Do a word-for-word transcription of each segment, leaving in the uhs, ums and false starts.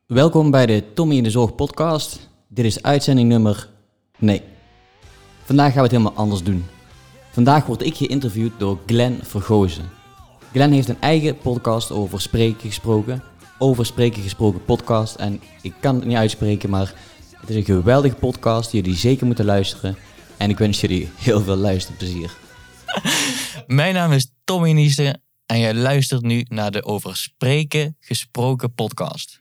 Welkom bij de Tommy in de Zorg podcast. Dit is uitzending nummer... Nee. Vandaag gaan we het helemaal anders doen. Vandaag word ik geïnterviewd door Glenn Vergozen. Glenn heeft een eigen podcast over spreken gesproken. Over spreken gesproken podcast. En ik kan het niet uitspreken, maar het is een geweldige podcast die jullie zeker moeten luisteren. En ik wens jullie heel veel luisterplezier. Mijn naam is Tommy Niesen en jij luistert nu naar de Over Spreken Gesproken podcast.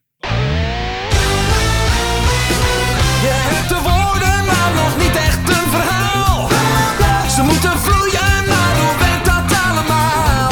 Je hebt de woorden, maar nog niet echt een verhaal. Ze moeten vloeien, maar hoe werkt dat allemaal?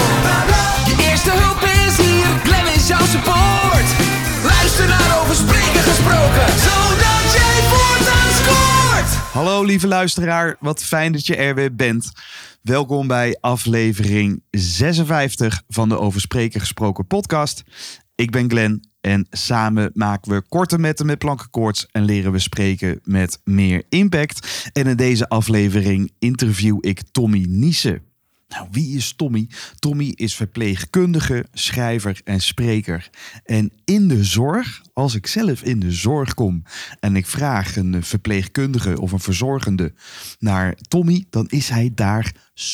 Je eerste hulp is hier, Glenn is jouw support. Luister naar Over Spreken Gesproken, zodat jij voortaan scoort. Hallo lieve luisteraar, wat fijn dat je er weer bent. Welkom bij aflevering zesenvijftig van de Over Spreken Gesproken podcast. Ik ben Glenn en samen maken we korte metten met plankenkoorts en leren we spreken met meer impact. En in deze aflevering interview ik Tommy Niesen. Nou, wie is Tommy? Tommy is verpleegkundige, schrijver en spreker. En in de zorg, als ik zelf in de zorg kom en ik vraag een verpleegkundige of een verzorgende naar Tommy, dan is hij daar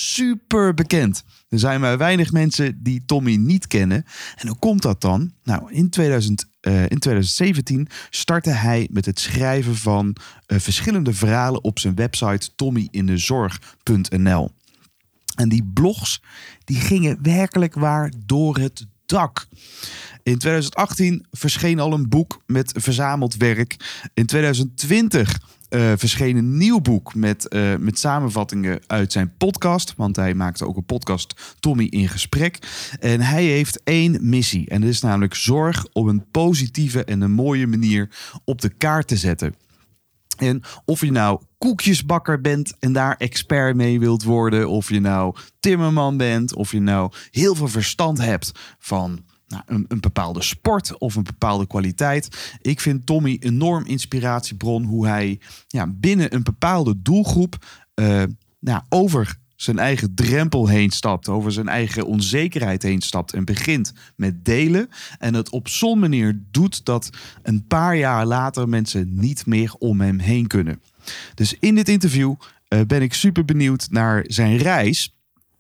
super bekend. Er zijn maar weinig mensen die Tommy niet kennen. En hoe komt dat dan? Nou, in, tweeduizend, uh, in twintig zeventien startte hij met het schrijven van uh, verschillende verhalen op zijn website tommy in de zorg punt n l. En die blogs die gingen werkelijk waar door het dak. In twintig achttien verscheen al een boek met verzameld werk. In twintig twintig uh, verscheen een nieuw boek met, uh, met samenvattingen uit zijn podcast. Want hij maakte ook een podcast, Tommy in Gesprek. En hij heeft één missie. En dat is namelijk zorg op een positieve en een mooie manier op de kaart te zetten. En of je nou koekjesbakker bent en daar expert mee wilt worden, of je nou timmerman bent, of je nou heel veel verstand hebt van nou, een, een bepaalde sport of een bepaalde kwaliteit. Ik vind Tommy een enorm inspiratiebron hoe hij ja, binnen een bepaalde doelgroep uh, nou, over zijn eigen drempel heen stapt, over zijn eigen onzekerheid heen stapt en begint met delen. En het op zo'n manier doet dat een paar jaar later mensen niet meer om hem heen kunnen. Dus in dit interview uh, ben ik super benieuwd naar zijn reis.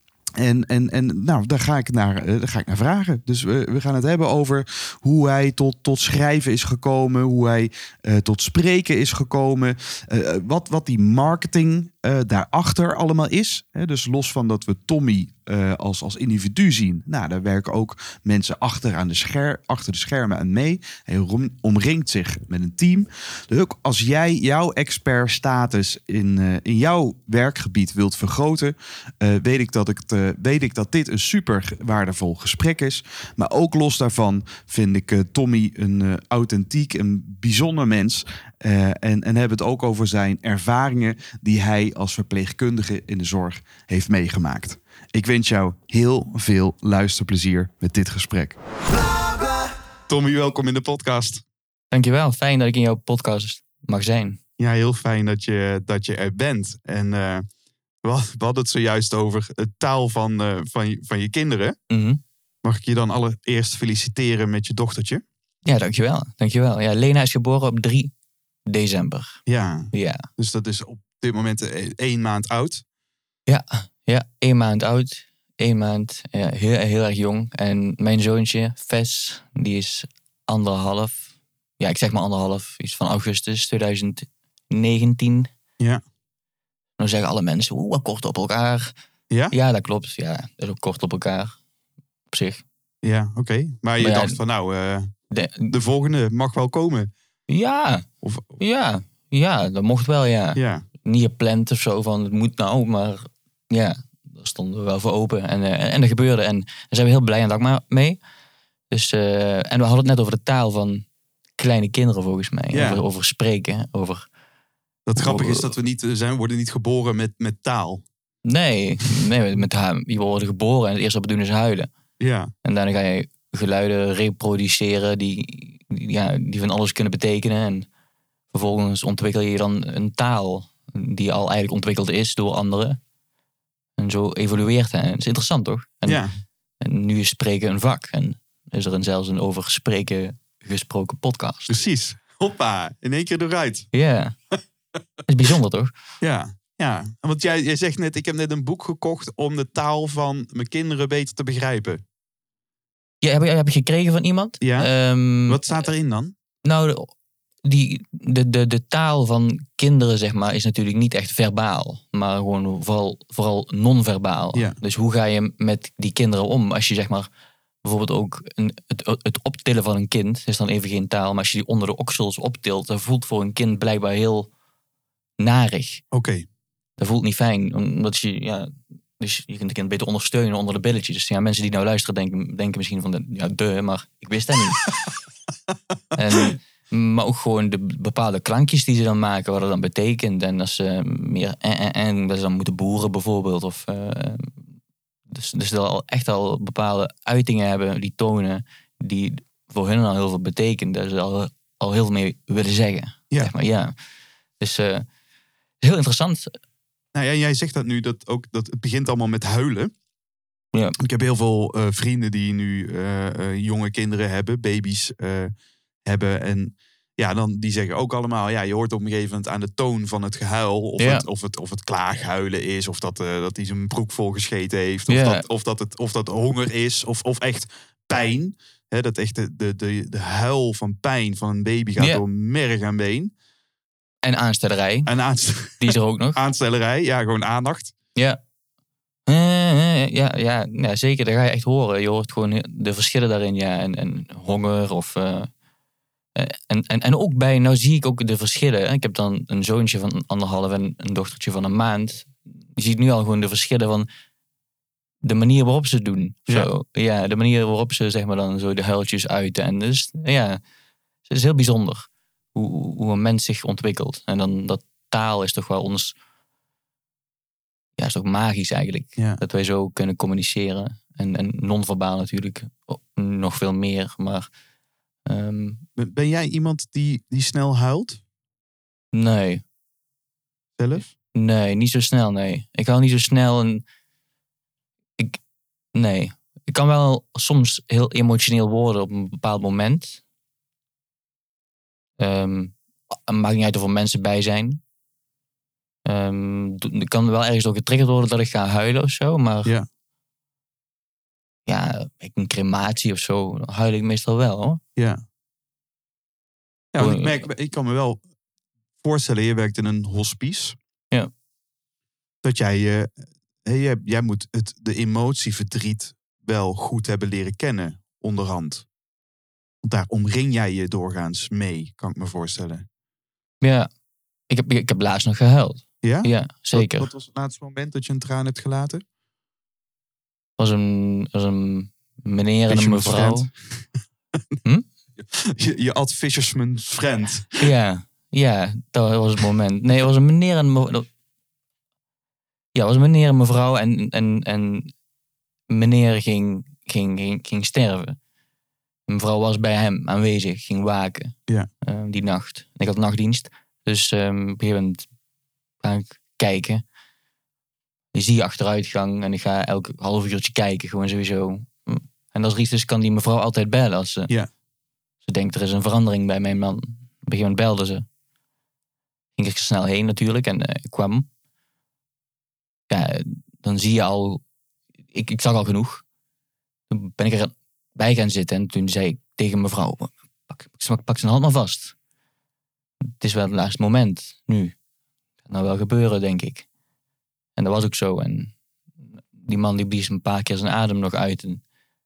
En, en, en nou, daar ga ik naar, uh, daar ga ik naar vragen. Dus we, we gaan het hebben over hoe hij tot, tot schrijven is gekomen. Hoe hij uh, tot spreken is gekomen. Uh, wat, wat die marketing uh, daarachter allemaal is. He, dus los van dat we Tommy uh, als, als individu zien. Nou, daar werken ook mensen achter, aan de, scher, achter de schermen aan mee. Hij omringt zich met een team. Dus ook als jij jouw expertstatus in, uh, in jouw werkgebied wilt vergroten, Uh, weet ik dat ik het, uh, weet ik dat dit een super waardevol gesprek is. Maar ook los daarvan vind ik uh, Tommy een uh, authentiek en bijzonder mens. Uh, en, en hebben het ook over zijn ervaringen die hij als verpleegkundige in de zorg heeft meegemaakt. Ik wens jou heel veel luisterplezier met dit gesprek. Tommy, welkom in de podcast. Dankjewel, fijn dat ik in jouw podcast mag zijn. Ja, heel fijn dat je, dat je er bent. En uh, we hadden het zojuist over het taal van, uh, van, je, van je kinderen. Mm-hmm. Mag ik je dan allereerst feliciteren met je dochtertje? Ja, dankjewel. dankjewel. Ja, Lena is geboren op drie december. Ja, ja. Dus dat is op dit moment één maand oud. Ja, ja één maand oud. Één maand, ja, heel, heel erg jong. En mijn zoontje, Ves, die is anderhalf. Ja, ik zeg maar anderhalf. Iets van augustus twintig negentien. Ja. Dan zeggen alle mensen, oeh, wat kort op elkaar. Ja? Ja, dat klopt. Ja, dat is ook kort op elkaar. Op zich. Ja, oké. Okay. Maar je maar dacht ja, van nou, uh, de, de volgende mag wel komen. Ja, of, ja, ja, dat mocht wel, ja. ja. Niet gepland of zo van het moet nou, maar ja, daar stonden we wel voor open. En, uh, en dat gebeurde. En daar zijn we heel blij en dankbaar mee. Dus, uh, en we hadden het net over de taal van kleine kinderen volgens mij. Ja. Over, over spreken, over... Dat grappige is dat we niet zijn, worden niet geboren met, met taal. Nee, nee met, je wordt geboren en het eerste wat we doen is huilen. Ja. En daarna ga je geluiden reproduceren die, die, ja, die van alles kunnen betekenen. En vervolgens ontwikkel je dan een taal die al eigenlijk ontwikkeld is door anderen. En zo evolueert het. En dat is interessant, toch? En, ja. En nu is spreken een vak. En is er een, zelfs een over spreken gesproken podcast. Precies. Hoppa, in één keer eruit. Ja, dat is bijzonder toch? Ja, ja. Want jij, jij zegt net, ik heb net een boek gekocht om de taal van mijn kinderen beter te begrijpen. Ja, heb je, heb je gekregen van iemand? Ja. Um, Wat staat erin dan? Nou, de, die, de, de, de taal van kinderen, zeg maar, is natuurlijk niet echt verbaal. Maar gewoon vooral, vooral non-verbaal. Ja. Dus hoe ga je met die kinderen om? Als je, zeg maar, bijvoorbeeld ook een, het, het optillen van een kind, is dan even geen taal. Maar als je die onder de oksels optilt, dat voelt voor een kind blijkbaar heel narig. Oké. Okay. Dat voelt niet fijn, omdat je, ja... Dus je kunt de kind beter ondersteunen onder de billetjes. Dus ja, mensen die nou luisteren denken, denken misschien van... De, ja, de, maar ik wist dat niet. en, maar ook gewoon de bepaalde klankjes die ze dan maken, wat dat dan betekent. En als ze meer en, en, en dat ze dan moeten boeren bijvoorbeeld. Of, uh, dus, dus dat al echt al bepaalde uitingen hebben die tonen... die voor hun al heel veel betekenen. Dat ze al, al heel veel mee willen zeggen. Ja. Zeg maar, ja. Dus uh, heel interessant... Nou ja, jij zegt dat nu, dat, ook, dat het begint allemaal met huilen. Ja. Ik heb heel veel uh, vrienden die nu uh, uh, jonge kinderen hebben, baby's uh, hebben. En ja, dan, die zeggen ook allemaal, ja, je hoort op een gegeven moment aan de toon van het gehuil. Of, ja. het, of, het, of het klaaghuilen is, of dat, uh, dat hij zijn broek volgescheten heeft. Of, ja. dat, of, dat, het, of dat honger is, of, of echt pijn. He, dat echt de, de, de, de huil van pijn van een baby gaat ja. door merg en been. En aanstellerij. En aanst- die is er ook nog. Aanstellerij, ja, gewoon aandacht. Ja. Ja, ja, ja, zeker. Dat ga je echt horen. Je hoort gewoon de verschillen daarin. Ja. En, en honger of... Uh, en, en, en ook bij... Nou zie ik ook de verschillen. Ik heb dan een zoontje van anderhalf en een dochtertje van een maand. Je ziet nu al gewoon de verschillen van... de manier waarop ze het doen. Ja. Zo. Ja, de manier waarop ze zeg maar dan zo de huiltjes uiten. En dus ja, het is heel bijzonder. Hoe, hoe een mens zich ontwikkelt. En dan dat taal is toch wel ons... Ja, is toch magisch eigenlijk. Ja. Dat wij zo kunnen communiceren. En, en non-verbaal natuurlijk nog veel meer. Maar... Um, ben jij iemand die, die snel huilt? Nee. Zelf? Nee, niet zo snel, nee. Ik hou niet zo snel en... Ik... Nee. Ik kan wel soms heel emotioneel worden op een bepaald moment... Um, het maakt niet uit of er mensen bij zijn. Um, ik kan wel ergens door getriggerd worden dat ik ga huilen of zo. Maar ja, ja een crematie of zo, dan huil ik meestal wel hoor. Ja. Ja, want ik merk, ik kan me wel voorstellen, je werkt in een hospice. Ja. Dat jij, uh, jij, jij moet het, de emotieverdriet wel goed hebben leren kennen onderhand. Want daar omring jij je doorgaans mee, kan ik me voorstellen. Ja, ik heb, ik heb laatst nog gehuild. Ja? Ja, zeker. Wat, wat was het laatste moment dat je een traan hebt gelaten? Het was een, was een meneer en een mevrouw. hm? Je, je ad fisherman's friend. Ja, ja, dat was het moment. Nee, het was een meneer en een mevrouw. Ja, het was een meneer en mevrouw en, en, en meneer ging, ging, ging, ging sterven. Mevrouw was bij hem aanwezig, ging waken ja. uh, die nacht. Ik had nachtdienst, dus um, op een gegeven moment ga ik kijken. Je zie je achteruitgang en ik ga elk half uurtje kijken, gewoon sowieso. En als er iets is, kan die mevrouw altijd bellen. Als ze, ja. ze denkt, er is een verandering bij mijn man. Op een gegeven moment belde ze. Ging ik snel heen natuurlijk en uh, ik kwam. Ja, dan zie je al, ik, ik zag al genoeg. Toen ben ik er bij gaan zitten en toen zei ik tegen mevrouw, pak, pak zijn hand maar vast. Het is wel het laatste moment, nu. Het gaat nou wel gebeuren, denk ik. En dat was ook zo. En die man die blies een paar keer zijn adem nog uit. En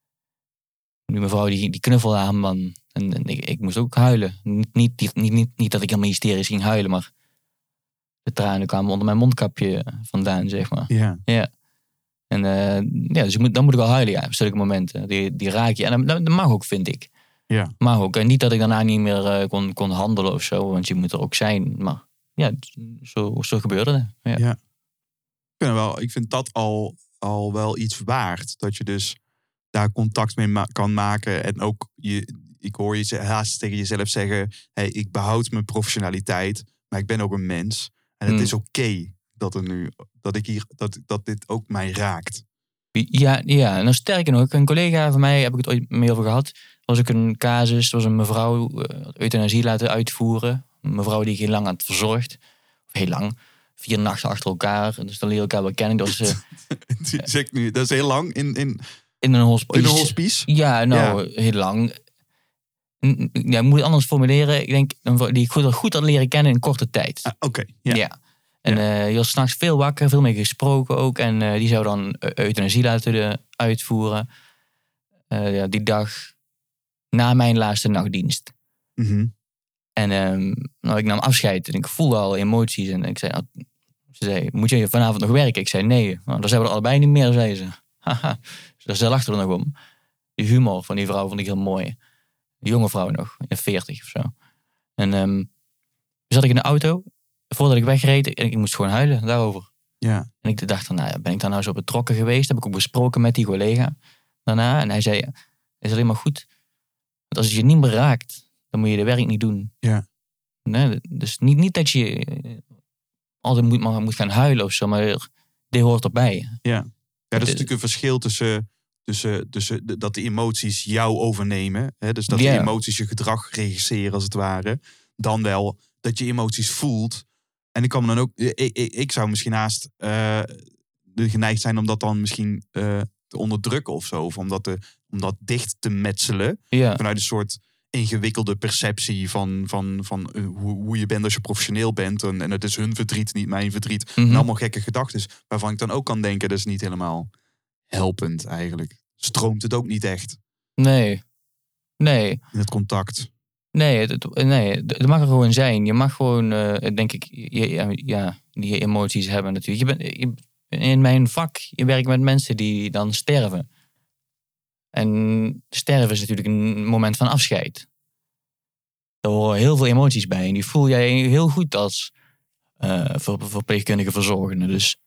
die mevrouw die, die knuffelde aan man. En, en ik, ik moest ook huilen. Niet, niet, niet, niet, niet dat ik helemaal hysterisch ging huilen, maar de tranen kwamen onder mijn mondkapje vandaan, zeg maar. Ja. Ja. En uh, ja, dus moet, dan moet ik wel huilen, ja, op zulke momenten. Die, die raak je. En dat, dat mag ook, vind ik. Ja. Mag ook. En niet dat ik daarna niet meer uh, kon, kon handelen of zo, want je moet er ook zijn. Maar ja, zo, zo gebeurde het. Ja. Ja. Ik vind, wel, ik vind dat al, al wel iets waard. Dat je dus daar contact mee ma- kan maken. En ook, je, ik hoor je haast tegen jezelf zeggen, hey, ik behoud mijn professionaliteit, maar ik ben ook een mens. En het mm. is oké okay dat er nu, dat ik hier, dat, dat dit ook mij raakt. Ja, ja, en dan sterker nog, een collega van mij, heb ik het ooit mee over gehad, was ook een casus. Er was een mevrouw uh, euthanasie laten uitvoeren. Een mevrouw die ik heel lang had verzorgd. Of heel lang. Vier nachten achter elkaar. Dus dan leer je elkaar wel kennen. Dat was, uh, zeg nu, dat is heel lang in, in, in een hospice. in een hospice? Ja, nou, ja. heel lang. Ja, ik moet het anders formuleren. Ik denk die ik goed, goed had leren kennen in korte tijd. Ah, Oké, okay, ja. ja. En ja. uh, je was 's nachts veel wakker, veel mee gesproken ook. En uh, die zou dan euthanasie laten de, uitvoeren. Uh, ja, die dag na mijn laatste nachtdienst. Mm-hmm. En um, nou, ik nam afscheid en ik voelde al emoties. En ik zei, nou, ze zei, moet je vanavond nog werken? Ik zei, nee. Nou, dat zijn we er allebei niet meer, zei ze. Haha. Dus daar lachte er nog om. Die humor van die vrouw vond ik heel mooi. Een jonge vrouw nog, in de veertig of zo. En um, zat ik in de auto, voordat ik wegreed, en ik moest gewoon huilen daarover. Ja. En ik dacht van, nou ja, ben ik daar nou zo betrokken geweest? Heb ik ook besproken met die collega daarna. En hij zei, het is alleen maar goed. Want als het je niet meer raakt, dan moet je de werk niet doen. Ja. Nee, dus niet, niet dat je altijd moet, maar moet gaan huilen of zo, maar dit hoort erbij. Ja, ja dat is natuurlijk een verschil tussen, tussen, tussen dat de emoties jou overnemen. Hè? Dus dat ja. de emoties je gedrag regisseren als het ware. Dan wel dat je emoties voelt. En ik kan me dan ook, ik, ik, ik zou misschien haast uh, geneigd zijn om dat dan misschien uh, te onderdrukken of zo. Of om dat, te, om dat dicht te metselen. Ja. Vanuit een soort ingewikkelde perceptie van, van, van uh, hoe, hoe je bent als je professioneel bent. En, en het is hun verdriet, niet mijn verdriet. Mm-hmm. En allemaal gekke gedachten. Waarvan ik dan ook kan denken, dat is niet helemaal helpend eigenlijk. Stroomt het ook niet echt. Nee. Nee. In het contact. Nee, het, het, nee, het mag er gewoon zijn. Je mag gewoon, uh, denk ik, ja, ja, die emoties hebben natuurlijk. Je bent, je, in mijn vak, je werkt met mensen die dan sterven. En sterven is natuurlijk een moment van afscheid. Daar horen heel veel emoties bij. En die voel jij heel goed als uh, ver, verpleegkundige verzorgende. Dus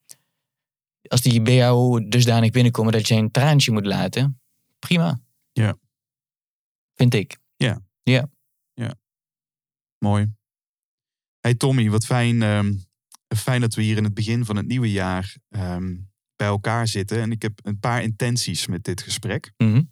als die bij jou dusdanig binnenkomen dat je een traantje moet laten, prima. Ja. Vind ik. Ja. Ja. Ja. Mooi. Hey Tommy, wat fijn, um, fijn dat we hier in het begin van het nieuwe jaar um, bij elkaar zitten. En ik heb een paar intenties met dit gesprek. Mm-hmm.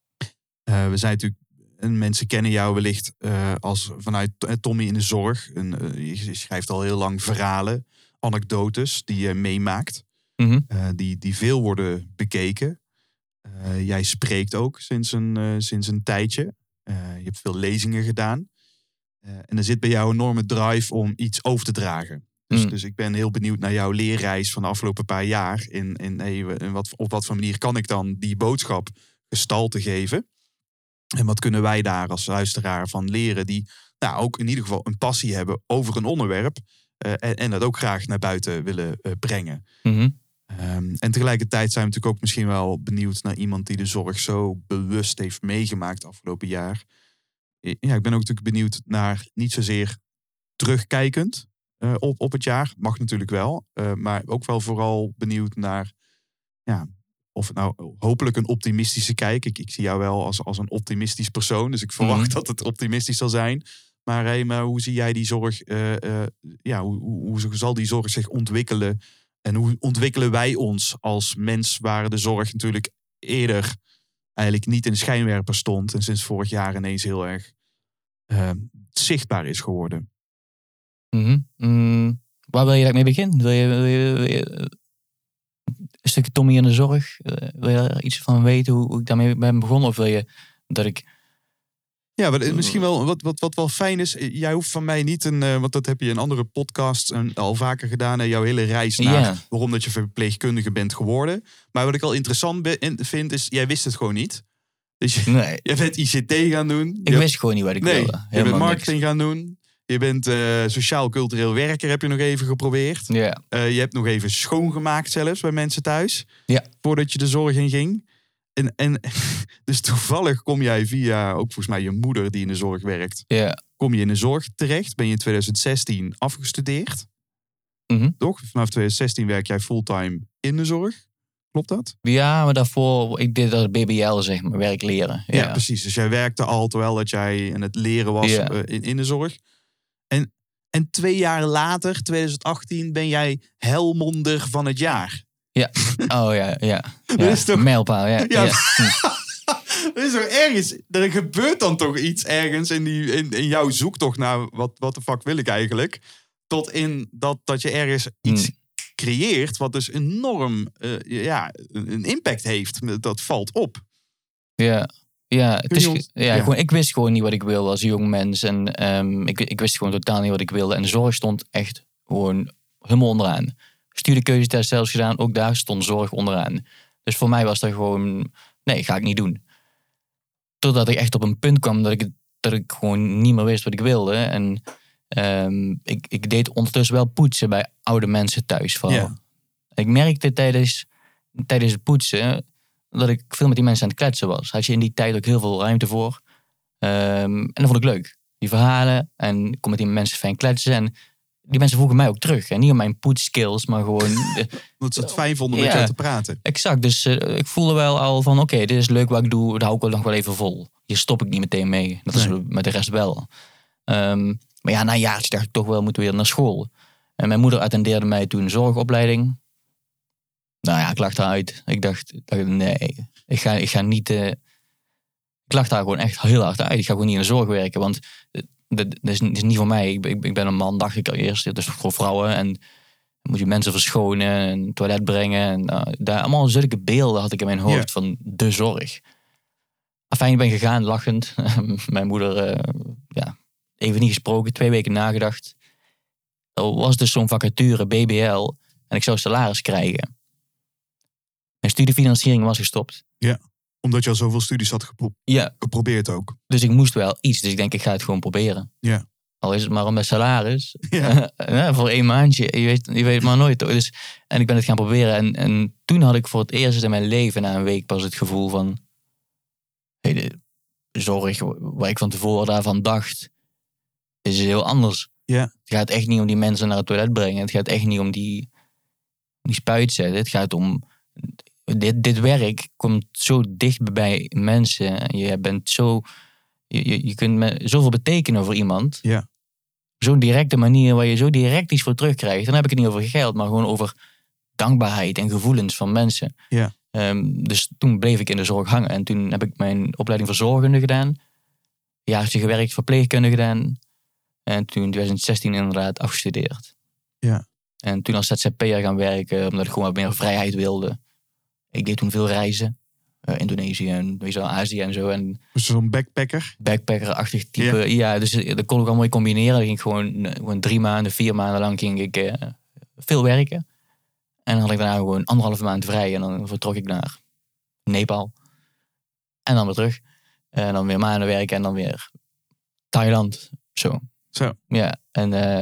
Uh, we zijn natuurlijk, en mensen kennen jou wellicht uh, als vanuit Tommy in de zorg. En, uh, je schrijft al heel lang verhalen, anekdotes die je meemaakt. Mm-hmm. Uh, die, die veel worden bekeken. Uh, jij spreekt ook sinds een, uh, sinds een tijdje. Uh, je hebt veel lezingen gedaan. Uh, en er zit bij jou een enorme drive om iets over te dragen. Dus, mm. dus ik ben heel benieuwd naar jouw leerreis van de afgelopen paar jaar. In, in, in wat, op wat voor manier kan ik dan die boodschap gestalte geven? En wat kunnen wij daar als luisteraar van leren die nou, ook in ieder geval een passie hebben over een onderwerp. Uh, en, en dat ook graag naar buiten willen uh, brengen. Mm-hmm. Um, en tegelijkertijd zijn we natuurlijk ook misschien wel benieuwd naar iemand die de zorg zo bewust heeft meegemaakt afgelopen jaar. Ja, ik ben ook natuurlijk benieuwd naar niet zozeer terugkijkend uh, op, op het jaar. Mag natuurlijk wel. Uh, maar ook wel vooral benieuwd naar, ja, of het nou hopelijk een optimistische kijk. Ik, ik zie jou wel als, als een optimistisch persoon. Dus ik verwacht mm-hmm. dat het optimistisch zal zijn. Maar, hey, maar hoe zie jij die zorg, uh, uh, ja, hoe, hoe, hoe zal die zorg zich ontwikkelen? En hoe ontwikkelen wij ons als mens waar de zorg natuurlijk eerder eigenlijk niet in de schijnwerper stond. En sinds vorig jaar ineens heel erg uh, zichtbaar is geworden. Mm-hmm. Mm, waar wil je dat mee beginnen? Wil je, wil je, wil je een stukje Tommy in de zorg? Wil je er iets van weten hoe, hoe ik daarmee ben begonnen? Of wil je dat ik... Ja, wat, misschien wel wat, wat, wat wel fijn is. Jij hoeft van mij niet een, uh, want dat heb je in andere podcasts en al vaker gedaan. En jouw hele reis naar ja. waarom dat je verpleegkundige bent geworden. Maar wat ik al interessant be- vind is, jij wist het gewoon niet. Dus je, nee. je bent I C T gaan doen. Ik je, wist gewoon niet wat ik nee, wilde. Helemaal je bent marketing niks. gaan doen. Je bent uh, sociaal-cultureel werker, heb je nog even geprobeerd. Ja. Uh, je hebt nog even schoongemaakt zelfs bij mensen thuis. Ja. Voordat je de zorg in ging. En, en dus toevallig kom jij via, ook volgens mij je moeder die in de zorg werkt. Ja. Kom je in de zorg terecht. Ben je in twintig zestien afgestudeerd. Mm-hmm. Toch? Vanaf twintig zestien werk jij fulltime in de zorg. Klopt dat? Ja, maar daarvoor, ik deed dat B B L, zeg maar, werk leren. Ja. ja, precies. Dus jij werkte al terwijl dat jij aan het leren was ja. uh, in, in de zorg. En, en twee jaar later, twintig achttien, ben jij Helmonder van het jaar. Ja, oh ja, ja. ja. Dat is toch... Mijlpaal, ja. ja. ja. Er is toch ergens, er gebeurt dan toch iets ergens in, die, in, in jouw zoektocht naar wat, wat de fuck wil ik eigenlijk. Tot in dat, dat je ergens iets Hmm. creëert wat dus enorm uh, ja, een impact heeft. Dat valt op. Ja, ja, het Kun is, je ons- ja, ja. Gewoon, ik wist gewoon niet wat ik wilde als jong mens. En um, ik, ik wist gewoon totaal niet wat ik wilde. En de zorg stond echt gewoon helemaal onderaan. Studiekeuzetest zelfs gedaan, ook daar stond zorg onderaan. Dus voor mij was dat gewoon, nee, ga ik niet doen. Totdat ik echt op een punt kwam dat ik, dat ik gewoon niet meer wist wat ik wilde. En um, ik, ik deed ondertussen wel poetsen bij oude mensen thuis vooral. Ja. Ik merkte tijdens, tijdens het poetsen dat ik veel met die mensen aan het kletsen was. Had je in die tijd ook heel veel ruimte voor. Um, en dat vond ik leuk. Die verhalen. En ik kon met die mensen fijn kletsen. En die mensen vroegen mij ook terug. En niet om mijn poetsskills, maar gewoon... De, Dat ze het fijn vonden met Ja. jou te praten. exact. Dus uh, ik voelde wel al van... Oké, okay, dit is leuk wat ik doe. Dat hou ik wel nog wel even vol. Hier stop ik niet meteen mee. Dat Nee. is met de rest wel. Um, maar ja, na een jaartje dacht ik toch wel... moeten we weer naar school. En mijn moeder attendeerde mij toen een zorgopleiding. Nou ja, ik lag eruit. Ik dacht, ik dacht nee, ik ga, ik ga niet... Uh, ik lag daar gewoon echt heel hard uit. Ik ga gewoon niet in de zorg werken, want dat, dat, is, dat is niet voor mij. Ik, ik, ik ben een man, dacht ik al eerst. Het is voor vrouwen en dan moet je mensen verschonen en toilet brengen. En, uh, daar, allemaal zulke beelden had ik in mijn hoofd Ja. van de zorg. Enfin, ik ben gegaan, lachend. Mijn moeder, uh, ja, even niet gesproken, twee weken nagedacht. Er was dus zo'n vacature, B B L, en ik zou salaris krijgen. Mijn studiefinanciering was gestopt. Omdat je al zoveel studies had gepro- Ja, geprobeerd ook. dus ik moest wel iets. Dus ik denk, ik ga het gewoon proberen. Ja. Al is het maar om mijn salaris. Ja. Ja, voor één maandje. Je weet, je weet het maar nooit. Toch? Dus, en ik ben het gaan proberen. En, en toen had ik voor het eerst in mijn leven na een week pas het gevoel van... Hey, de zorg, waar ik van tevoren daarvan dacht, is heel anders. Ja. Het gaat echt niet om die mensen naar het toilet brengen. Het gaat echt niet om die, om die spuit zetten. Het gaat om... Dit, dit werk komt zo dicht bij mensen. Je bent zo... Je, je, je kunt me zoveel betekenen voor iemand. Ja. Zo'n directe manier waar je zo direct iets voor terugkrijgt. Dan heb ik het niet over geld, maar gewoon over dankbaarheid en gevoelens van mensen. Ja. Um, dus toen bleef ik in de zorg hangen. En toen heb ik mijn opleiding verzorgende gedaan. Een jaartje gewerkt, verpleegkunde gedaan. En toen in twintig zestien inderdaad afgestudeerd. Ja. En toen als Z Z P'er gaan werken, omdat ik gewoon wat meer vrijheid wilde. Ik deed toen veel reizen. Uh, Indonesië en weet je wel, Azië en zo. En Dus zo'n backpacker. backpacker-achtig type. Ja, ja dus dat kon ik allemaal mooi combineren. Dan ging ik gewoon, gewoon drie maanden, vier maanden lang ging ik uh, veel werken. En dan had ik daarna gewoon anderhalve maand vrij. En dan vertrok ik naar Nepal. En dan weer terug. En dan weer maanden werken en dan weer Thailand. Zo. Zo. Ja, en uh,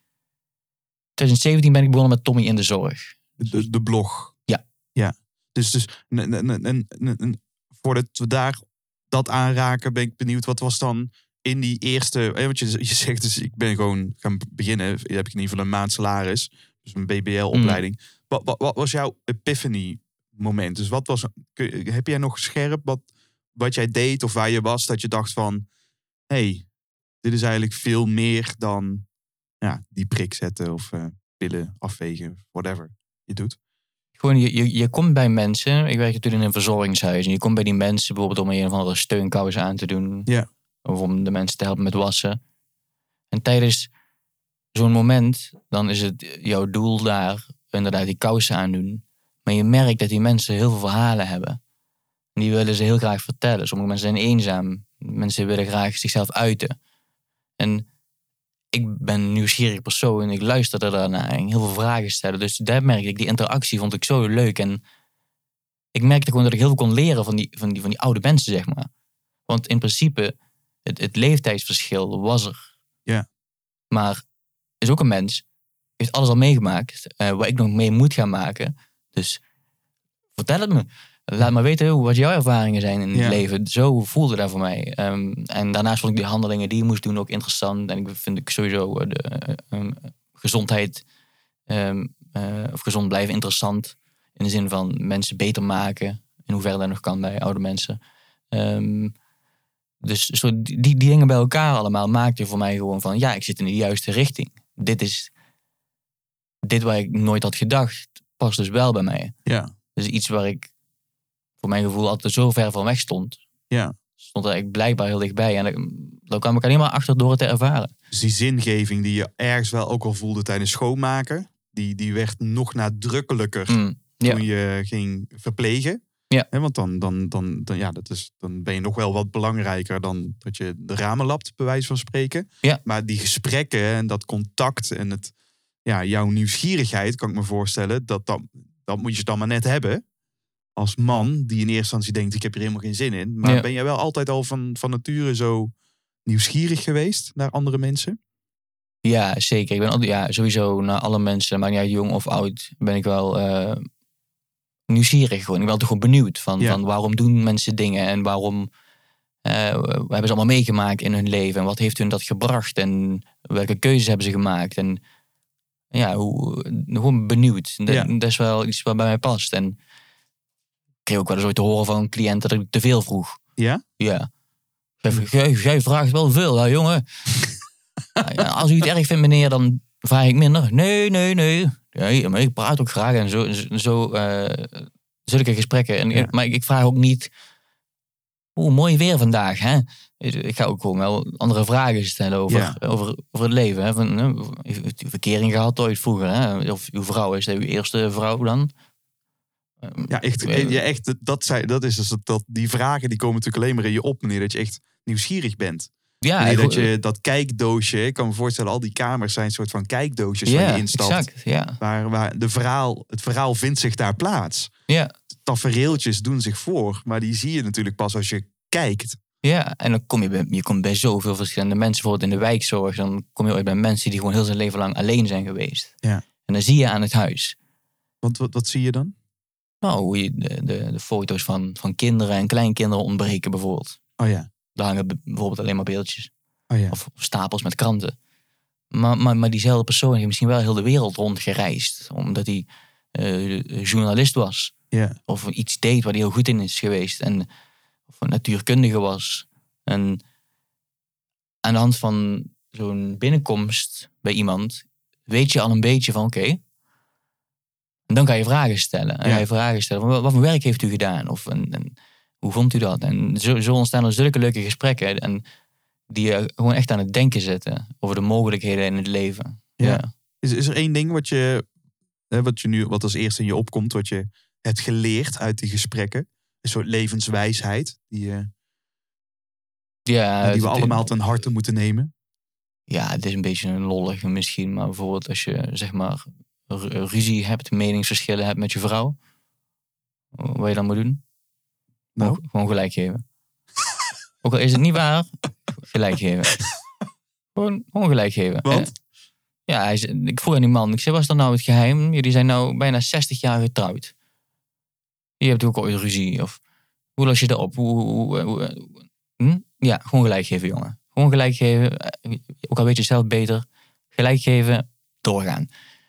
twintig zeventien ben ik begonnen met Tommy in de zorg. De, de blog. Ja. Ja. Dus, dus n- n- n- n- n- voordat we daar dat aanraken, ben ik benieuwd, wat was dan in die eerste... Eh, want je, je zegt dus, ik ben gewoon gaan beginnen. Heb ik in ieder geval een maand salaris. Dus een B B L-opleiding. Mm. Wat, wat, wat was jouw epiphany moment? Dus wat was... Kun, heb jij nog scherp wat, wat jij deed of waar je was, dat je dacht van... hey, dit is eigenlijk veel meer dan ja, die prik zetten of uh, pillen afvegen, whatever je doet. Gewoon, je, je, je komt bij mensen... Ik werk natuurlijk in een verzorgingshuis. En je komt bij die mensen bijvoorbeeld om een of andere steunkous aan te doen. Ja. Of om de mensen te helpen met wassen. En tijdens zo'n moment, dan is het jouw doel daar inderdaad die kousen aandoen. Maar je merkt dat die mensen heel veel verhalen hebben. En die willen ze heel graag vertellen. Sommige mensen zijn eenzaam. Mensen willen graag zichzelf uiten. En ik ben een nieuwsgierig persoon en ik luisterde daarnaar en heel veel vragen stellen. Dus daar merkte ik, die interactie vond ik zo leuk. En ik merkte gewoon dat ik heel veel kon leren van die, van die, van die oude mensen, zeg maar. Want in principe, het, het leeftijdsverschil was er. Ja. Maar is ook een mens, heeft alles al meegemaakt, uh, waar ik nog mee moet gaan maken. Dus vertel het me. Laat me weten hoe, wat jouw ervaringen zijn in het ja. leven. Zo voelde dat voor mij. Um, en daarnaast vond ik die handelingen die je moest doen ook interessant. En ik vind ik sowieso de uh, um, gezondheid um, uh, of gezond blijven interessant. In de zin van mensen beter maken. In hoeverre dat nog kan bij oude mensen. Um, dus zo die, die dingen bij elkaar allemaal maakte voor mij gewoon van... ja, ik zit in de juiste richting. Dit is... Dit waar ik nooit had gedacht, past dus wel bij mij. Ja. Dus iets waar ik... voor mijn gevoel altijd zo ver van weg stond. Ja. Stond er eigenlijk blijkbaar heel dichtbij. En daar kwam ik alleen maar achter door het te ervaren. Dus die zingeving die je ergens wel ook al voelde tijdens schoonmaken, die, die werd nog nadrukkelijker Mm, ja. toen je ging verplegen. Ja. He, want dan, dan, dan, dan, ja, dat is, dan ben je nog wel wat belangrijker dan dat je de ramen lapt, bij wijze van spreken. Ja. Maar die gesprekken en dat contact en het, ja, jouw nieuwsgierigheid, kan ik me voorstellen, dat, dat, dat moet je dan maar net hebben. Als man die in eerste instantie denkt, ik heb hier helemaal geen zin in. Maar Ja. ben jij wel altijd al van, van nature zo nieuwsgierig geweest naar andere mensen? Ja, zeker. Ik ben altijd, ja, sowieso naar alle mensen, maar niet uit jong of oud, ben ik wel uh, nieuwsgierig gewoon. Ik ben altijd gewoon benieuwd van, Ja. van waarom doen mensen dingen en waarom uh, hebben ze allemaal meegemaakt in hun leven en wat heeft hun dat gebracht en welke keuzes hebben ze gemaakt en ja, hoe, gewoon benieuwd. Dat, Ja. dat is wel iets wat bij mij past. En ik kreeg ook wel eens ooit te horen van cliënten dat ik te veel vroeg. Ja? Ja. Jij, jij, jij vraagt wel veel, hè, jongen. Ja, als u het erg vindt, meneer, dan vraag ik minder. Nee, nee, nee. Ja, maar ik praat ook graag en zo, zo uh, zulke gesprekken. En, Ja. Maar ik vraag ook niet, oeh, mooi weer vandaag, hè. Ik ga ook gewoon wel andere vragen stellen over, Ja. over, over het leven. Hè. Van, uh, heeft u verkering gehad ooit vroeger? Hè? Of uw vrouw, is dat uw eerste vrouw dan? Ja, echt, Uh, ja, echt dat, zei, dat is dus dat, dat, die vragen die komen natuurlijk alleen maar in je op, wanneer dat je echt nieuwsgierig bent. Ja, Wanneer ik- dat je dat kijkdoosje, ik kan me voorstellen, al die kamers zijn een soort van kijkdoosjes waar ja, je instapt. exact, ja. Waar, waar de verhaal, het verhaal vindt zich daar plaats. Ja, Tafereeltjes doen zich voor, maar die zie je natuurlijk pas als je kijkt. ja, en dan kom je bij, je komt bij zoveel verschillende mensen. Bijvoorbeeld in de wijkzorg, dan kom je ooit bij mensen die gewoon heel zijn leven lang alleen zijn geweest. Ja. En dan zie je aan het huis. Want wat, wat zie je dan? Nou, hoe je de, de, de foto's van, van kinderen en kleinkinderen ontbreken bijvoorbeeld. Oh ja, Daar hangen b- bijvoorbeeld alleen maar beeldjes. oh ja. Of stapels met kranten. Maar, maar, maar diezelfde persoon heeft misschien wel heel de wereld rondgereisd. Omdat hij uh, journalist was. ja. Of iets deed waar hij heel goed in is geweest. En, of een natuurkundige was. En aan de hand van zo'n binnenkomst bij iemand weet je al een beetje van oké. Okay, en dan kan je vragen stellen. En Ja. ga je vragen stellen. Van, wat voor werk heeft u gedaan? Of en, en, hoe vond u dat? En zo, zo ontstaan er zulke leuke gesprekken. En die je gewoon echt aan het denken zetten. Over de mogelijkheden in het leven. Ja. Ja. Is, is er één ding wat je, hè, wat je nu, wat als eerste in je opkomt, wat je hebt geleerd uit die gesprekken? Een soort levenswijsheid die, eh, Ja, die we het- allemaal ten harte moeten nemen? Ja, het is een beetje een lollige misschien. Maar bijvoorbeeld als je zeg maar ru- ruzie hebt, meningsverschillen hebt met je vrouw. Wat je dan moet doen? Nou? Gewoon, gewoon gelijk geven. Ook al is het niet waar, gelijk geven. Gewoon, gewoon gelijk geven. Want? Eh, Ja, hij zei- ik vroeg aan die man. Ik zei, wat is dan nou het geheim? Jullie zijn nou bijna zestig jaar getrouwd. Je hebt ook ooit ruzie. Of hoe los je dat op? Hoe, hoe, hoe- hm? Ja, gewoon gelijk geven, jongen. Gewoon gelijk geven. Eh, Ook al weet je zelf beter. Gelijk geven, doorgaan.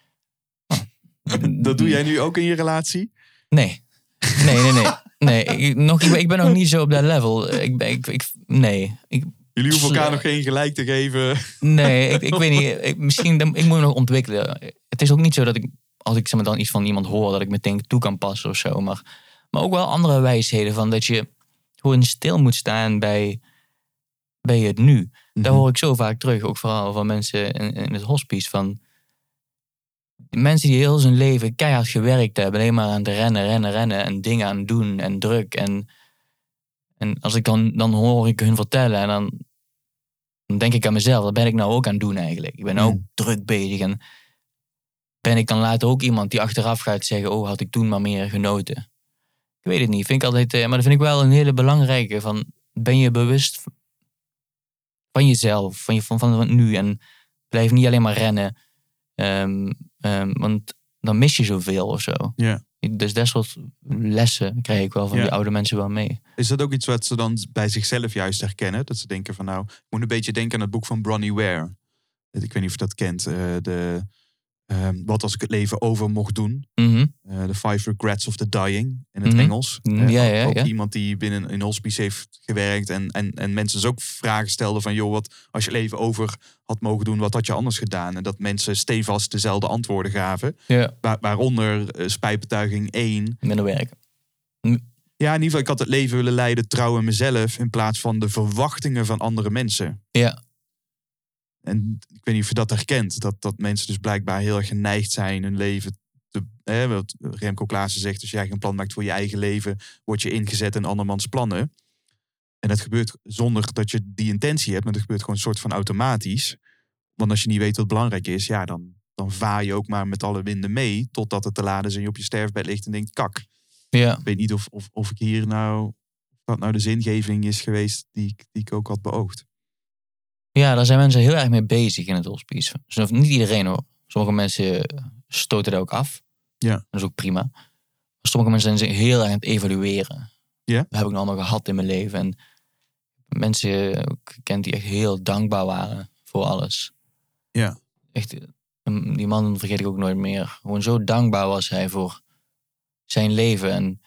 Dat doe jij nu ook in je relatie? Nee. Nee, nee, nee. nee ik, nog, ik, ben, ik ben nog niet zo op dat level. Ik, ben- ik, ik, nee. Ik, Jullie hoeven elkaar Sle- nog geen gelijk te geven. Nee, ik, ik weet niet. Ik, misschien, ik moet me nog ontwikkelen. Het is ook niet zo dat ik, als ik zeg maar, dan iets van iemand hoor, dat ik meteen toe kan passen of zo. Maar, maar ook wel andere wijsheden van dat je gewoon stil moet staan bij, bij het nu. Daar hoor ik zo vaak terug, ook vooral van mensen in, in het hospice. Van mensen die heel zijn leven keihard gewerkt hebben, alleen maar aan het rennen, rennen, rennen en dingen aan het doen en druk. En, en als ik dan, dan hoor ik hun vertellen en dan, dan denk ik aan mezelf, wat ben ik nou ook aan het doen eigenlijk? Ik ben ook Mm. druk bezig en ben ik dan later ook iemand die achteraf gaat zeggen, oh, had ik toen maar meer genoten? Ik weet het niet, vind ik altijd, eh, maar dat vind ik wel een hele belangrijke. Van, ben je bewust van jezelf, van, je, van, van, van nu en blijf niet alleen maar rennen, Ehm, ehm, want dan mis je zoveel of zo. Ja. Dus dat soort lessen krijg ik wel van Ja. die oude mensen wel mee. Is dat ook iets wat ze dan bij zichzelf juist herkennen? Dat ze denken van nou, ik moet een beetje denken aan het boek van Bronnie Ware. Ik weet niet of je dat kent. eh, de, ehm, wat als ik het leven over mocht doen. Mhm. Eh, The Five Regrets of the Dying in het Mhm. Engels. Mm, Eh, ja, ja, ook ja. iemand die binnen een hospice heeft gewerkt. En, en, en mensen dus ook vragen stelden van joh, wat als je leven over had mogen doen, wat had je anders gedaan? En dat mensen stevast dezelfde antwoorden gaven. Ja, Waar, waaronder uh, spijtbetuiging één. minder werken. Ja, in ieder geval, ik had het leven willen leiden trouw aan mezelf in plaats van de verwachtingen van andere mensen. Ja. En ik weet niet of je dat herkent. Dat, dat mensen dus blijkbaar heel erg geneigd zijn hun leven te... Hè, wat Remco Klaassen zegt, als jij een plan maakt voor je eigen leven, word je ingezet in andermans plannen. En dat gebeurt zonder dat je die intentie hebt, maar dat gebeurt gewoon een soort van automatisch. Want als je niet weet wat belangrijk is, ja, dan, dan vaar je ook maar met alle winden mee, totdat het te laat is en je op je sterfbed ligt en denkt, kak. Ja. Ik weet niet of, of, of ik hier nou, of dat nou de zingeving is geweest die, ik- die ik ook had beoogd. Ja, daar zijn mensen heel erg mee bezig in het hospice. Dus niet iedereen hoor. Sommige mensen stoten daar ook af. Ja. Dat is ook prima. Maar sommige mensen zijn zich heel erg aan het evalueren. Ja. Dat heb ik nou allemaal gehad in mijn leven. En mensen ook gekend die echt heel dankbaar waren voor alles. Ja. Echt, die man vergeet ik ook nooit meer. Gewoon zo dankbaar was hij voor zijn leven. En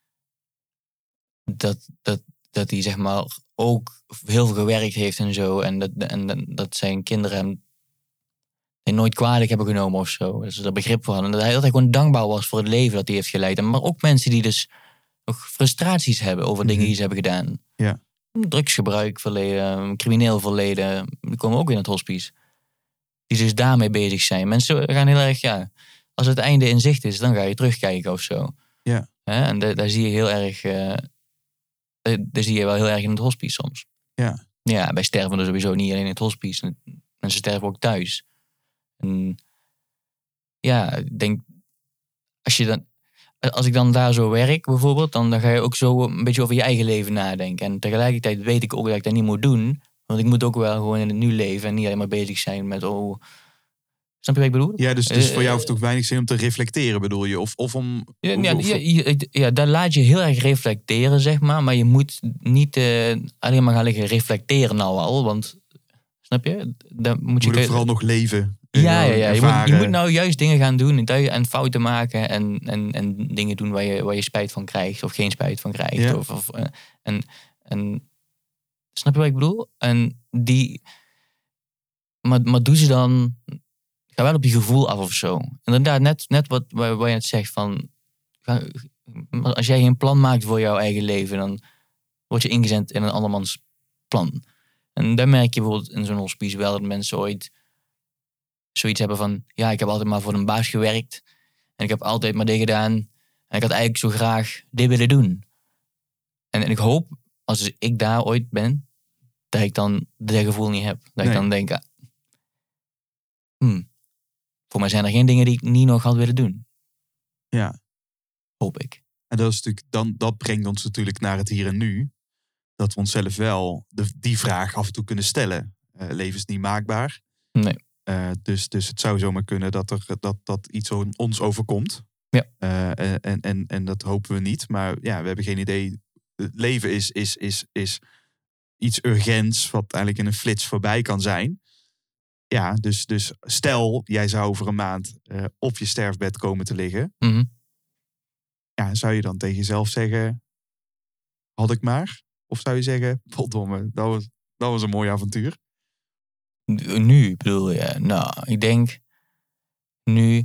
dat, dat, dat hij zeg maar ook heel veel gewerkt heeft en zo. En dat, en dat zijn kinderen hem nooit kwalijk hebben genomen of zo. Dat ze er begrip voor hadden. En dat hij altijd gewoon dankbaar was voor het leven dat hij heeft geleid. En maar ook mensen die dus nog frustraties hebben over Mm-hmm. dingen die ze hebben gedaan. Ja. Drugsgebruik verleden, crimineel verleden. Die komen ook in het hospice. Die dus daarmee bezig zijn. Mensen gaan heel erg, ja, als het einde in zicht is, dan ga je terugkijken of zo. Ja. Hè? En da- daar zie je heel erg, uh, daar zie je wel heel erg in het hospice soms. Ja. Ja, wij sterven er sowieso niet alleen in het hospice. Mensen sterven ook thuis. En ja, ik denk, als je dan, als ik dan daar zo werk bijvoorbeeld, dan, dan ga je ook zo een beetje over je eigen leven nadenken. En tegelijkertijd weet ik ook dat ik dat niet moet doen. Want ik moet ook wel gewoon in het nu leven en niet alleen maar bezig zijn met, oh... Snap je wat ik bedoel? Ja, dus, dus voor jou Uh, hoeft het ook weinig zin om te reflecteren, bedoel je? Of, of om... Ja, of- ja, of- ja, ja, ja, daar laat je heel erg reflecteren, zeg maar. Maar je moet niet uh, alleen maar gaan liggen reflecteren nou al. Want, snap je? Dan moet je moet ook vooral nog leven. Ja, ja, ja. Je, moet, je ervaren. moet nou juist dingen gaan doen en, en fouten maken. En, en, en dingen doen waar je, waar je spijt van krijgt. Of geen spijt van krijgt. Ja. Of, of, uh, en, en, snap je wat ik bedoel? En die... Maar, maar doe ze dan... Ga wel op je gevoel af of zo. Inderdaad, net, net wat waar, waar je het zegt van... Ga, als jij geen plan maakt voor jouw eigen leven... dan word je ingezet in een andermans plan. En dan merk je bijvoorbeeld in zo'n hospice wel... dat mensen ooit zoiets hebben van... ja, ik heb altijd maar voor een baas gewerkt... en ik heb altijd maar dit gedaan... en ik had eigenlijk zo graag dit willen doen. En, en ik hoop, als ik daar ooit ben... dat ik dan dat gevoel niet heb. Dat Nee. ik dan denk... ah, hmm, voor mij zijn er geen dingen die ik niet nog had willen doen. Ja. Hoop ik. En dat, is natuurlijk, dan, dat brengt ons natuurlijk naar het hier en nu. Dat we onszelf wel de, die vraag af en toe kunnen stellen. Uh, leven is niet maakbaar. Nee. Uh, dus, dus het zou zomaar kunnen dat er dat, dat iets ons overkomt. Ja. Uh, en, en, en dat hopen we niet. Maar ja, we hebben geen idee. Het leven is, is, is, is iets urgents wat eigenlijk in een flits voorbij kan zijn. Ja, dus, dus stel, jij zou over een maand uh, op je sterfbed komen te liggen. Mm-hmm. Ja, zou je dan tegen jezelf zeggen, had ik maar? Of zou je zeggen, verdomme, dat was, dat was een mooi avontuur? Nu bedoel je? Nou, ik denk nu...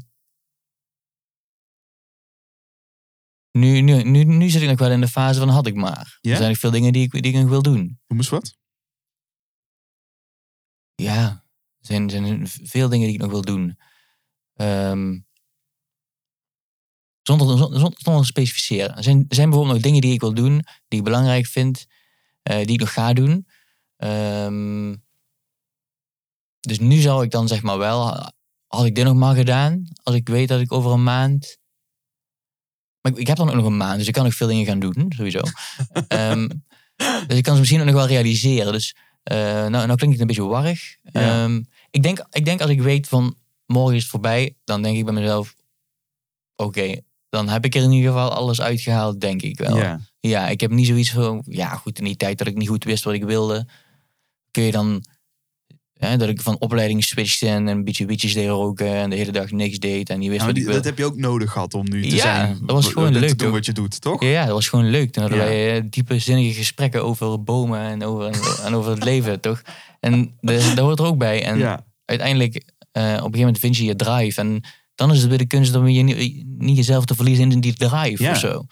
Nu, nu, nu, nu zit ik nog wel in de fase van had ik maar. Ja? Er zijn nog veel dingen die ik, die ik nog wil doen. Noem eens wat. Ja, er zijn, zijn veel dingen die ik nog wil doen. Um, zonder, zonder, zonder te specificeren. Er zijn, er zijn bijvoorbeeld nog dingen die ik wil doen, die ik belangrijk vind, uh, die ik nog ga doen. Um, dus nu zou ik dan zeg maar wel, had ik dit nog maar gedaan, als ik weet dat ik over een maand... Maar ik, ik heb dan ook nog een maand, dus ik kan nog veel dingen gaan doen, sowieso. um, dus ik kan ze misschien ook nog wel realiseren. Dus uh, nou, nou klinkt het een beetje warrig. Ja. Um, ik, denk, ik denk als ik weet van morgen is het voorbij, dan denk ik bij mezelf, oké, okay, dan heb ik er in ieder geval alles uitgehaald, denk ik wel. Ja, ja ik heb niet zoiets van, ja goed, in die tijd dat ik niet goed wist wat ik wilde, kun je dan... Hè, dat ik van opleiding switchte en een beetje wietjes deed roken en de hele dag niks deed en niet wist nou, wat die, ik wilde. Dat heb je ook nodig gehad om nu te ja, zijn. dat was gewoon leuk. Te doen ook. wat je doet, toch? Ja, dat was gewoon leuk. Toen hadden Ja. wij diepe zinnige gesprekken over bomen en over, en over het leven, toch? En dat hoort er ook bij. En Ja. uiteindelijk, uh, op een gegeven moment vind je je drive. En dan is het weer de kunst om je niet, niet jezelf te verliezen in die drive Ja. of zo. Ja.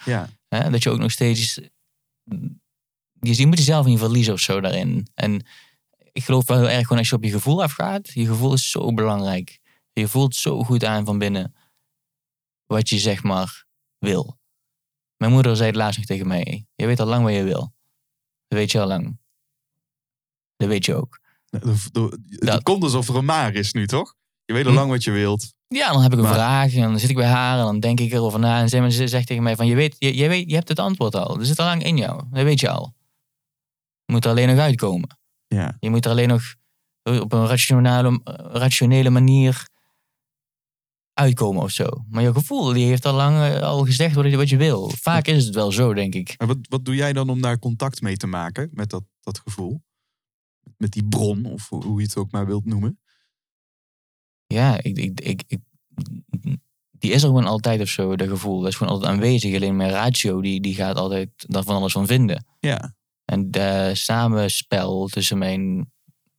Hè? Dat je ook nog steeds... Je, je moet jezelf niet verliezen of zo daarin. En ik geloof wel heel erg gewoon als je op je gevoel afgaat. Je gevoel is zo belangrijk. Je voelt zo goed aan van binnen wat je zeg maar wil. Mijn moeder zei het laatst nog tegen mij. Je weet al lang wat je wil. Dat weet je al lang. Dat weet je ook. Het Dat- komt alsof er een maar is nu, toch? Je weet al Hm? lang wat je wilt. Ja, dan heb ik een Maar- vraag en dan zit ik bij haar en dan denk ik erover na. En ze ze zegt tegen mij van, je weet, je, je weet, je hebt het antwoord al. Dat zit al lang in jou. Dat weet je al. Je moet er alleen nog uitkomen. Ja. Je moet er alleen nog op een rationele, rationele manier uitkomen of zo. Maar je gevoel, die heeft al lang eh, al gezegd wat je, wat je wil. Vaak is het wel zo, denk ik. Maar wat, wat doe jij dan om daar contact mee te maken met dat, dat gevoel? Met die bron, of hoe hoe je het ook maar wilt noemen. Ja, ik, ik, ik, ik, die is er gewoon altijd of zo, dat gevoel. Dat is gewoon altijd aanwezig. Alleen mijn ratio, die, die gaat altijd daar van alles van vinden. Ja. En de samenspel tussen mijn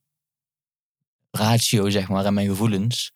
ratio, zeg maar, en mijn gevoelens,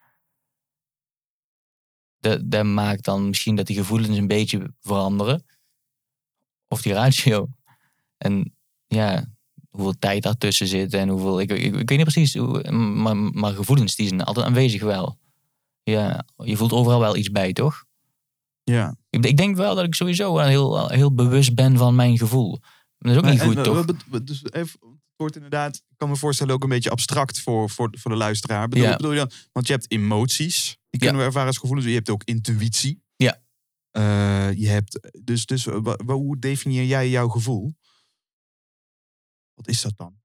dat, dat maakt dan misschien dat die gevoelens een beetje veranderen. Of die ratio. En ja, hoeveel tijd daartussen zit en hoeveel... Ik, ik, ik weet niet precies, hoe, maar, maar gevoelens die zijn altijd aanwezig wel. Ja, je voelt overal wel iets bij, toch? Ja. Ik, ik denk wel dat ik sowieso wel heel, heel bewust ben van mijn gevoel. Dat is ook niet Maar, goed, en, toch? wat bet- Dus even, het wordt inderdaad, ik kan me voorstellen, ook een beetje abstract voor, voor, voor de luisteraar. Bedoel, Ja. bedoel je dan, want je hebt emoties, die kunnen we ervaren als gevoelens. Je hebt ook intuïtie. Ja. Eh, je hebt, dus, dus wa- wa- hoe definieer jij jouw gevoel? Wat is dat dan?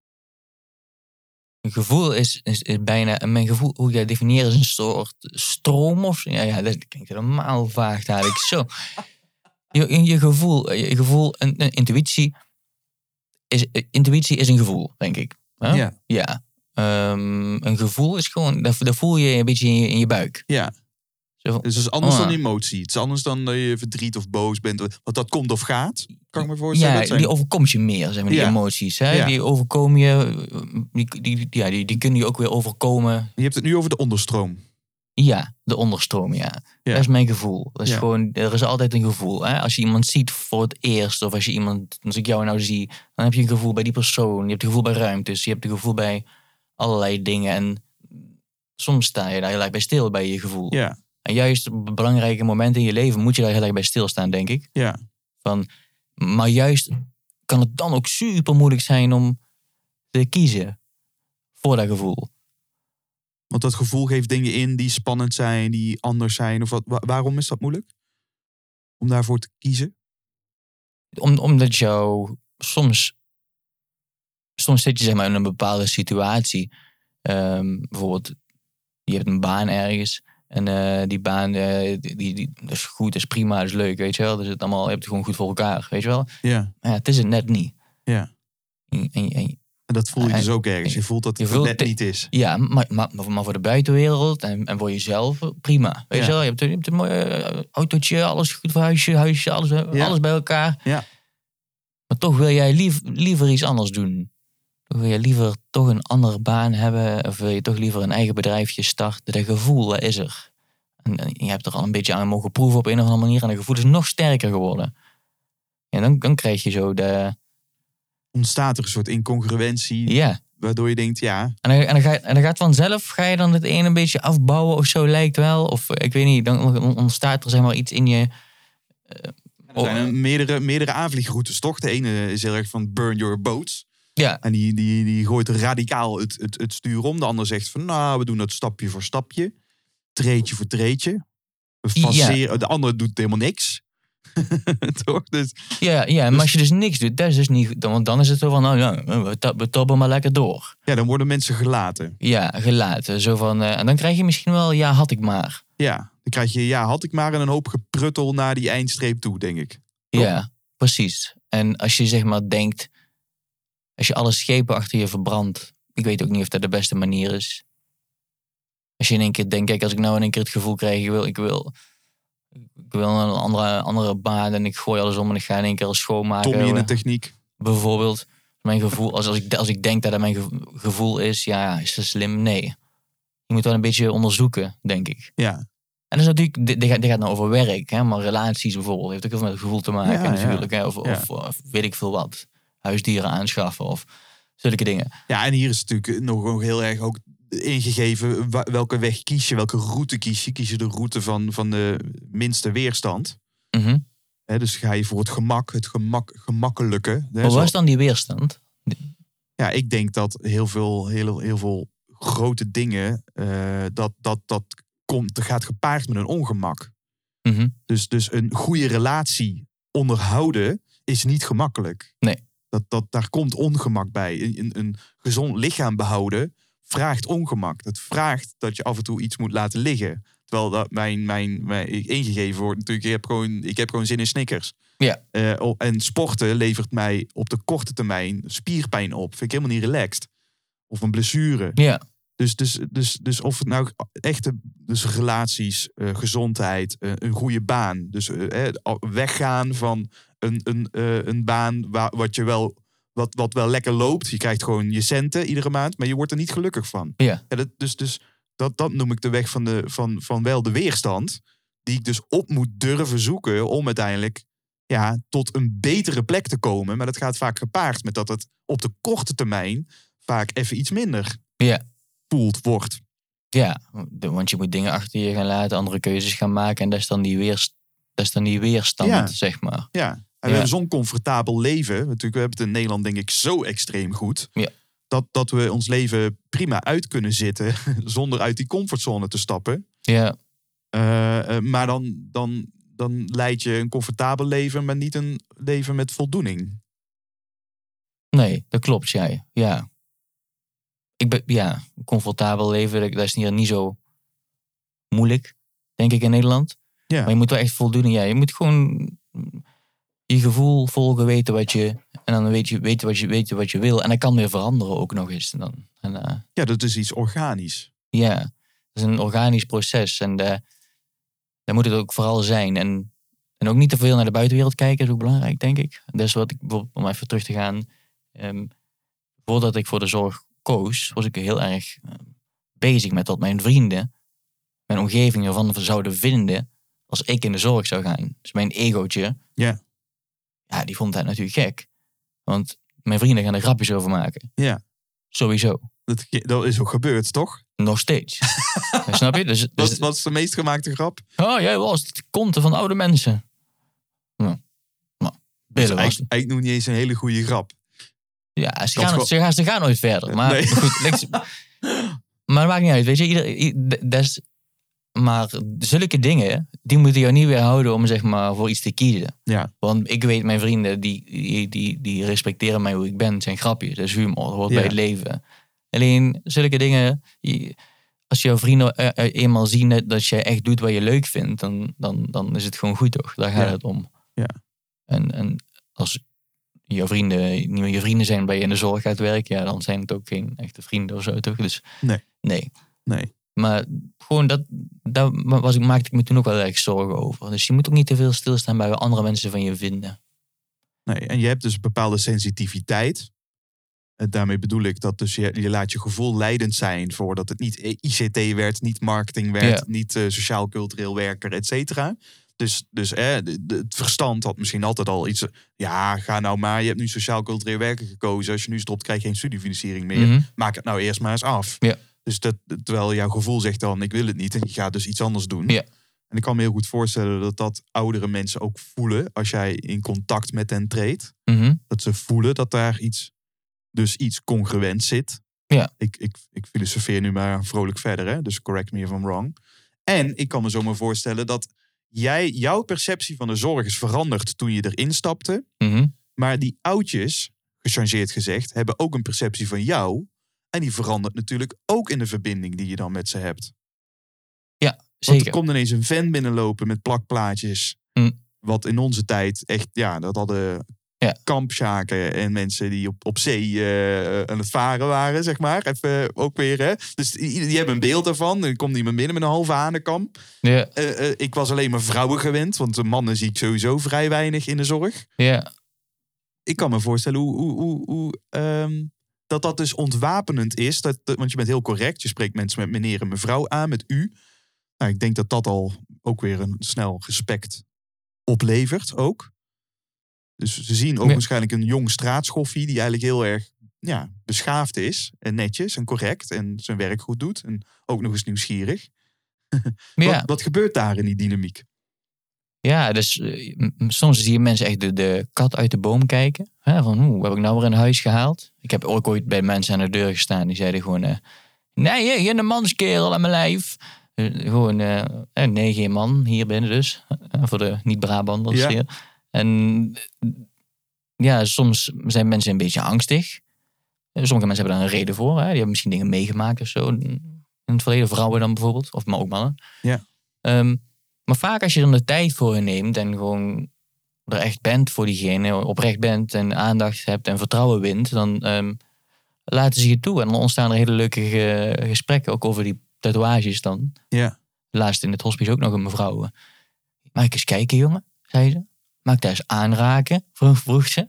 Een gevoel is, is, is bijna... Mijn gevoel, hoe ik dat definieer, is een soort stroom of... Ja, ja dat klinkt helemaal vaag eigenlijk. Zo. Je, je gevoel, je gevoel een, een intuïtie, is, intuïtie is een gevoel, denk ik. Huh? Ja. Ja. Ehm, een gevoel is gewoon... Dat, dat voel je een beetje in je, in je buik. Ja. Zo van, Dus het is anders Oh. dan emotie. Het is anders dan dat je verdriet of boos bent. Want dat komt of gaat. Kan ik me voorstellen. ja, dat zijn... die overkomt je meer, zeg maar, die Ja. emoties. Hè? Ja. Die overkomen je... Die, die, ja, die, die kunnen je ook weer overkomen. Je hebt het nu over de onderstroom. Ja, de onderstroom, ja. Ja. Dat is mijn gevoel. Dat is Ja. gewoon, er is altijd een gevoel. Hè? Als je iemand ziet voor het eerst, of als je iemand, als ik jou nou zie, dan heb je een gevoel bij die persoon. Je hebt een gevoel bij ruimtes, je hebt een gevoel bij allerlei dingen. En soms sta je daar heel erg bij stil bij je gevoel. Ja. En juist op belangrijke momenten in je leven moet je daar heel erg bij stilstaan, denk ik. Ja. Van, maar juist kan het dan ook super moeilijk zijn om te kiezen voor dat gevoel. Want dat gevoel geeft dingen in die spannend zijn, die anders zijn. Of wat, wa- waarom is dat moeilijk? Om daarvoor te kiezen? Om, omdat jou soms, soms zit je zeg maar in een bepaalde situatie. Ehm, bijvoorbeeld, je hebt een baan ergens. En eh, die baan, eh, die, die, die- dat is goed, dat is prima, dat is leuk, weet je wel. Dus het allemaal, je hebt het gewoon goed voor elkaar, weet je wel. Ja. Maar ja, het is het net niet. Ja. En, en, en- En dat voel je Ja, dus ook ergens. Je voelt dat je het voelt net de- niet is. ja, maar, maar, maar voor de buitenwereld en, en voor jezelf, prima. Weet Ja. je wel, je hebt, je hebt een mooi eh, autootje, alles goed voor huisje, huisje, alles, Ja. alles bij elkaar. Ja. Maar toch wil jij lief, liever iets anders doen. Toch wil je liever toch een andere baan hebben. Of wil je toch liever een eigen bedrijfje starten. Dat gevoel, dat is er. En, en je hebt er al een beetje aan mogen proeven op een of andere manier. En dat gevoel is nog sterker geworden. En dan, dan krijg je zo de... Ontstaat er een soort incongruentie. Ja. Waardoor je denkt, ja. En dan, en, dan ga, je- en dan gaat vanzelf, ga je dan het ene een beetje afbouwen of zo, lijkt wel. Of eh, ik weet niet, dan ontstaat er zeg maar iets in je... Er zijn er meerdere, meerdere aanvliegroutes, toch? De ene is heel erg van burn your boats. Ja, En die, die, die gooit radicaal het, het, het stuur om. De ander zegt van, nou, we doen dat stapje voor stapje. Treetje voor treetje. We faceren. De ander doet helemaal niks. Toch? Dus, ja, ja, maar Dus- als je dus niks doet, dat is dus niet goed. Want dan is het zo van, nou ja, we, ta- we tappen maar lekker door. ja, dan worden mensen gelaten. Ja, gelaten. Zo van, eh, en dan krijg je misschien wel, ja, had ik maar. Ja, dan krijg je, ja, had ik maar en een hoop gepruttel naar die eindstreep toe, denk ik. Toch? Ja, precies. En als je zeg maar denkt, als je alle schepen achter je verbrandt, ik weet ook niet of dat de beste manier is. Als je in één keer denkt, kijk, als ik nou in één keer het gevoel krijg, ik wil, ik wil, ik wil een andere, andere baan en ik gooi alles om en ik ga in één keer als schoonmaken. Tommy in de techniek. Bijvoorbeeld, mijn gevoel, als, als, ik, als ik denk dat dat mijn gevo- gevoel is, ja, is dat slim? Nee. Je moet wel een beetje onderzoeken, denk ik. Ja. En dat is natuurlijk, dit, dit, gaat, dit gaat nou over werk, hè, maar relaties bijvoorbeeld heeft ook heel veel met het gevoel te maken Ja, natuurlijk. ja. Hè, of, Ja. of, of weet ik veel wat. Huisdieren aanschaffen of zulke dingen. Ja, en hier is het natuurlijk nog, nog heel erg ook ingegeven wa- welke weg kies je, welke route kies je. Kies je de route van, van de minste weerstand. Mhm. Hè, dus ga je voor het gemak, het gemak, gemakkelijke. Hè, Maar zo- wat is dan die weerstand? Ja, ik denk dat heel veel, heel, heel veel grote dingen, eh, dat, dat, dat komt, dat gaat gepaard met een ongemak. Mhm. Dus, dus een goede relatie onderhouden is niet gemakkelijk. Nee. Dat, dat, daar komt ongemak bij. Een, een, een gezond lichaam behouden vraagt ongemak. Dat vraagt dat je af en toe iets moet laten liggen. Terwijl dat mijn, mijn, mijn ingegeven wordt natuurlijk, ik heb gewoon, ik heb gewoon zin in Snickers. Ja. Uh, oh, en sporten levert mij op de korte termijn spierpijn op. Vind ik helemaal niet relaxed. Of een blessure. Ja. Dus, dus, dus, dus of het nou echte dus relaties, uh, gezondheid, uh, een goede baan. Dus uh, weggaan van een, een, uh, een baan waar, wat, je wel, wat, wat wel lekker loopt. Je krijgt gewoon je centen iedere maand, maar je wordt er niet gelukkig van. Ja. Ja, dat, dus dus dat, dat noem ik de weg van, de, van, van wel de weerstand. Die ik dus op moet durven zoeken om uiteindelijk ja, tot een betere plek te komen. Maar dat gaat vaak gepaard met dat het op de korte termijn vaak even iets minder Ja. voelt wordt. Ja, want je moet dingen achter je gaan laten, andere keuzes gaan maken. En dat is dan die, weerst, dat is dan die weerstand, Ja. zeg maar. Ja, en we Ja. hebben zo'n comfortabel leven. Natuurlijk, we hebben het in Nederland denk ik zo extreem goed. Ja. Dat, dat we ons leven prima uit kunnen zitten zonder uit die comfortzone te stappen. Ja, Uh, uh, maar dan, dan, dan leid je een comfortabel leven, maar niet een leven met voldoening. nee, dat klopt, jij. Ja. Ik ben, ja, comfortabel leven, dat dat is hier niet zo moeilijk, denk ik, in Nederland. Ja. Maar je moet wel echt voldoening, ja. Je moet gewoon je gevoel volgen, weten wat je, en dan weet je, weten wat je, weten wat je wil. En dat kan weer veranderen ook nog eens. En dan, en, uh, Ja, dat is iets organisch. ja, dat is een organisch proces. En uh, daar moet het ook vooral zijn. En, en ook niet te veel naar de buitenwereld kijken is ook belangrijk, denk ik. Dat is wat ik, bijvoorbeeld, om even terug te gaan. Um, voordat ik voor de zorg koos, was ik heel erg uh, bezig met wat mijn vrienden, mijn omgeving ervan zouden vinden als ik in de zorg zou gaan. Dus mijn egootje, Ja. ja, die vond dat natuurlijk gek. Want mijn vrienden gaan er grapjes over maken. Ja. Sowieso. Dat, dat is ook gebeurd, toch? Nog steeds. Ja, snap je? Dus, dus, Wat, wat is de meest gemaakte grap? oh, jij was het konten van oude mensen. Nou, nou Dat is billen was eigenlijk, eigenlijk nog niet eens een hele goede grap. Ja, ze Dat gaan, gewoon- ze, gaan, ze gaan nooit verder. Maar, Nee. maar goed, niks- maar dat maakt niet uit. Weet je, ieder, i- dat is, maar zulke dingen, die moeten jou niet weerhouden om zeg maar voor iets te kiezen. Ja. Want ik weet, mijn vrienden, die, die, die, die respecteren mij hoe ik ben. Het zijn grapjes, dat is humor, dat hoort Ja. bij het leven. Alleen, zulke dingen, je- als jouw vrienden eh, eh, eenmaal zien dat- dat je echt doet wat je leuk vindt, dan, dan, dan is het gewoon goed, toch? Daar gaat Ja. het om. Ja. En, en als jouw vrienden niet meer je vrienden zijn, waar je in de zorg gaat werken, ja, dan zijn het ook geen echte vrienden of zo, toch? Dus Nee. nee. Nee. Maar gewoon dat, daar was, ik- maakte ik me toen ook wel erg zorgen over. Dus je moet ook niet te veel stilstaan bij wat andere mensen van je vinden. Nee. En je hebt dus een bepaalde sensitiviteit. En daarmee bedoel ik dat dus je, je laat je gevoel leidend zijn voor dat het niet I C T werd, niet marketing werd, Ja. niet uh, sociaal-cultureel werker, et cetera. Dus, dus eh, de- de- het verstand had misschien altijd al iets. Ja, ga nou maar. Je hebt nu sociaal-cultureel werker gekozen. Als je nu stopt, krijg je geen studiefinanciering meer. Mhm. Maak het nou eerst maar eens af. Ja. Dus dat, terwijl jouw gevoel zegt dan, ik wil het niet. En je gaat dus iets anders doen. Ja. En ik kan me heel goed voorstellen dat dat oudere mensen ook voelen als jij in contact met hen treedt. Mhm. Dat ze voelen dat daar iets, dus iets congruent zit. Ja. Ik, ik, ik filosofeer nu maar vrolijk verder, hè? Dus correct me if I'm wrong. En ik kan me zomaar voorstellen dat jij, jouw perceptie van de zorg is veranderd toen je erin stapte. Mhm. Maar die oudjes, gechangeerd gezegd, hebben ook een perceptie van jou. En die verandert natuurlijk ook in de verbinding die je dan met ze hebt. Want Zeker. er komt ineens een vent binnenlopen met plakplaatjes. Mm. Wat in onze tijd echt, ja, dat hadden Ja. kampschaken en mensen die op, op zee eh, aan het varen waren, zeg maar. Even ook weer, hè. Dus die, die hebben een beeld daarvan. Er komt iemand binnen met een halve hanenkam. Ja. Eh, eh, ik was alleen maar vrouwen gewend, want de mannen zie ik sowieso vrij weinig in de zorg. Ja. Ik kan me voorstellen hoe, hoe, hoe, hoe ehm, dat dat dus ontwapenend is. Dat, dat- want je bent heel correct. Je spreekt mensen met meneer en mevrouw aan, met u. Nou, ik denk dat dat al ook weer een snel respect oplevert ook. Dus ze zien ook Ja. waarschijnlijk een jong straatschoffie die eigenlijk heel erg ja, beschaafd is en netjes en correct en zijn werk goed doet. En ook nog eens nieuwsgierig. Ja. Wat, wat gebeurt daar in die dynamiek? Ja, dus uh, m- soms zie je mensen echt de, de kat uit de boom kijken. Hè, van, hoe heb ik nou weer in huis gehaald? Ik heb ook ooit bij mensen aan de deur gestaan. Die zeiden gewoon, uh, nee, je bent een manskerel aan mijn lijf. Uh, gewoon, uh, uh, nee, geen man, hier binnen dus. Uh, voor de niet-Brabanders Ja. hier. En uh, ja, soms zijn mensen een beetje angstig. Uh, sommige mensen hebben daar een reden voor. Hè. Die hebben misschien dingen meegemaakt of zo. In het verleden, vrouwen dan bijvoorbeeld. Of maar ook mannen. Ja. Um, Maar vaak als je er de tijd voor je neemt en gewoon er echt bent voor diegene, oprecht bent en aandacht hebt en vertrouwen wint, dan um, laten ze je toe. En dan ontstaan er hele leuke ge- gesprekken, ook over die tatoeages dan. Ja. Laatst in het hospice ook nog een mevrouw. uh, Mag ik eens kijken, jongen? Zei ze. Mag ik daar eens aanraken? Vroeg, vroeg ze.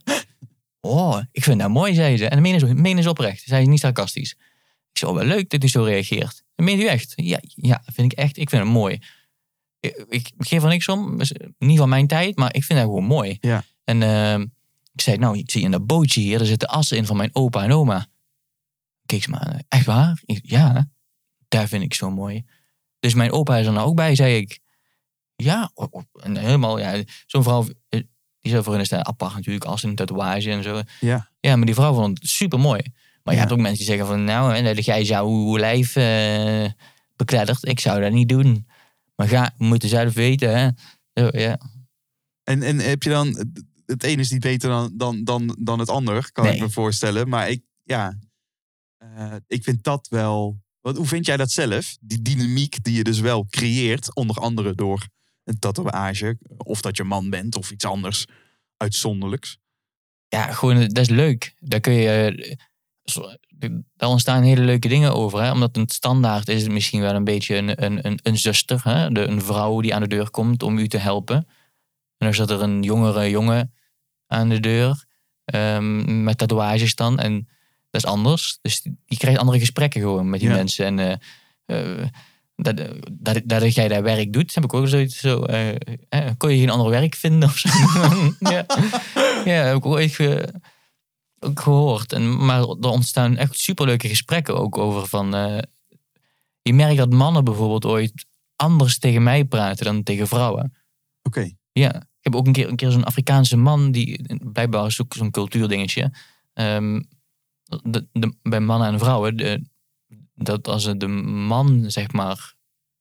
Oh, ik vind dat mooi, zei ze. En dat meen ze, meen ze oprecht. Zei ze niet sarcastisch. Ik zei, oh, wel leuk dat u zo reageert. Dat meent u echt? Ja, ja, vind ik echt. Ik vind het mooi. Ik, ik geef er niks om, niet van mijn tijd, maar ik vind dat gewoon mooi. Ja. En uh, ik zei, nou, ik zie in dat bootje hier, er zitten assen in van mijn opa en oma. Keek ze maar aan, echt waar? Ik, ja, daar vind ik zo mooi. Dus mijn opa is er nou ook bij, zei ik. Ja, en helemaal, ja, zo'n vrouw, die zou voor hen staan apart natuurlijk, assen, een tatoeage en zo. Ja. Ja, maar die vrouw vond het super mooi. Maar Ja. je hebt ook mensen die zeggen van, nou, dat jij jouw lijf uh, bekleddert, ik zou dat niet doen. Maar ga, we moeten zelf weten, hè. Zo, ja. En, en heb je dan... Het ene is niet beter dan, dan, dan, dan het ander, kan Nee. ik me voorstellen. Maar ik, ja... Uh, ik vind dat wel... Wat, hoe vind jij dat zelf? Die dynamiek die je dus wel creëert, onder andere door een tatoeage. Of dat je man bent of iets anders uitzonderlijks. Ja, gewoon, dat is leuk. Daar kun je... Daar ontstaan hele leuke dingen over. Hè? Omdat een standaard is het misschien wel een beetje een, een, een, een zuster. Hè? De, een vrouw die aan de deur komt om u te helpen. En dan zat er een jongere jongen aan de deur. Um, met tatoeages dan. En dat is anders. Dus je krijgt andere gesprekken gewoon met die ja. mensen. En uh, uh, dat, dat, dat jij dat werk doet, heb ik ook zoiets zo. Uh, uh, kon je geen ander werk vinden of zo? ja. ja, heb ik ook ooit ge, ook gehoord. En, maar er ontstaan echt superleuke gesprekken ook over van... Uh, je merkt dat mannen bijvoorbeeld ooit anders tegen mij praten dan tegen vrouwen. Oké. Okay. Ja, ik heb ook een keer, een keer zo'n Afrikaanse man, die blijkbaar is ook zo'n cultuurdingetje. Um, de, de, bij mannen en vrouwen, de, dat als de man zeg maar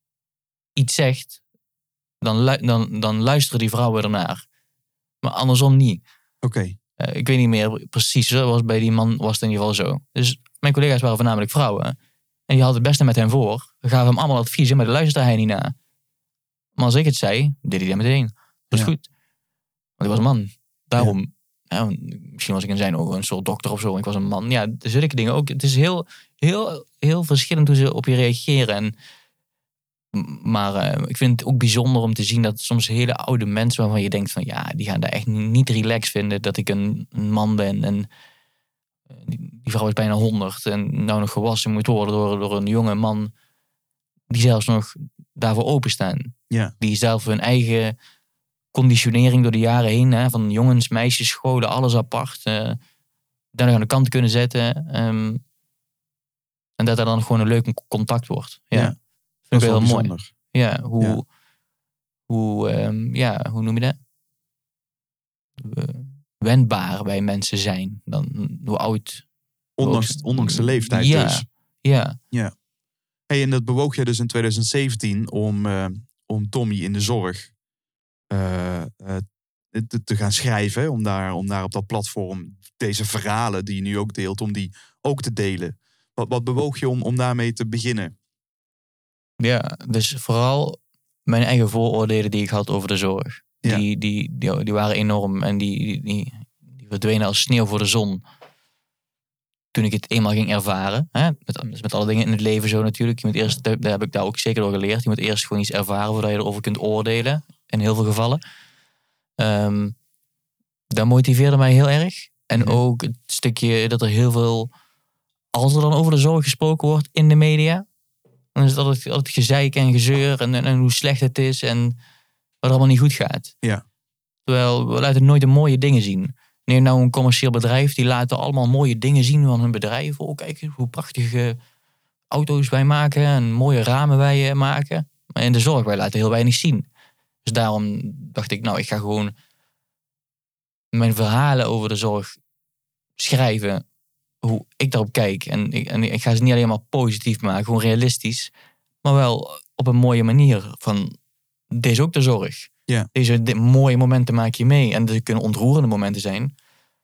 iets zegt, dan, lu, dan, dan luisteren die vrouwen ernaar. Maar andersom niet. Oké. Okay. Uh, ik weet niet meer precies, zoals bij die man was het in ieder geval zo. Dus mijn collega's waren voornamelijk vrouwen. En die hadden het beste met hem voor. We gaven hem allemaal adviezen, maar daar luisterde hij niet naar. Maar als ik het zei, deed hij dat meteen. Dat is ja. goed. Want ik was een man. Daarom, ja. Ja, misschien was ik in zijn ogen een soort dokter of zo. Ik was een man. Ja, zulke dingen ook. Het is heel, heel, heel verschillend hoe ze op je reageren. En, maar uh, ik vind het ook bijzonder om te zien dat soms hele oude mensen waarvan je denkt van ja, die gaan daar echt niet relaxed vinden dat ik een, een man ben. En uh, die, die vrouw is bijna honderd en nou nog gewassen moet worden door, door een jonge man die zelfs nog daarvoor openstaan. Ja. Die zelf hun eigen conditionering door de jaren heen, hè, van jongens, meisjes, scholen, alles apart. Uh, daar nog aan de kant kunnen zetten. Um, en dat er dan gewoon een leuk contact wordt. Ja, ja. Vind ik heel bijzonder. mooi. Ja, hoe, ja. Hoe, um, ja, hoe noem je dat? Uh, wendbaar bij mensen zijn. Dan, hoe oud. Ondanks, ook, ondanks de leeftijd ja, dus. Ja. ja. Hey, en dat bewoog je dus in twintig zeventien om, uh, om Tommy in de zorg uh, uh, te, te gaan schrijven. Om daar, om daar op dat platform deze verhalen die je nu ook deelt, om die ook te delen. Wat, wat bewoog je om, om daarmee te beginnen? Ja, dus vooral mijn eigen vooroordelen die ik had over de zorg. Ja. Die, die, die, die waren enorm en die, die, die, die verdwenen als sneeuw voor de zon. Toen ik het eenmaal ging ervaren. Hè? Met, met alle dingen in het leven zo natuurlijk. Je moet eerst, daar heb ik daar ook zeker door geleerd. Je moet eerst gewoon iets ervaren voordat je erover kunt oordelen. In heel veel gevallen. Um, dat motiveerde mij heel erg. En ja. ook het stukje dat er heel veel... Als er dan over de zorg gesproken wordt in de media... Dan is het altijd, altijd gezeik en gezeur en, en, en hoe slecht het is en wat er allemaal niet goed gaat. Ja. Terwijl we laten nooit de mooie dingen zien. Neem nou een commercieel bedrijf, die laten allemaal mooie dingen zien van hun bedrijf. Oh, kijk hoe prachtige auto's wij maken en mooie ramen wij maken. Maar in de zorg, wij laten heel weinig zien. Dus daarom dacht ik, nou, ik ga gewoon mijn verhalen over de zorg schrijven. Hoe ik daarop kijk. En ik, en ik ga ze niet alleen maar positief maken, gewoon realistisch. Maar wel op een mooie manier. Van, dit is ook de zorg. Ja. Deze de, mooie momenten maak je mee. En er kunnen ontroerende momenten zijn.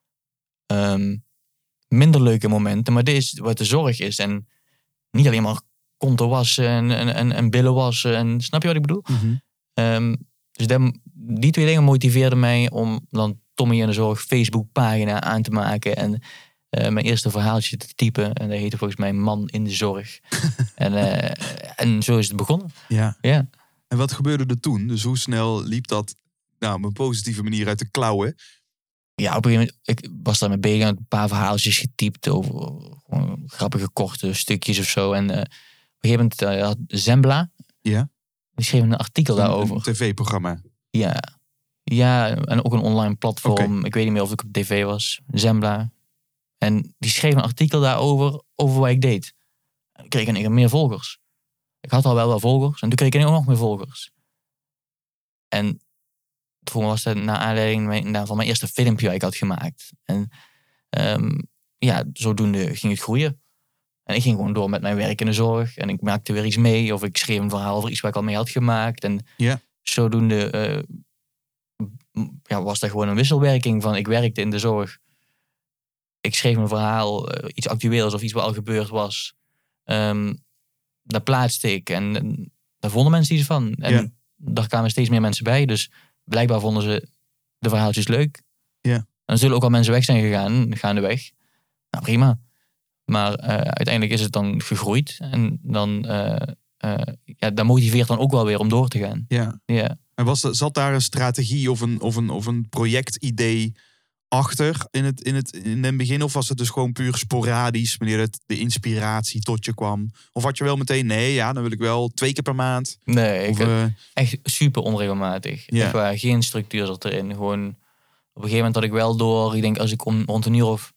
Um, minder leuke momenten. Maar dit is wat de zorg is. En niet alleen maar konten wassen en, en, en, en billen wassen. En, snap je wat ik bedoel? Mm-hmm. Um, dus de, die twee dingen motiveerden mij om dan Tommy in de Zorg Facebookpagina aan te maken. En uh, mijn eerste verhaaltje te typen. En dat heette volgens mij Man in de Zorg. en, uh, en zo is het begonnen. Ja. Ja. En wat gebeurde er toen? Dus hoe snel liep dat nou, op een positieve manier uit de klauwen? Ja, op een gegeven moment, ik was daarmee bezig aan een paar verhaaltjes getypt over gewoon grappige korte stukjes of zo. En uh, op een gegeven moment uh, had Zembla, ja. die schreef een artikel een, daarover. Een tv-programma. Ja. Ja, en ook een online platform. Okay. Ik weet niet meer of ik op tv was. Zembla. En die schreef een artikel daarover, over wat ik deed. En toen kreeg ik in één keer meer volgers. Ik had al wel wel volgers. En toen kreeg ik in één keer ook nog meer volgers. En toen was dat naar aanleiding van mijn eerste filmpje dat ik had gemaakt. En um, ja, zodoende ging het groeien. En ik ging gewoon door met mijn werk in de zorg. En ik maakte weer iets mee. Of ik schreef een verhaal over iets waar ik al mee had gemaakt. En ja. zodoende uh, ja, was dat gewoon een wisselwerking van ik werkte in de zorg. Ik schreef een verhaal, uh, iets actueels of iets wat al gebeurd was. Um, daar plaatste ik. En, en daar vonden mensen iets van. En ja. daar kwamen steeds meer mensen bij. Dus blijkbaar vonden ze de verhaaltjes leuk. Ja. En er zullen ook al mensen weg zijn gegaan, gaandeweg. Nou, prima. Maar uh, uiteindelijk is het dan gegroeid. En dan, uh, uh, ja, dat motiveert dan ook wel weer om door te gaan. Ja. Ja. En was, zat daar een strategie of een, of een, of een projectidee achter in het, in, het, in het begin? Of was het dus gewoon puur sporadisch, wanneer het, de inspiratie tot je kwam? Of had je wel meteen, nee, ja, dan wil ik wel twee keer per maand? Nee, of, ik, uh... echt super onregelmatig. Ja. Echt waar, geen structuur zat erin. Gewoon, op een gegeven moment had ik wel door, ik denk als ik om, rond een uur of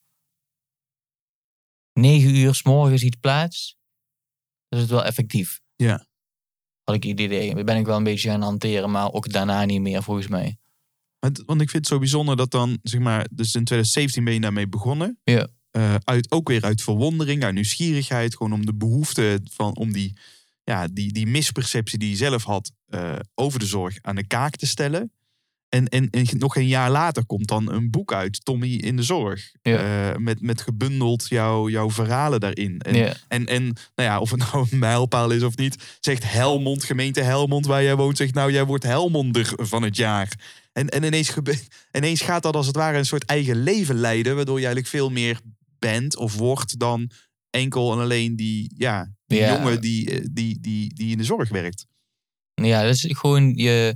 negen uur 's morgens iets plaats, dan is het wel effectief. Ja. Had ik het idee. Dat ben ik wel een beetje gaan hanteren, maar ook daarna niet meer volgens mij. Want ik vind het zo bijzonder dat dan, zeg maar, dus in twintig zeventien ben je daarmee begonnen. Ja. Uh, uit, ook weer uit verwondering, uit nieuwsgierigheid, gewoon om de behoefte van, om die, ja, die, die misperceptie die je zelf had uh, over de zorg aan de kaak te stellen. En, en, en nog een jaar later komt dan een boek uit, Tommy in de Zorg. Ja. Uh, met, met gebundeld jou, jouw verhalen daarin. En, ja. en, en nou ja, of het nou een mijlpaal is of niet, zegt Helmond, gemeente Helmond, waar jij woont, zegt nou, jij wordt Helmonder van het jaar. En, en ineens, gebe- ineens gaat dat als het ware een soort eigen leven leiden, waardoor je eigenlijk veel meer bent of wordt dan enkel en alleen die, ja, die ja. jongen die, die, die, die in de zorg werkt. Ja, dat is gewoon je...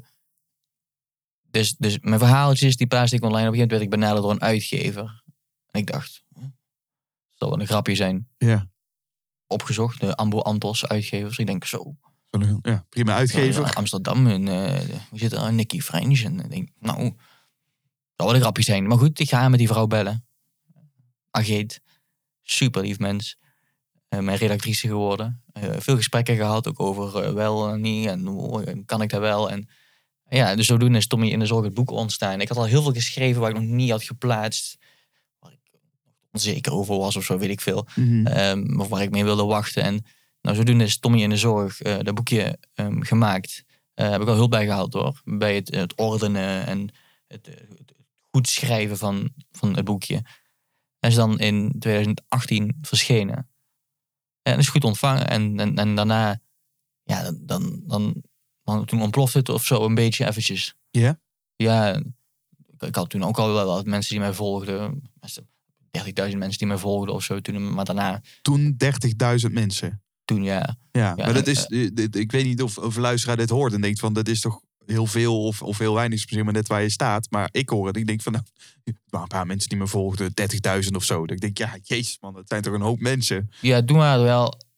Dus, dus mijn verhaaltjes, die plaatste ik online. Op een gegeven moment werd ik benaderd door een uitgever. En ik dacht, dat zal wel een grapje zijn. Ja. Opgezocht, de Ambo Antos uitgevers. Ik denk zo. Ja, prima uitgever. Ja, Amsterdam, en uh, hoe zit er? Nicky French. En ik denk, nou, dat zal wel een grapje zijn. Maar goed, ik ga met die vrouw bellen. Ageet, super lief mens. Uh, mijn redactrice geworden. Uh, veel gesprekken gehad, ook over uh, wel en niet. En oh, kan ik dat wel? En ja, dus zodoende is Tommy in de Zorg het boek ontstaan. Ik had al heel veel geschreven waar ik nog niet had geplaatst. Waar ik onzeker over was of zo, weet ik veel. Mm-hmm. Um, of waar ik mee wilde wachten. En nou, zodoende is Tommy in de Zorg uh, dat boekje um, gemaakt. Uh, heb ik wel hulp bij gehaald hoor. Bij het, het ordenen en het, het goed schrijven van, van het boekje. En is dan in twintig achttien verschenen. En is goed ontvangen. En, en, en daarna, ja, dan, dan, dan, dan toen ontplofte het of zo een beetje eventjes. Ja? Yeah? Ja, ik, ik had toen ook al wel wat mensen die mij volgden. dertigduizend mensen die mij volgden of zo. Toen, maar daarna... Toen dertigduizend mensen? Toen, ja. Ja, ja maar dat is... Ik weet niet of, of een luisteraar dit hoort en denkt van... Dat is toch heel veel of, of heel weinig, misschien maar net waar je staat. Maar ik hoor het. Ik denk van, nou, er waren een paar mensen die me volgden. dertigduizend of zo. Dat ik denk, ja, jezus man, dat zijn toch een hoop mensen. Ja, toen waren er wel...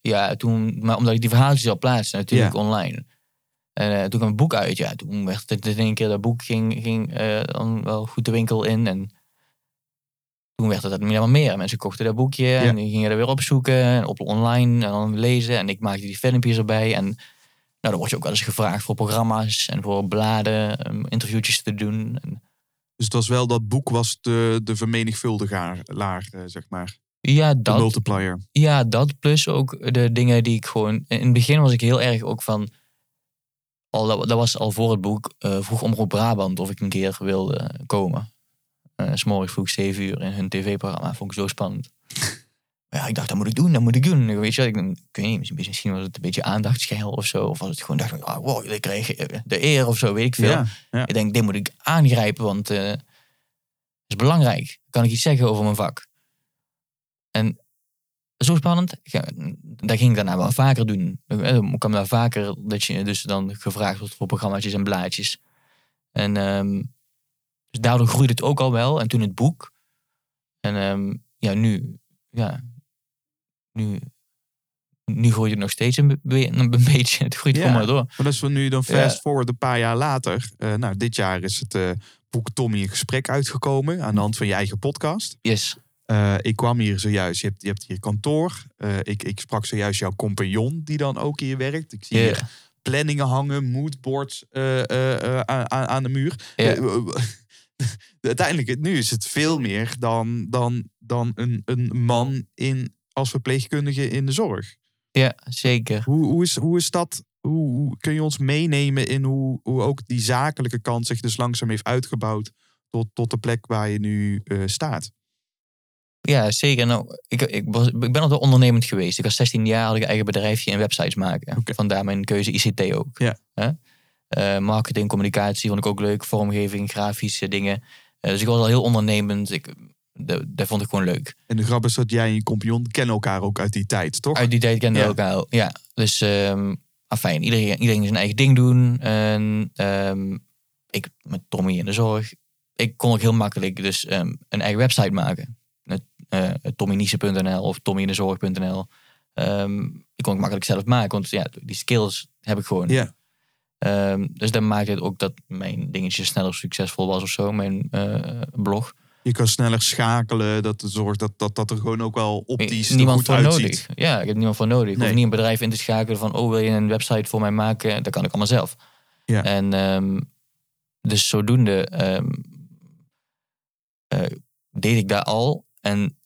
Ja, toen, maar omdat ik die verhaaltjes al plaatste natuurlijk Ja. online. En uh, toen kwam een boek uit. Ja, toen werd het in één keer, dat boek ging, ging uh, dan wel goed de winkel in. En toen werd het meer en meer. Mensen kochten dat boekje ja. en die gingen er weer opzoeken. En op online en dan lezen. En ik maakte die filmpjes erbij. En nou, dan word je ook wel eens gevraagd voor programma's en voor bladen, um, interviewtjes te doen. En, dus het was wel, dat boek was de, de vermenigvuldigaar, laag, uh, zeg maar. Ja, dat. De multiplier. Ja, dat plus ook de dingen die ik gewoon... In het begin was ik heel erg ook van... Al, dat, dat was al voor het boek. Uh, vroeg Omroep Brabant of ik een keer wilde komen. Uh, 's morgens vroeg zeven uur in hun tv-programma. Vond ik zo spannend. Maar ja, ik dacht, dat moet ik doen, dat moet ik doen. Weet je, ik, ik weet niet, misschien was het een beetje aandachtsgeil of zo. Of was het gewoon, dacht ik, oh, wow, ik kreeg de eer of zo, weet ik veel. Ja, ja. Ik denk, dit moet ik aangrijpen, want uh, het is belangrijk. Kan ik iets zeggen over mijn vak? En zo spannend. Dat ging ik daarna wel vaker doen. Ik kwam daar vaker dat je dus dan gevraagd wordt voor programma's en blaadjes. En um, dus daardoor groeide het ook al wel. En toen het boek. En um, ja, nu, ja, nu, nu groeit het nog steeds een, be- een beetje. Het groeit ja, gewoon maar door. Maar dat is van nu dan fast ja. forward een paar jaar later. Uh, nou, dit jaar is het uh, boek Tommy in gesprek uitgekomen aan de hand van je eigen podcast. Yes. Uh, ik kwam hier zojuist, je hebt, je hebt hier kantoor. Uh, ik, ik sprak zojuist jouw compagnon die dan ook hier werkt. Ik zie yeah. hier planningen hangen, moodboards uh, uh, uh, aan, aan de muur. Yeah. Uh, uiteindelijk, nu is het veel meer dan, dan, dan een, een man in, als verpleegkundige in de zorg. Ja, zeker. Hoe, hoe, is, hoe is dat? Hoe, hoe kun je ons meenemen in hoe, hoe ook die zakelijke kant zich dus langzaam heeft uitgebouwd tot, tot de plek waar je nu uh, staat? Ja, zeker. Nou, ik, ik, was, ik ben altijd ondernemend geweest. Ik was zestien jaar, had ik een eigen bedrijfje en websites maken. Okay. Vandaar mijn keuze I C T ook. Ja. Huh? Uh, marketing, communicatie vond ik ook leuk. Vormgeving, grafische dingen. Uh, dus ik was al heel ondernemend. Ik, dat, dat vond ik gewoon leuk. En de grap is dat jij en je compagnon kennen elkaar ook uit die tijd, toch? Uit die tijd kenden we ja. elkaar, ja. Dus, um, afijn, iedereen, iedereen zijn eigen ding doen. En um, ik met Tommy in de zorg. Ik kon ook heel makkelijk dus um, een eigen website maken. Uh, tommyniese punt n l of tommyindezorg punt n l. Um, ik kon het makkelijk zelf maken, want ja, die skills heb ik gewoon. Yeah. Um, dus dat maakte het ook dat mijn dingetje sneller succesvol was of zo, mijn uh, blog. Je kan sneller schakelen, dat zorgt dat, dat, dat er gewoon ook wel optisch niemand goed voor uitziet. Nodig. Ja, ik heb niemand voor nodig. Ik nee. hoef niet een bedrijf in te schakelen van, oh, wil je een website voor mij maken? Dat kan ik allemaal zelf. Ja. En um, dus zodoende um, uh, deed ik daar al. En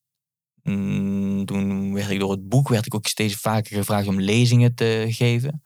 mm, toen werd ik door het boek werd ik ook steeds vaker gevraagd om lezingen te geven.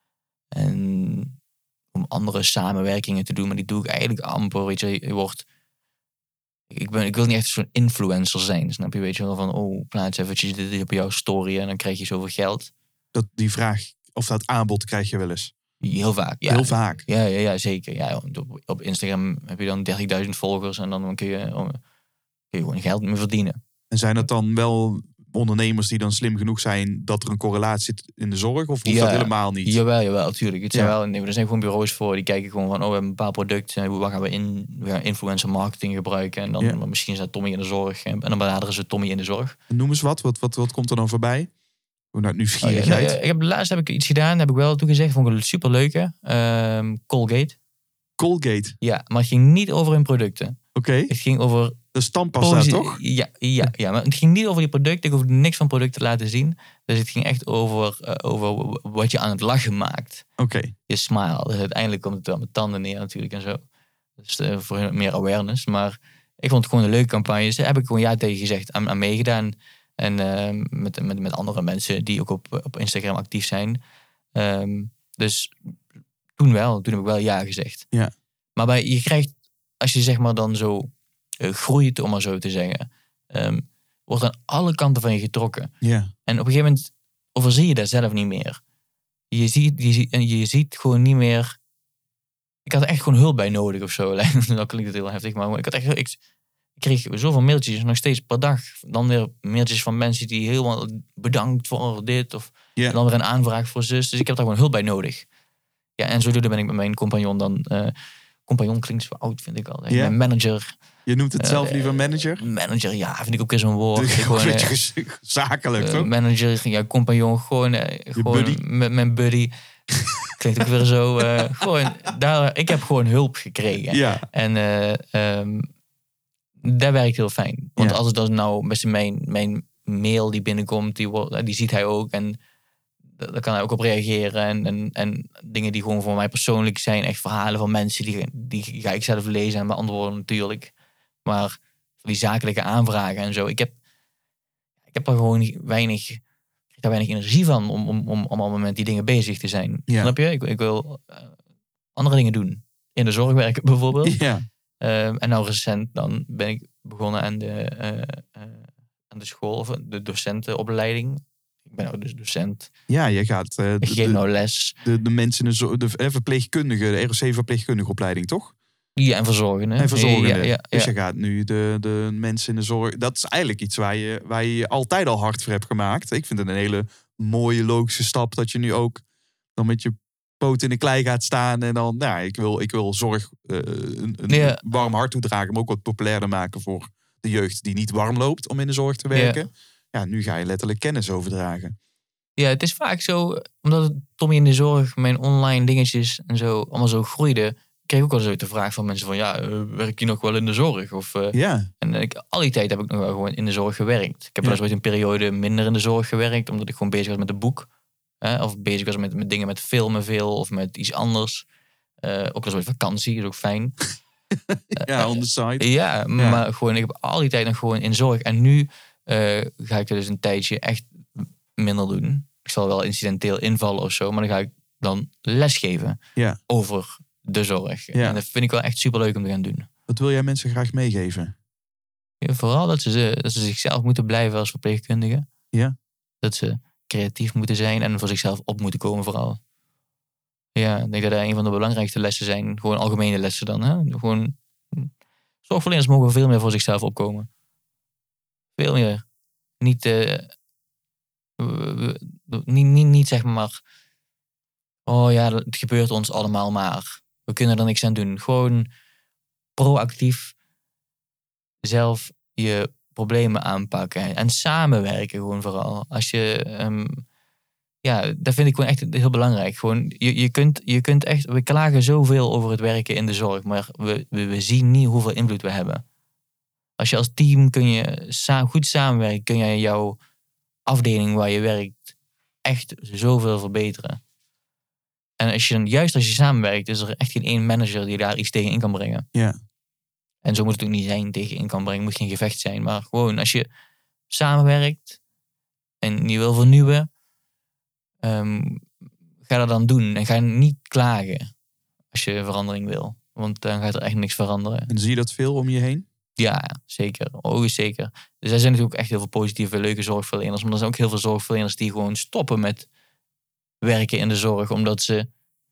En om andere samenwerkingen te doen. Maar die doe ik eigenlijk amper. Weet je, je wordt... Ik, ben, ik wil niet echt zo'n influencer zijn. Snap je? Weet je wel van, oh, plaats eventjes dit op jouw story en dan krijg je zoveel geld. Dat, die vraag, of dat aanbod krijg je wel eens? Heel vaak, ja. Heel vaak? Ja, ja, ja zeker. Ja, op, op Instagram heb je dan dertigduizend volgers en dan kun je... kun je gewoon geld mee verdienen. En zijn dat dan wel ondernemers die dan slim genoeg zijn dat er een correlatie zit in de zorg? Of hoeft ja, dat helemaal niet? Jawel, jawel, natuurlijk. Het zijn ja. wel, nee, er zijn gewoon bureaus voor die kijken gewoon van, oh, we hebben een bepaald product. Wat gaan we in? We gaan influencer marketing gebruiken. En dan ja. misschien is dat Tommy in de zorg. En dan benaderen ze Tommy in de zorg. Noem eens wat. Wat, wat, wat komt er dan voorbij? Hoe nou nieuwsgierigheid? Oh, ja, ik heb, laatst heb ik iets gedaan, heb ik wel toegezegd. Vond ik een superleuke. Um, Colgate. Colgate? Ja, maar het ging niet over hun producten. Oké. Okay. Het ging over... De stampasta, oh, toch? Ja, ja, ja, maar het ging niet over die producten. Ik hoefde niks van producten te laten zien. Dus het ging echt over, uh, over wat je aan het lachen maakt. Oké. Okay. Je smile. Dus uiteindelijk komt het wel met tanden neer natuurlijk en zo. Dus uh, voor meer awareness. Maar ik vond het gewoon een leuke campagne. Dus daar heb ik gewoon ja tegen gezegd, aan, aan meegedaan. En uh, met, met, met andere mensen die ook op, op Instagram actief zijn. Um, dus toen wel. Toen heb ik wel ja gezegd. Ja. Maar bij, je krijgt, als je zeg maar dan zo... groeit, om maar zo te zeggen. Um, wordt aan alle kanten van je getrokken. Yeah. En op een gegeven moment overzie je dat zelf niet meer. Je ziet, je, ziet, je ziet gewoon niet meer... Ik had er echt gewoon hulp bij nodig of zo. Dat klinkt het heel heftig, maar ik had echt... Ik, ik kreeg zoveel mailtjes, nog steeds per dag. Dan weer mailtjes van mensen die helemaal bedankt voor dit. Of yeah. dan weer een aanvraag voor zus. Dus ik heb daar gewoon hulp bij nodig. Ja, en zodoende ben ik met mijn compagnon dan... Uh, compagnon klinkt zo oud, vind ik al. Ja? Mijn manager. Je noemt het zelf Uh, liever manager? Manager, ja, vind ik ook weer zo'n woord. Dus gewoon, een uh, beetje zakelijk, uh, toch? Manager, ja, compagnon, gewoon, uh, gewoon buddy? met mijn buddy. Klinkt ook weer zo. Uh, gewoon, daar, ik heb gewoon hulp gekregen. Ja. En uh, um, dat werkt heel fijn. Want Ja. als het dan nou met mijn, mijn mail die binnenkomt, die, wordt, die ziet hij ook. En daar kan hij ook op reageren. En, en, en dingen die gewoon voor mij persoonlijk zijn. Echt verhalen van mensen. Die, die ga ik zelf lezen en beantwoorden natuurlijk. Maar die zakelijke aanvragen en zo. Ik heb, ik heb er gewoon weinig, ik heb daar weinig energie van. Om, om, om, om allemaal met die dingen bezig te zijn. Ja. Snap je? Ik, ik wil uh, andere dingen doen. In de zorg werken bijvoorbeeld. Ja. Uh, en nou recent dan ben ik begonnen aan de, uh, uh, aan de school. Of de docentenopleiding. Ik ben nou dus docent. Ja, je gaat... Uh, ik geef nou les. De, de mensen, in de, zo- de verpleegkundige, de R O C-verpleegkundige opleiding, toch? Ja, en verzorgende. En verzorgende. Ja, ja, ja. Dus je gaat nu de, de mensen in de zorg... Dat is eigenlijk iets waar je, waar je altijd al hard voor hebt gemaakt. Ik vind het een hele mooie, logische stap dat je nu ook dan met je poot in de klei gaat staan. En dan, nou, ik wil, ik wil zorg uh, een, een Ja. warm hart toedragen, maar ook wat populairder maken voor de jeugd die niet warm loopt om in de zorg te werken. Ja, ja nu ga je letterlijk kennis overdragen. Ja, het is vaak zo, omdat het Tommy in de zorg, mijn online dingetjes en zo, allemaal zo groeide, kreeg ik ook wel eens de vraag van mensen van, ja, uh, werk je nog wel in de zorg? Of, uh, Ja. En ik, al die tijd heb ik nog wel gewoon in de zorg gewerkt. Ik heb Ja. wel eens ooit een periode minder in de zorg gewerkt, omdat ik gewoon bezig was met een boek. Hè, of bezig was met, met dingen met filmen veel, of met iets anders. Uh, ook wel eens ooit vakantie, is ook fijn. Ja, on the side. Ja, Ja. maar gewoon, ik heb al die tijd nog gewoon in zorg. En nu uh, ga ik er dus een tijdje echt minder doen. Ik zal wel incidenteel invallen of zo, maar dan ga ik dan lesgeven Ja. over de zorg. Ja. En dat vind ik wel echt superleuk om te gaan doen. Wat wil jij mensen graag meegeven? Ja, vooral dat ze, dat ze zichzelf moeten blijven als verpleegkundige. Ja. Dat ze creatief moeten zijn en voor zichzelf op moeten komen vooral. Ja, ik denk dat dat een van de belangrijkste lessen zijn. Gewoon algemene lessen dan. Hè? Gewoon, zorgverleners mogen veel meer voor zichzelf opkomen. Veel meer. Niet, uh, niet, niet, niet zeg maar, oh ja, het gebeurt ons allemaal maar. We kunnen er niks aan doen. Gewoon proactief zelf je problemen aanpakken. En samenwerken gewoon vooral. Als je... Um, ja, dat vind ik gewoon echt heel belangrijk. Gewoon, je, je, kunt, je kunt echt... We klagen zoveel over het werken in de zorg. Maar we, we, we zien niet hoeveel invloed we hebben. Als je als team kun je sa- goed samenwerken... kun je jouw afdeling waar je werkt... echt zoveel verbeteren. En als je, juist als je samenwerkt... is er echt geen één manager die daar iets tegen in kan brengen. Ja. En zo moet het ook niet zijn, tegen in kan brengen. Het moet geen gevecht zijn. Maar gewoon als je samenwerkt... en je wil vernieuwen... Um, ga dat dan doen. En ga niet klagen als je verandering wil. Want dan gaat er echt niks veranderen. En zie je dat veel om je heen? Ja, zeker. Oh, zeker. Dus er zijn natuurlijk ook echt heel veel positieve, leuke zorgverleners. Maar er zijn ook heel veel zorgverleners die gewoon stoppen met werken in de zorg. Omdat ze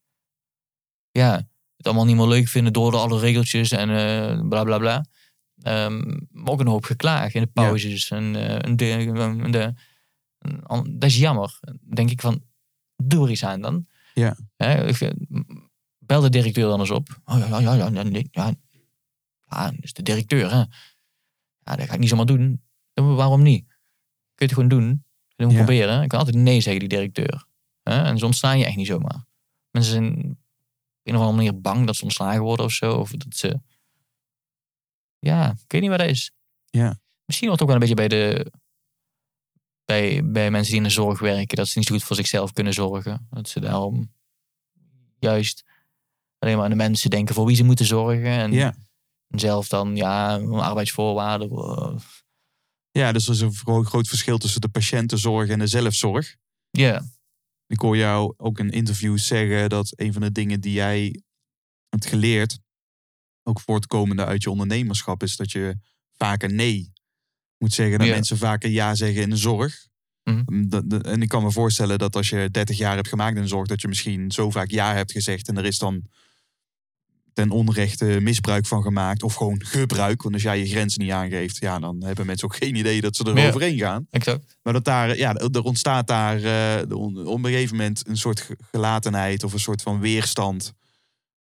ja, het allemaal niet meer leuk vinden door de alle regeltjes en uh, bla bla bla. Um, maar ook een hoop geklaagd in de pauzes. Ja. En, uh, en de, en de, en, dat is jammer. Dan denk ik van, doe er iets aan dan. Ja. He, ik, bel de directeur dan eens op. Oh, ja, ja, ja, nee, ja. Ja, dat is de directeur, hè. Ja, dat ga ik niet zomaar doen. Waarom niet? Kun je het gewoon doen. Kun je het ja. proberen. Ik kan altijd nee zeggen, die directeur. He, en soms staan je echt niet zomaar. Mensen zijn op een of andere manier bang dat ze ontslagen worden of zo. Of dat ze... Ja, ik weet niet wat dat is. Ja. Misschien wordt het ook wel een beetje bij de... Bij, bij mensen die in de zorg werken, dat ze niet zo goed voor zichzelf kunnen zorgen. Dat ze daarom juist alleen maar aan de mensen denken voor wie ze moeten zorgen. En ja. zelf dan, ja, arbeidsvoorwaarden. Ja, dus er is een groot verschil tussen de patiëntenzorg en de zelfzorg. Ja. Ik hoor jou ook in interviews zeggen dat een van de dingen die jij hebt geleerd, ook voortkomende uit je ondernemerschap, is dat je vaker nee moet zeggen. Dat ja. mensen vaker ja zeggen in de zorg. Mm-hmm. Dat, dat, en ik kan me voorstellen dat als je dertig jaar hebt gemaakt in de zorg, dat je misschien zo vaak ja hebt gezegd en er is dan ten onrechte misbruik van gemaakt. Of gewoon gebruik. Want als jij je grens niet aangeeft, ja, dan hebben mensen ook geen idee dat ze er ja. overheen gaan. Exact. Maar dat daar, ja, er ontstaat daar uh, op een gegeven moment een soort gelatenheid of een soort van weerstand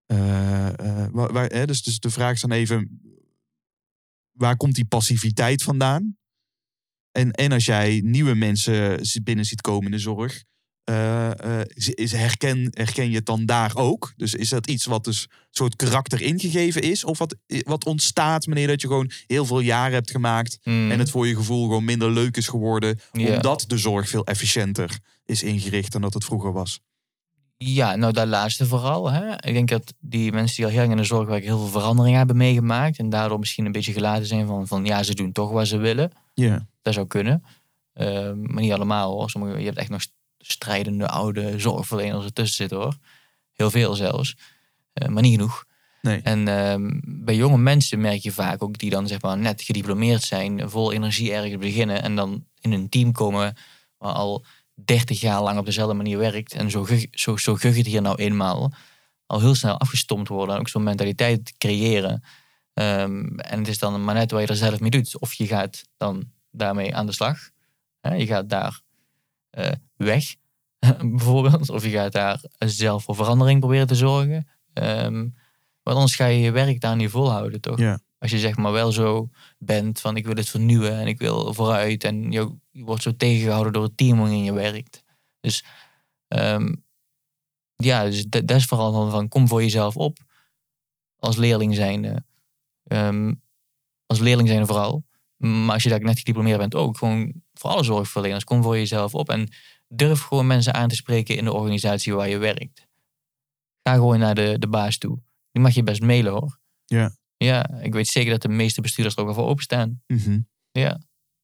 Uh, uh, waar, waar, hè, dus, dus de vraag is dan even, waar komt die passiviteit vandaan? En, en als jij nieuwe mensen binnen ziet komen in de zorg, uh, uh, is, herken, herken je het dan daar ook? Dus is dat iets wat dus soort karakter ingegeven is? Of wat, wat ontstaat wanneer dat je gewoon heel veel jaren hebt gemaakt mm. en het voor je gevoel gewoon minder leuk is geworden, yeah. omdat de zorg veel efficiënter is ingericht dan dat het vroeger was? Ja, nou dat laatste vooral. Hè? Ik denk dat die mensen die al heel lang in de zorg werken heel veel veranderingen hebben meegemaakt en daardoor misschien een beetje gelaten zijn van, van ja, ze doen toch wat ze willen. Yeah. Dat zou kunnen. Uh, maar niet allemaal hoor. Sommige, je hebt echt nog strijdende oude zorgverleners ertussen zitten hoor. Heel veel zelfs. Uh, maar niet genoeg. Nee. En uh, bij jonge mensen merk je vaak ook die dan zeg maar net gediplomeerd zijn, vol energie ergens beginnen en dan in een team komen waar al dertig jaar lang op dezelfde manier werkt en zo, zo, zo gug het hier nou eenmaal, al heel snel afgestompt worden en ook zo'n mentaliteit creëren. Um, en het is dan maar net wat je er zelf mee doet. Of je gaat dan daarmee aan de slag. Je gaat daar uh, weg, bijvoorbeeld. Of je gaat daar zelf voor verandering proberen te zorgen. Um, want anders ga je je werk daar niet volhouden, toch? Ja. Als je zeg maar wel zo bent van ik wil het vernieuwen en ik wil vooruit. En je, je wordt zo tegengehouden door het team waarin je werkt. Dus um, ja, dus dat, dat is vooral van, van kom voor jezelf op. Als leerling zijnde. Um, als leerling zijnde vooral. Maar als je daar net gediplomeerd bent ook. Gewoon voor alle zorgverleners. Kom voor jezelf op. En durf gewoon mensen aan te spreken in de organisatie waar je werkt. Ga gewoon naar de, de baas toe. Die mag je best mailen hoor. Ja. Ja, ik weet zeker dat de meeste bestuurders er ook al voor openstaan. Mm-hmm. Ja.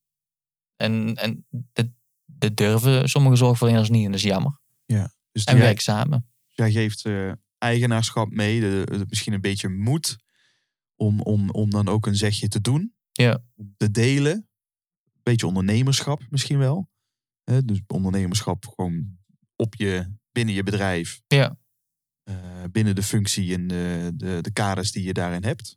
En, en dat, dat durven sommige zorgverleners niet. En dat is jammer. Ja. Dus en werk samen. Jij geeft uh, eigenaarschap mee. De, de, misschien een beetje moed. Om, om, om dan ook een zegje te doen. Ja. Om te delen. Een beetje ondernemerschap misschien wel. Uh, dus ondernemerschap gewoon op je, binnen je bedrijf. Ja. Uh, binnen de functie en de, de, de kaders die je daarin hebt.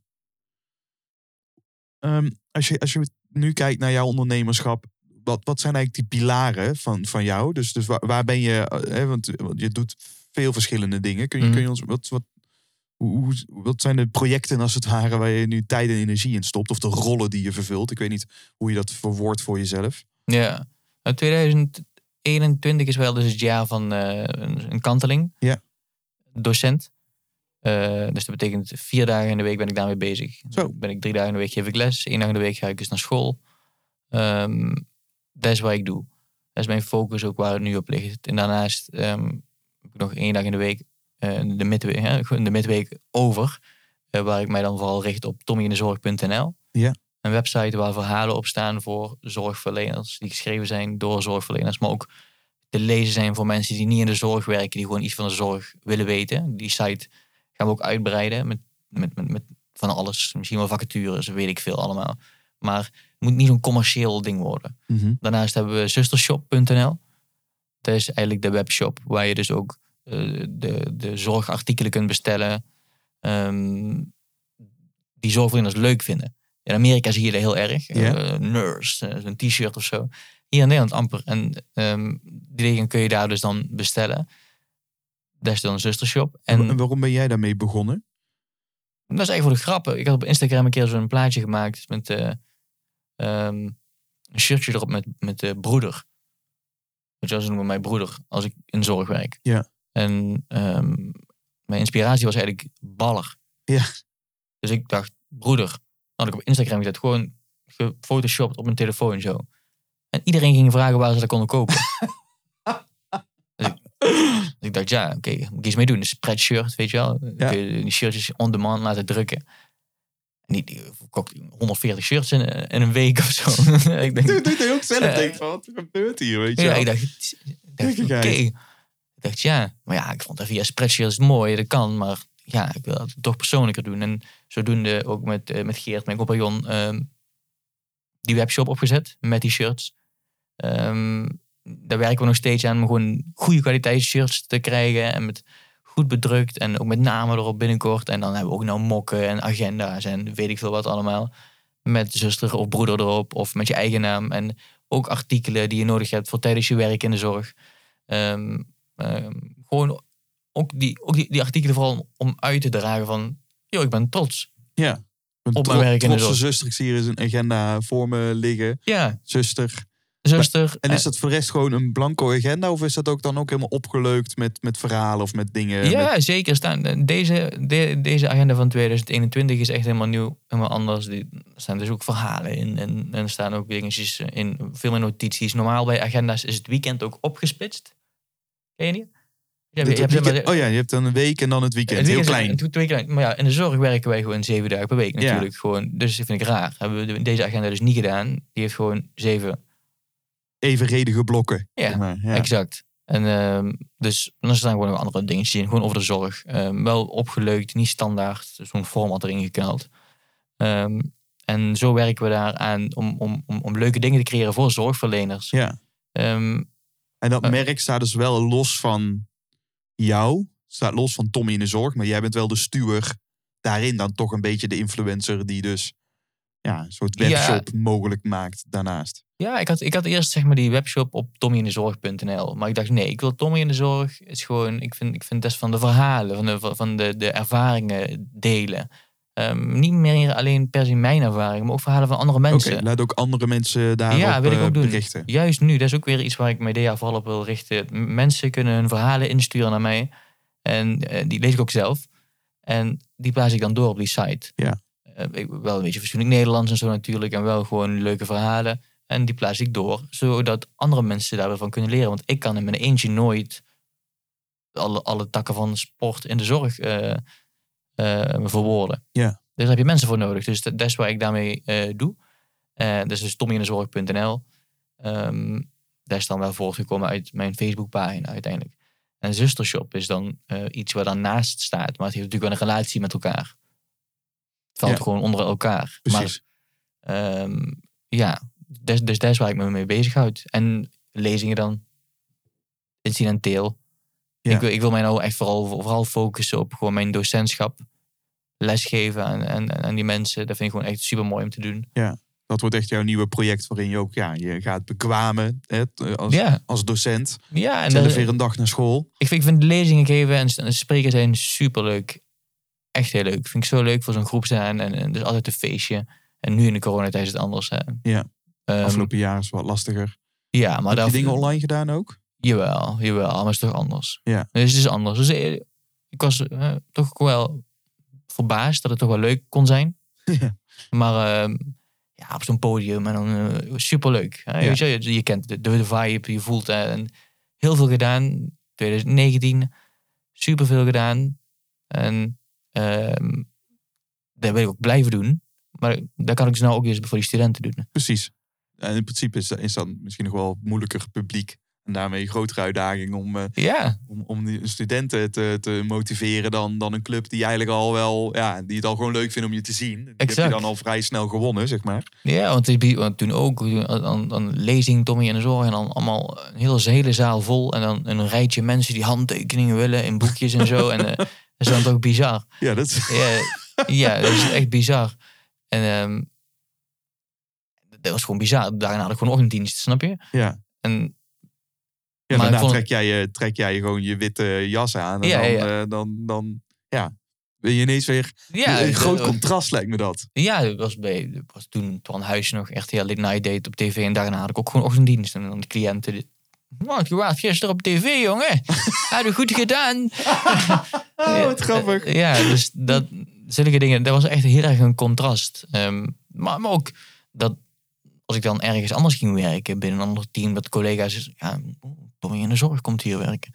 Um, als, je, als je nu kijkt naar jouw ondernemerschap, wat, wat zijn eigenlijk die pilaren van, van jou? Dus, dus waar, waar ben je, hè, want je doet veel verschillende dingen. Kun je, mm. kun je ons, wat, wat, hoe, wat zijn de projecten als het ware waar je nu tijd en energie in stopt? Of de rollen die je vervult? Ik weet niet hoe je dat verwoordt voor jezelf. Ja, twintig eenentwintig is wel dus het jaar van uh, een, een kanteling. Ja. Docent. Uh, dus dat betekent vier dagen in de week ben ik daarmee bezig. Zo. Ben ik drie dagen in de week geef ik les. Eén dag in de week ga ik dus naar school. Um, dat is wat ik doe. Dat is mijn focus ook waar het nu op ligt. En daarnaast um, heb ik nog één dag in de week, uh, de, midweek, hè, de midweek over. Uh, waar ik mij dan vooral richt op tommy in de zorg punt n l. Ja. Een website waar verhalen op staan voor zorgverleners. Die geschreven zijn door zorgverleners. Maar ook te lezen zijn voor mensen die niet in de zorg werken. Die gewoon iets van de zorg willen weten. Die site gaan we ook uitbreiden met, met, met, met van alles. Misschien wel vacatures, weet ik veel allemaal. Maar het moet niet zo'n commercieel ding worden. Mm-hmm. Daarnaast hebben we zustershop punt n l. Dat is eigenlijk de webshop waar je dus ook uh, de, de zorgartikelen kunt bestellen. Um, die zorgverleners leuk vinden. In Amerika zie je dat heel erg. Yeah. Uh, nurse, uh, een t-shirt of zo. Hier in Nederland amper. En um, die dingen kun je daar dus dan bestellen. Dat is dan een zustershop. En, en waarom ben jij daarmee begonnen? Dat is eigenlijk voor de grappen. Ik had op Instagram een keer zo'n plaatje gemaakt met uh, um, een shirtje erop met, met uh, broeder. Weet je wel, ze noemen mij broeder als ik in zorg werk. Ja. En um, mijn inspiratie was eigenlijk baller. Ja. Dus ik dacht, broeder. Dan had ik op Instagram gezet, gewoon gefotoshopt op mijn telefoon zo. En iedereen ging vragen waar ze dat konden kopen. dus, ik, dus ik dacht, ja, oké, okay, moet ik iets mee doen. Een spreadshirt, weet je wel. Ja. Kun je die shirtjes on demand laten drukken. En die, die kocht honderdveertig shirts in, in een week of zo. ik denk, dat doe je ook zelf. Uh, denk van, wat gebeurt hier, weet je ja, wel? ik dacht, dacht oké. Okay. Ik dacht, ja. Maar ja, ik vond dat via spreadshirts mooi, dat kan. Maar ja, ik wil het toch persoonlijker doen. En zodoende ook met, uh, met Geert, mijn compagnon, um, die webshop opgezet met die shirts. Um, daar werken we nog steeds aan om gewoon goede kwaliteit shirts te krijgen. En met goed bedrukt en ook met namen erop binnenkort. En dan hebben we ook nou mokken en agenda's en weet ik veel wat allemaal. Met zuster of broeder erop of met je eigen naam. En ook artikelen die je nodig hebt voor tijdens je werk in de zorg. Um, um, gewoon ook, die, ook die, die artikelen vooral om uit te dragen van... Yo, ik ben trots. Ja. Een Op tro- mijn werk in de trotse zorg. zuster. Ik zie hier eens een agenda voor me liggen. Ja, Zuster. zuster. En is dat voor de rest gewoon een blanco agenda? Of is dat ook dan ook helemaal opgeleukt met, met verhalen of met dingen? Ja, met... zeker. Staan, deze, de, deze agenda van tweeduizend eenentwintig is echt helemaal nieuw. Helemaal anders. Er staan dus ook verhalen in. En, en er staan ook dingetjes in. Veel meer notities. Normaal bij agenda's is het weekend ook opgesplitst. Ken je niet? Je hebt, Het je hebt, weekend- zeg maar- oh ja, je hebt dan een week en dan het weekend. het Heel weekend is- klein. het- twee klein. Maar ja, in de zorg werken wij gewoon zeven dagen per week Ja. natuurlijk. Gewoon, dus dat vind ik raar. Hebben we deze agenda dus niet gedaan. Die heeft gewoon zeven. Evenredige blokken. Ja, zeg maar. Ja. Exact. En uh, dus dan staan gewoon nog andere dingetjes in. Gewoon over de zorg. Um, wel opgeleukt, niet standaard. Zo'n format erin geknald. Um, en zo werken we daar aan om, om, om, om leuke dingen te creëren voor zorgverleners. Ja. Um, En dat uh, merk staat dus wel los van jou. Staat los van Tommy in de zorg. Maar jij bent wel de stuwer daarin dan toch een beetje de influencer die dus ja, een soort webshop ja. mogelijk maakt daarnaast. Ja, ik had, ik had eerst zeg maar die webshop op tommy in de zorg punt n l. Maar ik dacht, nee, ik wil Tommy in de zorg. Is gewoon, ik vind, ik vind het van de verhalen, van de, van de, de ervaringen delen. Um, niet meer alleen per se mijn ervaringen, maar ook verhalen van andere mensen. Oké, okay, laat ook andere mensen daarop ja, wil ik ook doen. berichten. Juist nu, dat is ook weer iets waar ik mijn idee vooral op wil richten. Mensen kunnen hun verhalen insturen naar mij. En uh, die lees ik ook zelf. En die plaats ik dan door op die site. Ja. Uh, wel een beetje fatsoenlijk Nederlands en zo natuurlijk. En wel gewoon leuke verhalen. En die plaats ik door, zodat andere mensen daar weer van kunnen leren. Want ik kan in mijn eentje nooit alle, alle takken van sport in de zorg uh, uh, verwoorden. Ja. Dus daar heb je mensen voor nodig. Dus dat, dat is wat ik daarmee uh, doe. Uh, dat is dus tommy in de zorg punt n l. Um, dat is dan wel voortgekomen uit mijn Facebookpagina uiteindelijk. En Zustershop is dan uh, iets waar dan naast staat. Maar het heeft natuurlijk wel een relatie met elkaar. Het valt ja. gewoon onder elkaar. Precies. Maar um, ja... Dus, dus dat is waar ik me mee bezighoud. En lezingen dan. Incidenteel. Ja. Ik, ik wil mij nou echt vooral, vooral focussen op gewoon mijn docentschap. Lesgeven aan, aan, aan die mensen. Dat vind ik gewoon echt super mooi om te doen. Ja, dat wordt echt jouw nieuwe project waarin je ook ja, je gaat bekwamen hè, als, ja. als docent. Ja, en zelf weer een dag naar school. Ik vind, ik vind lezingen geven en, en spreken zijn super leuk. Echt heel leuk. Vind ik zo leuk voor zo'n groep zijn. En, en dus altijd een feestje. En nu in de coronatijd is het anders. Hè. Ja. Um, Afgelopen jaar is het wat lastiger. Ja, maar heb daar, je dingen online gedaan ook? Jawel, jawel, maar het is toch anders. Ja. Dus het is anders. Dus ik was uh, toch ook wel verbaasd dat het toch wel leuk kon zijn. Ja. Maar uh, ja, op zo'n podium en dan uh, superleuk. Hè? Ja. Weet je, je, je kent de, de vibe, je voelt uh, en heel veel gedaan. twintig negentien, superveel gedaan. En uh, dat wil ik ook blijven doen. Maar dat kan ik dus nou ook eens voor die studenten doen. Precies. En in principe is, is dat misschien nog wel moeilijker publiek. En daarmee een grotere uitdaging om, uh, ja. om, om die studenten te, te motiveren dan, dan een club die eigenlijk al wel, ja, die het al gewoon leuk vindt om je te zien. Die exact. heb je dan al vrij snel gewonnen, zeg maar. Ja, want, die, want toen ook, een, een lezing Tommy in de zorg en dan allemaal een hele, hele zaal vol. En dan een rijtje mensen die handtekeningen willen in boekjes en zo. En uh, dat is dan toch bizar. Ja, dat is... Ja, ja, dat is echt bizar. En um, dat was gewoon bizar. Daarna had ik gewoon ochtenddienst, snap je? Ja. En, ja, daarna vond... trek, jij je, trek jij gewoon je witte jas aan. En ja, dan, ja. Uh, dan, dan ja, ben je ineens weer... Ja, een groot was, contrast lijkt me dat. Ja, dat was, bij, was toen Twan Huis nog echt heel late night date op tv. En daarna had ik ook gewoon ochtenddienst. En dan de cliënten... Die, wat, je was gisteren op tv, jongen. Had je goed gedaan. Oh, wat grappig. Ja, dus dat... Zulke dingen, dat was echt heel erg een contrast. Um, maar, maar ook dat als ik dan ergens anders ging werken binnen een ander team, dat collega's, ja, Tommy in de zorg komt hier werken.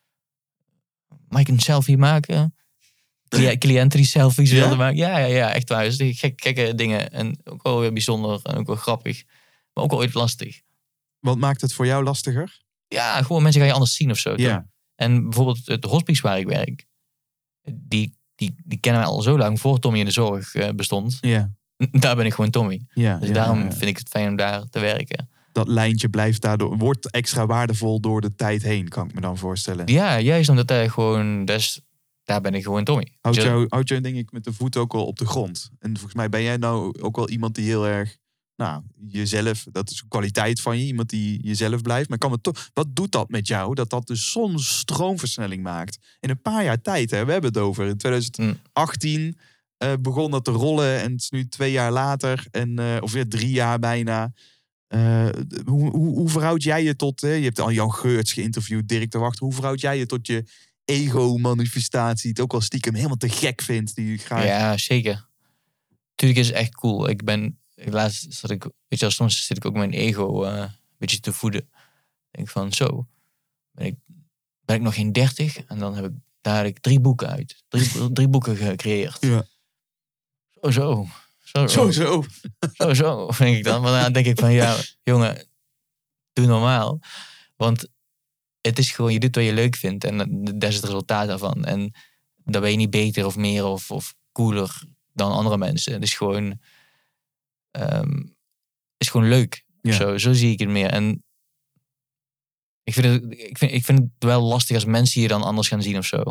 Mag ik een selfie maken? Cli- cliënten die selfies ja? wilden maken. Ja, ja, ja, echt waar. Dus gek, gekke dingen. En ook wel weer bijzonder en ook wel grappig. Maar ook wel ooit lastig. Wat maakt het voor jou lastiger? Ja, gewoon mensen ga je anders zien of zo. Ja. Toch? En bijvoorbeeld het hospice waar ik werk, die Die, die kennen wij al zo lang voor Tommy in de zorg uh, bestond. Ja. Daar ben ik gewoon Tommy. Ja, dus ja, daarom ja. vind ik het fijn om daar te werken. Dat lijntje blijft daardoor, wordt extra waardevol door de tijd heen, kan ik me dan voorstellen. Ja, juist omdat hij gewoon, dus, daar ben ik gewoon Tommy. Houd jou, houd jou denk ik met de voet ook wel op de grond. En volgens mij ben jij nou ook wel iemand die heel erg nou, jezelf, dat is een kwaliteit van je. Iemand die jezelf blijft. Maar kan het toch, wat doet dat met jou? Dat dat dus zo'n stroomversnelling maakt. In een paar jaar tijd, hè, we hebben het over. In twintig achttien mm. uh, begon dat te rollen. En het is nu twee jaar later. En, uh, of weer drie jaar bijna. Uh, hoe, hoe, hoe verhoud jij je tot... Hè, je hebt al Jan Geurts geïnterviewd, Dirk de Wachter. Hoe verhoud jij je tot je ego-manifestatie? Het ook al stiekem helemaal te gek vindt. Die graag... Ja, zeker. Tuurlijk is het echt cool. Ik ben... Laatst zat ik... Weet je wel, soms zit ik ook mijn ego uh, een beetje te voeden. Ik denk van, zo... Ben ik, ben ik nog geen dertig? En dan heb ik... Daar heb ik drie boeken uit. Drie, drie boeken gecreëerd. Ja. Zo, zo. Zo, zo. Zo, zo. Zo, denk ik dan. Maar dan denk ik van, ja, jongen, doe normaal. Want het is gewoon, je doet wat je leuk vindt. En dat is het resultaat daarvan. En dan ben je niet beter of meer of, of cooler dan andere mensen. Het is gewoon... Um, is gewoon leuk. Ja. Zo, zo zie ik het meer. En ik vind, het, ik, vind, ik vind het wel lastig als mensen je dan anders gaan zien of zo.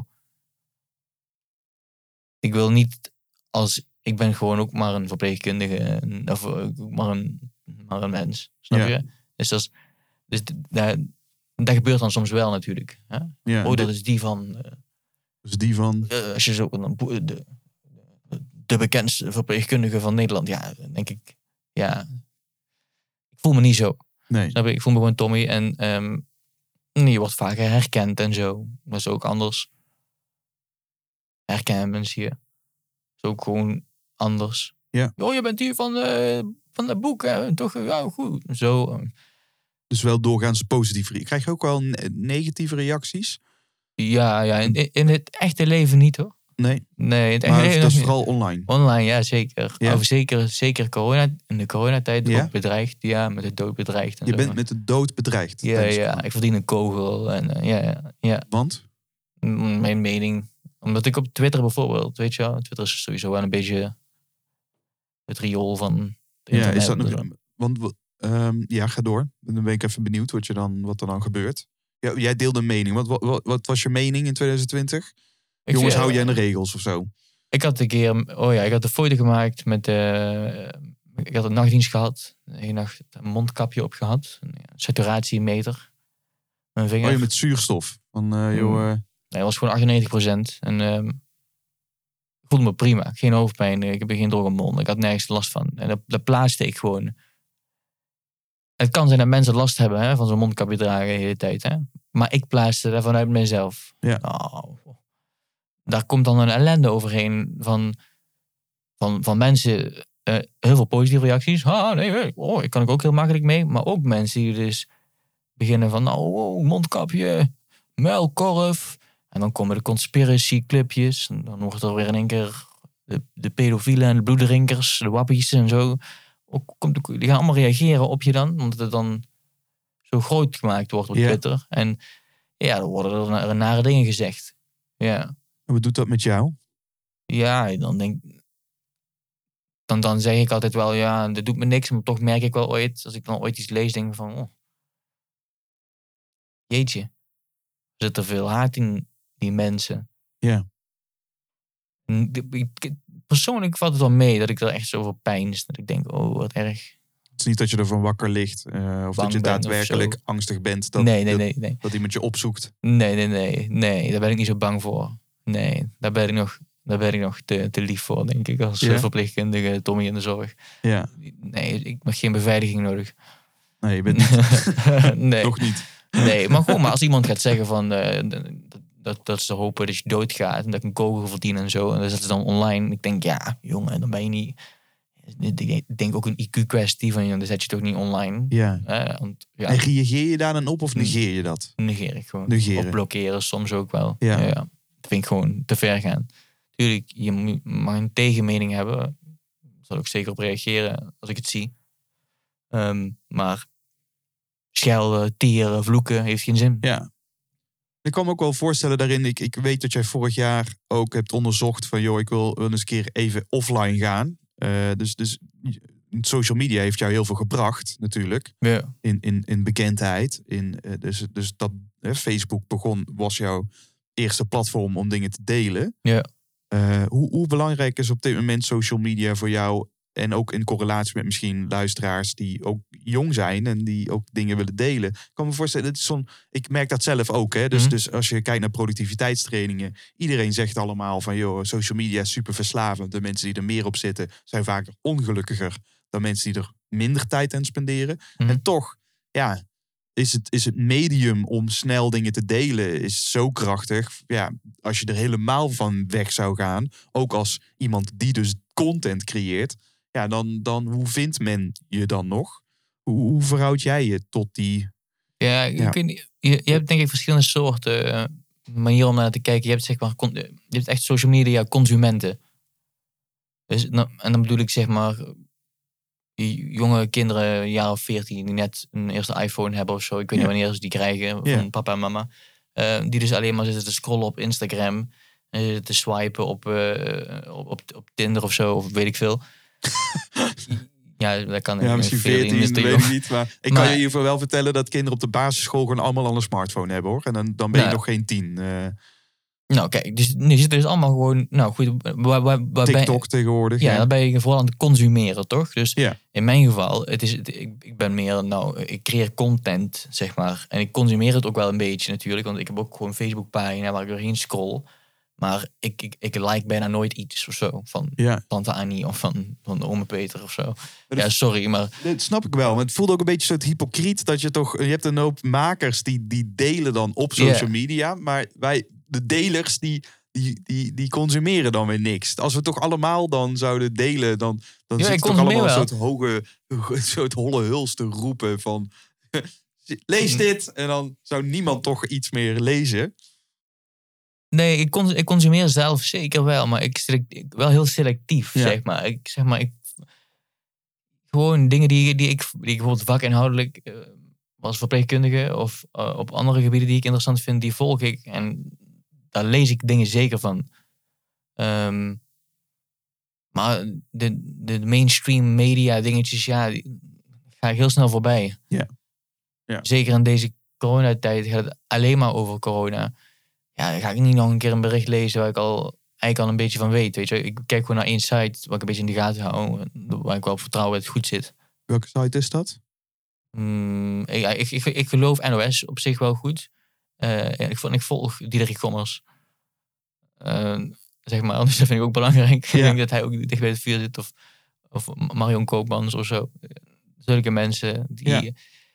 Ik wil niet als... Ik ben gewoon ook maar een verpleegkundige. Of maar een, maar een mens. Snap ja. je? Dus, dat, is, dus dat, dat gebeurt dan soms wel natuurlijk. Hè? Ja, oh, dat is die van... Uh, dat is die van... Uh, als je zo... De, de, de bekendste verpleegkundige van Nederland. Ja, dan denk ik... Ja... Ik voel me niet zo. Nee. Snap je? Ik voel me gewoon Tommy. En um, je wordt vaker herkend en zo. Dat is ook anders. Herkennen mensen hier. Dat is ook gewoon anders. Ja. Oh, je bent hier van, uh, van dat boek. Hè? Toch, ja, goed. Zo. Dus wel doorgaans positief. Krijg je ook wel negatieve reacties? Ja, ja. In, in het echte leven niet, hoor. Nee. Nee, het maar echt, dat is vooral online. Online, ja, zeker. Ja. Over zeker, zeker corona, in de coronatijd ja? ook bedreigd. Ja, met de dood bedreigd. En je zo. bent met de dood bedreigd. Ja, ja. Ik verdien een kogel. En, uh, ja, ja, ja. Want? Mijn mening. Omdat ik op Twitter bijvoorbeeld, weet je wel. Twitter is sowieso wel een beetje het riool van het ja, internet. Is dat nog, want, um, ja, ga door. Dan ben ik even benieuwd wat, je dan, wat er dan gebeurt. Ja, jij deelde een mening. Wat, wat, wat was je mening in twintig twintig? Ik Jongens, hou jij aan de regels of zo? Ik had een keer, oh ja, ik had een foto gemaakt met, uh, ik had een nachtdienst gehad. Een nacht een mondkapje op gehad. Een saturatiemeter. Mijn vinger. Oh, je met zuurstof. Van, uh, joh, uh... Nee, dat was gewoon achtennegentig procent. En uh, ik voelde me prima. Geen hoofdpijn. Ik heb geen droge mond. Ik had nergens last van. En dat, dat plaatste ik gewoon. Het kan zijn dat mensen last hebben, hè, van zo'n mondkapje dragen de hele tijd. Hè? Maar ik plaatste dat vanuit mezelf. Ja. Nou, daar komt dan een ellende overheen van, van, van mensen. Uh, heel veel positieve reacties. Ah, nee, oh, ik kan ik ook heel makkelijk mee. Maar ook mensen die dus beginnen van... Nou, oh, mondkapje, muilkorf. En dan komen de conspiracy clubjes. En dan wordt er weer in één keer de, de pedofielen en de bloeddrinkers, de wappies en zo. Ook, komt, die gaan allemaal reageren op je dan. Omdat het dan zo groot gemaakt wordt op Twitter. Ja. En ja, dan worden er nare dingen gezegd. Ja. Wat doet dat met jou? Ja, dan denk dan, dan zeg ik altijd wel, ja, dat doet me niks. Maar toch merk ik wel ooit, als ik dan ooit iets lees, denk ik van, oh, jeetje. Er zit er veel haat in die mensen. Ja. Persoonlijk valt het wel mee dat ik er echt zo voor pijns. Dat ik denk, oh, wat erg. Het is niet dat je ervan wakker ligt. Uh, of Bang dat je daadwerkelijk angstig bent. Dat, nee, nee, nee, nee. dat iemand je opzoekt. Nee, nee, nee. Nee, daar ben ik niet zo bang voor. Nee, daar ben ik nog, daar ben ik nog te, te lief voor, denk ik. Als ja. verpleegkundige Tommy in de zorg. Ja. Nee, ik heb geen beveiliging nodig. Nee, je bent niet. nee. Nog niet. Nee, maar gewoon, maar als iemand gaat zeggen van... Uh, dat, dat ze hopen dat je doodgaat en dat ik een kogel verdien en zo. En dat zetten ze dan online. Ik denk, ja, jongen, dan ben je niet... Ik denk ook een I Q-kwestie van, dan zet je toch niet online. Ja. Uh, want, ja. En reageer je daar dan op of negeer je dat? Negeer ik gewoon. Negeren. Of blokkeren soms ook wel. Ja. Ja, ja. Dat vind ik gewoon te ver gaan. Tuurlijk, je mag een tegenmening hebben. Daar zal ik zeker op reageren als ik het zie. Um, maar schelden, tieren, vloeken heeft geen zin. Ja. Ik kan me ook wel voorstellen daarin, ik, ik weet dat jij vorig jaar ook hebt onderzocht van, joh, ik wil wel eens een keer even offline gaan. Uh, dus, dus social media heeft jou heel veel gebracht, natuurlijk. Ja. In, in, in bekendheid. In, uh, dus, dus dat uh, Facebook begon, was jouw eerste platform om dingen te delen. Ja. Uh, hoe, hoe belangrijk is op dit moment social media voor jou en ook in correlatie met misschien luisteraars die ook jong zijn en die ook dingen willen delen. Ik kan me voorstellen, het is zo'n, ik merk dat zelf ook. Hè? Dus, Mm-hmm. dus als je kijkt naar productiviteitstrainingen, iedereen zegt allemaal van joh, social media is super verslavend. De mensen die er meer op zitten zijn vaak ongelukkiger dan mensen die er minder tijd aan spenderen. Mm-hmm. En toch, ja, is het, is het medium om snel dingen te delen is zo krachtig. Ja, als je er helemaal van weg zou gaan, ook als iemand die dus content creëert, ja, dan, dan hoe vindt men je dan nog? Hoe, hoe verhoud jij je tot die... Ja, ik Ja. weet niet, je, je hebt denk ik verschillende soorten uh, manieren om naar te kijken. Je hebt zeg maar, con- je hebt echt social media consumenten. Dus, nou, en dan bedoel ik zeg maar die jonge kinderen, een jaar of veertien, die net een eerste iPhone hebben of zo. Ik weet Ja. niet wanneer ze die krijgen van Ja. papa en mama. Uh, die dus alleen maar zitten te scrollen op Instagram. En zitten te swipen op, uh, op, op, op Tinder of zo, of weet ik veel. Ja, dat kan. Ja, misschien veertien, dat weet ik niet. Maar ik Maar- kan je in ieder geval wel vertellen dat kinderen op de basisschool gewoon allemaal al een smartphone hebben, hoor. En dan, dan ben je Nou, nog geen tien. Uh, Nou, kijk, dus nu zitten dus allemaal gewoon, nou goed, waar, waar, waar ben- TikTok tegenwoordig. ja, Ja, dan ben je vooral aan het consumeren, toch? Dus Ja. in mijn geval, het is, het- ik, ik ben meer, nou, ik creëer content, zeg maar. En ik consumeer het ook wel een beetje natuurlijk, want ik heb ook gewoon een Facebookpagina waar ik doorheen scroll. Maar ik, ik, ik like bijna nooit iets of zo, van ja. Tante Annie of van, van de ome Peter of zo. dat- Ja, sorry, maar Dat snap ik wel. Maar het voelt ook een beetje soort hypocriet dat je toch... Je hebt een hoop makers die, die delen dan op social Ja. media. Maar wij, de delers, die, die, die, die consumeren dan weer niks. Als we toch allemaal dan zouden delen, dan, dan Ja, zit ik het toch allemaal een consumeer soort hoge, een soort holle huls te roepen van... Lees dit! En dan zou niemand toch iets meer lezen. nee, ik, cons- ik consumeer zelf zeker wel, maar ik, select- ik wel heel selectief, Ja. zeg maar. Ik zeg maar, ik, gewoon dingen die, die, ik, die ik bijvoorbeeld vakinhoudelijk uh, als verpleegkundige of uh, op andere gebieden die ik interessant vind, die volg ik. En daar lees ik dingen zeker van. Um, maar de, de mainstream media dingetjes, ja, die ga ik heel snel voorbij. Ja. Ja. Zeker in deze coronatijd gaat het alleen maar over corona. Ja, dan ga ik niet nog een keer een bericht lezen waar ik al eigenlijk al een beetje van weet. Weet je? Ik kijk gewoon naar één site waar ik een beetje in de gaten hou. Waar ik wel op vertrouw dat het goed zit. Welke site is dat? Mm, ik, ik, ik, ik geloof N O S op zich wel goed. Uh, ik, ik volg Diederik Gommers. Uh, zeg maar, dus dat vind ik ook belangrijk. Ja. Ik denk dat hij ook dicht bij het vuur zit. Of, of Marion Koopmans of zo. Zulke mensen. Die, Ja.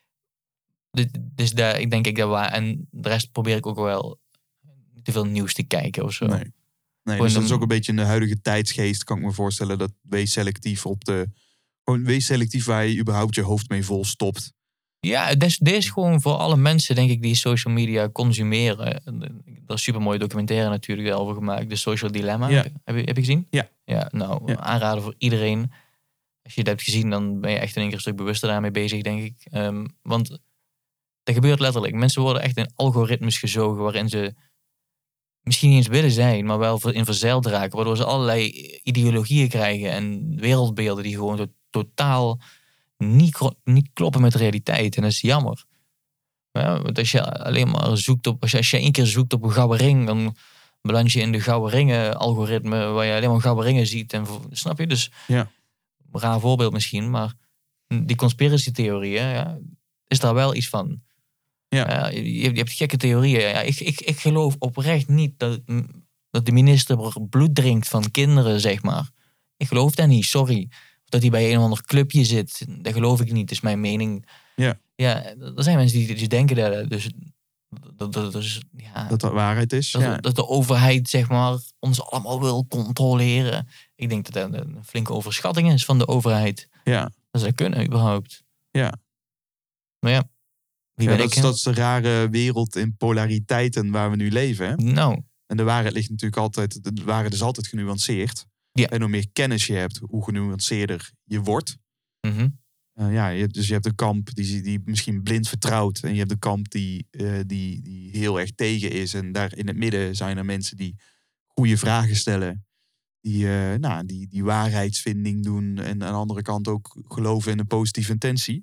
Dus daar, ik denk ik dat waar. En de rest probeer ik ook wel niet te veel nieuws te kijken of zo. Nee. Nee, dus dat is ook een beetje in de huidige tijdsgeest, kan ik me voorstellen, dat wees selectief op de... Gewoon wees selectief waar je überhaupt je hoofd mee vol stopt. Ja, dit is, dit is gewoon voor alle mensen, denk ik, die social media consumeren. Er is een supermooie documentaire natuurlijk daarover gemaakt. De Social Dilemma. Ja. Heb, je, heb je gezien? Ja. Ja, nou, Ja. aanraden voor iedereen. Als je dat hebt gezien, dan ben je echt in één keer een stuk bewuster daarmee bezig, denk ik. Um, want dat gebeurt letterlijk. Mensen worden echt in algoritmes gezogen waarin ze misschien niet eens willen zijn, maar wel in verzeild raken. Waardoor ze allerlei ideologieën krijgen en wereldbeelden die gewoon to- totaal niet, niet kloppen met de realiteit. En dat is jammer. Ja, want als je alleen maar zoekt op, als je, als je één keer zoekt op een gouden ring, dan beland je in de gouden ringen algoritme, waar je alleen maar gouden ringen ziet. En, snap je? Dus, Ja. een raar voorbeeld misschien, maar die conspiratietheorieën, ja, is daar wel iets van. Ja. Uh, je, je hebt gekke theorieën. Ja, ik, ik, ik geloof oprecht niet dat, dat de minister bloed drinkt van kinderen, zeg maar. Ik geloof dat niet, sorry. Of dat hij bij een of ander clubje zit, dat geloof ik niet, dat is mijn mening. Ja. Ja, er zijn mensen die, die denken dat, dus, dat, dat, dus, ja, Dat dat waarheid is. dat, Ja. dat de overheid, zeg maar, ons allemaal wil controleren. Ik denk dat dat een flinke overschatting is van de overheid. Ja. Dat ze dat kunnen, überhaupt. Ja. Maar ja, wie Ja, ben dat, ik? is, hè? dat is de rare wereld in polariteiten waar we nu leven. Hè? Nou, En de waarheid ligt natuurlijk altijd, de waarheid is altijd genuanceerd. Ja. En hoe meer kennis je hebt, hoe genuanceerder je wordt. mhm. Uh, ja, je hebt, dus je hebt een kamp die, die misschien blind vertrouwt. En je hebt een kamp die, uh, die, die heel erg tegen is. En daar in het midden zijn er mensen die goede vragen stellen. Die, uh, nou, die, die waarheidsvinding doen. En aan de andere kant ook geloven in een positieve intentie.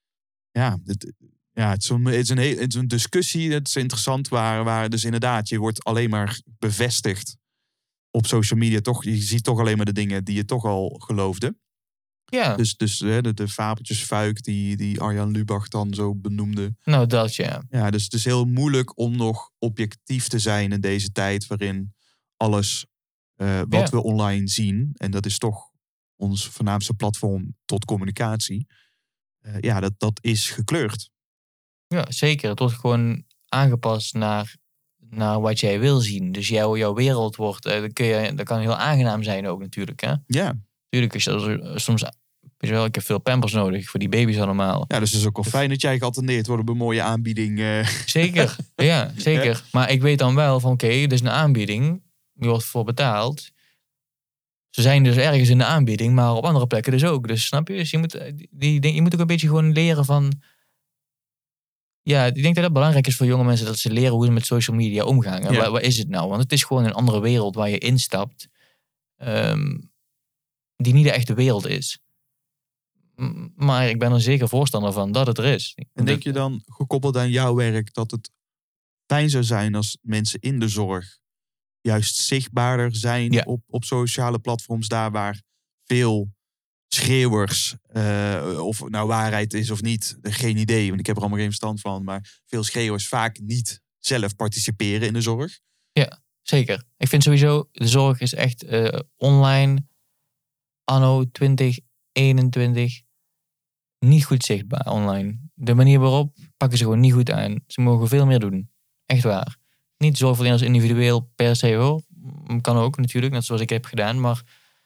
Ja, het, ja, het, is een, het, is een heel, het is een discussie. Het is interessant waar, waar dus inderdaad je wordt alleen maar bevestigd op social media. Toch, je ziet toch alleen maar de dingen die je toch al geloofde. Ja, Dus, dus hè, de, de fabeltjesfuik die, die Arjan Lubach dan zo benoemde. nou dat ja. Ja, dus het is heel moeilijk om nog objectief te zijn in deze tijd waarin alles uh, wat Ja. we online zien, en dat is toch ons voornaamste platform tot communicatie, uh, ja, dat, dat is gekleurd. Ja, zeker. Het wordt gewoon aangepast naar, naar wat jij wil zien. Dus jouw, jouw wereld wordt, uh, dat, kun je, dat kan heel aangenaam zijn ook natuurlijk. Hè? Ja. Tuurlijk is dat soms, weet je wel, ik heb veel pampers nodig voor die baby's allemaal. Ja, dus het is ook wel fijn dat jij geattendeerd wordt op een mooie aanbieding. Uh. Zeker, ja, zeker. Ja. Maar ik weet dan wel van, oké, okay, dit is een aanbieding, je wordt voor betaald. Ze zijn dus ergens in de aanbieding, maar op andere plekken dus ook. Dus snap je? Dus je moet, die, die, je moet ook een beetje gewoon leren van... Ja, ik denk dat het belangrijk is voor jonge mensen dat ze leren hoe ze met social media omgaan. Ja. Wat, wat is het nou? Want het is gewoon een andere wereld waar je instapt, um, die niet de echte wereld is. Maar ik ben er zeker voorstander van dat het er is. En denk je dan, gekoppeld aan jouw werk, dat het fijn zou zijn als mensen in de zorg juist zichtbaarder zijn ja. op, op sociale platforms, daar waar veel schreeuwers, uh, of het nou waarheid is of niet, geen idee, want ik heb er allemaal geen verstand van, maar veel schreeuwers vaak niet zelf participeren in de zorg? Ja, zeker. Ik vind sowieso, de zorg is echt uh, online, anno twintig eenentwintig, niet goed zichtbaar online. De manier waarop pakken ze gewoon niet goed aan. Ze mogen veel meer doen. Echt waar. Niet zorgverleners individueel per se hoor. Kan ook natuurlijk, net zoals ik heb gedaan. Maar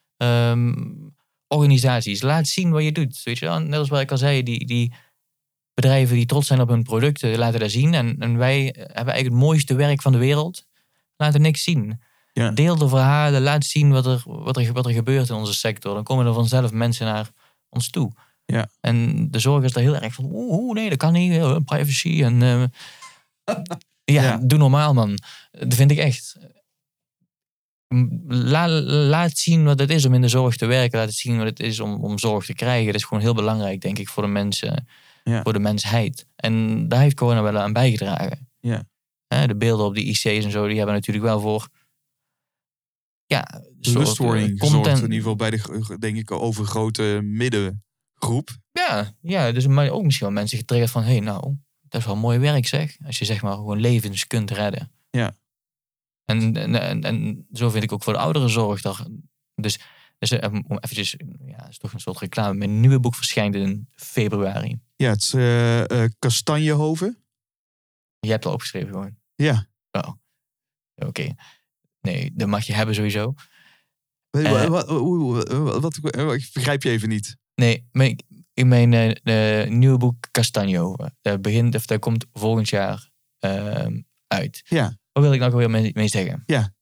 um, organisaties, laat zien wat je doet. Weet je wel? Net als wat ik al zei, die, die bedrijven die trots zijn op hun producten, laten dat zien. En, en wij hebben eigenlijk het mooiste werk van de wereld. Laten niks zien. Ja. Deel de verhalen, laat zien wat er, wat, er, wat er gebeurt in onze sector. Dan komen er vanzelf mensen naar ons toe. Ja. En de zorg is daar heel erg van, oeh, nee, dat kan niet, privacy. En uh, ja, ja, doe normaal, man. Dat vind ik echt. La, laat zien wat het is om in de zorg te werken. Laat het zien wat het is om, om zorg te krijgen. Dat is gewoon heel belangrijk, denk ik, voor de mensen, ja. voor de mensheid. En daar heeft corona wel aan bijgedragen. Ja. De beelden op die I C's en zo, die hebben natuurlijk wel voor... Ja, bewustwording gezorgd, in ieder geval bij de, denk ik, overgrote middengroep. Ja, ja, dus maar ook misschien wel mensen getriggerd van, hé, hey, nou, dat is wel mooi werk, zeg. Als je zeg maar gewoon levens kunt redden. Ja. En, en, en, en zo vind ik ook voor de ouderenzorg. Dat, dus, dus om eventjes, ja, het is toch een soort reclame. Mijn nieuwe boek verschijnt in februari. Ja, het is uh, uh, Kastanjehoven. Je hebt het al opgeschreven gewoon. Ja. Oh, oké. Okay. Nee, dat mag je hebben sowieso. Uh, wat, wat, wat, wat, ik begrijp je even niet. Nee, mijn, in mijn uh, uh, nieuwe boek Castanjo, dat, begint, of dat komt volgend jaar uh, uit. Ja. Wat wil ik nou weer mee, mee zeggen? Ja.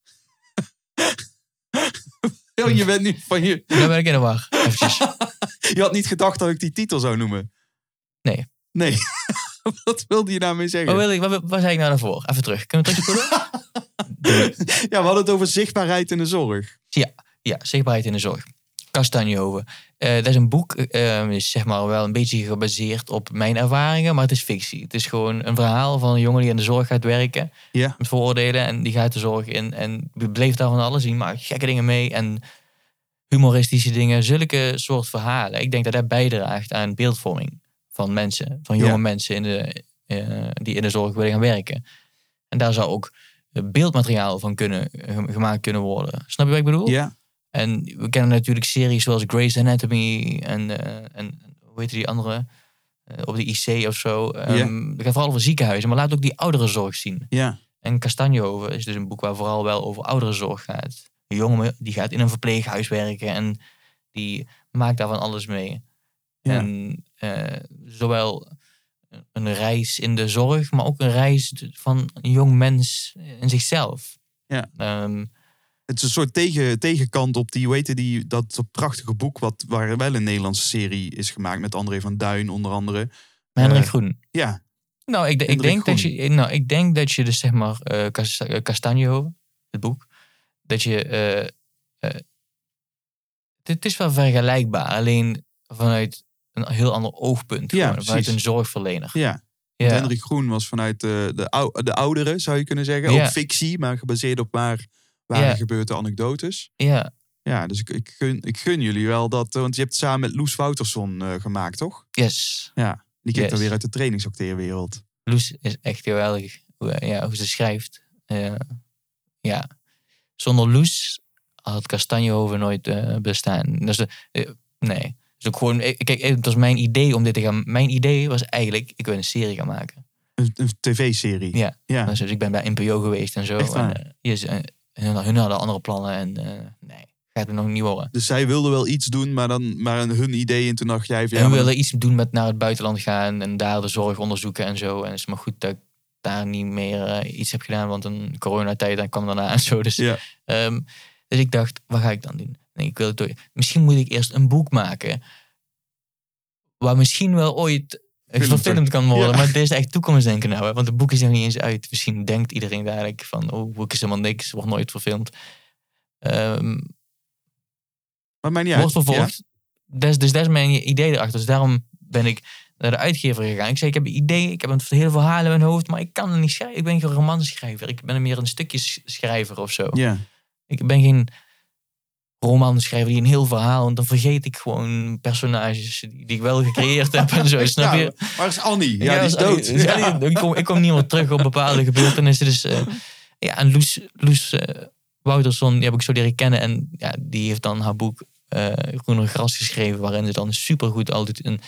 Je bent nu van je... Dan ben ik in de war. Eventjes. Je had niet gedacht dat ik die titel zou noemen? Nee. Nee. Wat wilde je daarmee zeggen? Wat, wil ik, wat, wat zei ik nou daarvoor? Even terug. Kunnen we terugspoelen? Ja, we hadden het over zichtbaarheid in de zorg. Ja, ja, zichtbaarheid in de zorg. Castanjehoven. Uh, dat is een boek, uh, is zeg maar wel een beetje gebaseerd op mijn ervaringen, maar het is fictie. Het is gewoon een verhaal van een jongen die in de zorg gaat werken. Ja. Met vooroordelen en die gaat de zorg in en beleeft daar van alles. Die maakt gekke dingen mee en humoristische dingen. Zulke soort verhalen. Ik denk dat dat bijdraagt aan beeldvorming van mensen, van jonge ja. mensen in de, uh, die in de zorg willen gaan werken. En daar zou ook beeldmateriaal van kunnen, gemaakt kunnen worden. Snap je wat ik bedoel? Ja. En we kennen natuurlijk series zoals Grey's Anatomy en, uh, en hoe heet die andere? Uh, op de I C of zo. Um, yeah. Het gaat vooral over ziekenhuizen, maar laat ook die ouderenzorg zien. Ja. En Castanjehoven is dus een boek waar vooral wel over ouderenzorg gaat. Een jongen die gaat in een verpleeghuis werken en die maakt daarvan alles mee. Ja. En uh, zowel een reis in de zorg, maar ook een reis van een jong mens in zichzelf. Ja. Um, Het is een soort tegen, tegenkant op die, hoe heet die, dat, dat prachtige boek, wat, waar wel een Nederlandse serie is gemaakt met André van Duin onder andere. Hendrik uh, Groen. Ja. Nou, ik, ik, denk dat je, nou, ik denk dat je dus zeg maar uh, Castanjehoven, het boek, dat je, uh, uh, het is wel vergelijkbaar, alleen vanuit een heel ander oogpunt. Ja, gewoon, vanuit een zorgverlener. Ja. Ja. Hendrik Groen was vanuit de, de, ou, de ouderen, zou je kunnen zeggen. Ja. Ook fictie, maar gebaseerd op waar, waar ja. gebeurde anekdotes. Ja, Ja, dus ik, ik, gun, ik gun jullie wel dat... Want je hebt het samen met Loes Woutersson uh, gemaakt, toch? Yes. Ja, die kent Yes. dan weer uit de trainingsacteerwereld. Loes is echt geweldig. Hoe, ja, hoe ze schrijft. Uh, ja. Zonder Loes had Kastanjehoven nooit uh, bestaan. Dus, uh, nee. Dus ook gewoon, kijk, het was mijn idee om dit te gaan... Mijn idee was eigenlijk, ik wil een serie gaan maken. Een, een tv-serie? Ja. ja. Dus ik ben bij N P O geweest en zo. Echt waar? En, uh, yes, uh, hun, hun hadden andere plannen en uh, nee, gaat het nog niet worden. Dus zij wilden wel iets doen, maar dan maar hun idee. En toen dacht jij... En Ja, we maar... wilden iets doen met naar het buitenland gaan en daar de zorg onderzoeken en zo. En het is maar goed dat ik daar niet meer uh, iets heb gedaan, want een coronatijd dan kwam daarna en zo. Dus, ja. um, dus ik dacht, wat ga ik dan doen? Nee, ik wil het door. Misschien moet ik eerst een boek maken, waar misschien wel ooit verfilmd kan worden. Ja. Maar dit is echt toekomstdenken nou, hè? Want het boek is nog niet eens uit. Misschien denkt iedereen dadelijk van, oh, boek is helemaal niks, wordt nooit verfilmd. Um, maar mijn niet wordt uit. vervolgd. Ja. Dus, dus dat is mijn idee erachter. Dus daarom ben ik naar de uitgever gegaan. Ik zei, ik heb een idee, ik heb een hele verhaal in mijn hoofd, maar ik kan het niet schrijven. Ik ben geen romanschrijver. Ik ben meer een stukjeschrijver of zo. Ja. Ik ben geen romanschrijver die een heel verhaal, want dan vergeet ik gewoon personages die ik wel gecreëerd heb en zo, snap je? Ja, waar is Annie? Ja, ja die is dood. Annie, ja. Ik, kom, ik kom niet meer terug op bepaalde gebeurtenissen. Dus, uh, ja, en Loes, Loes uh, Woutersson, die heb ik zo leren kennen en ja, die heeft dan haar boek uh, Groener Gras geschreven, waarin ze dan supergoed altijd een...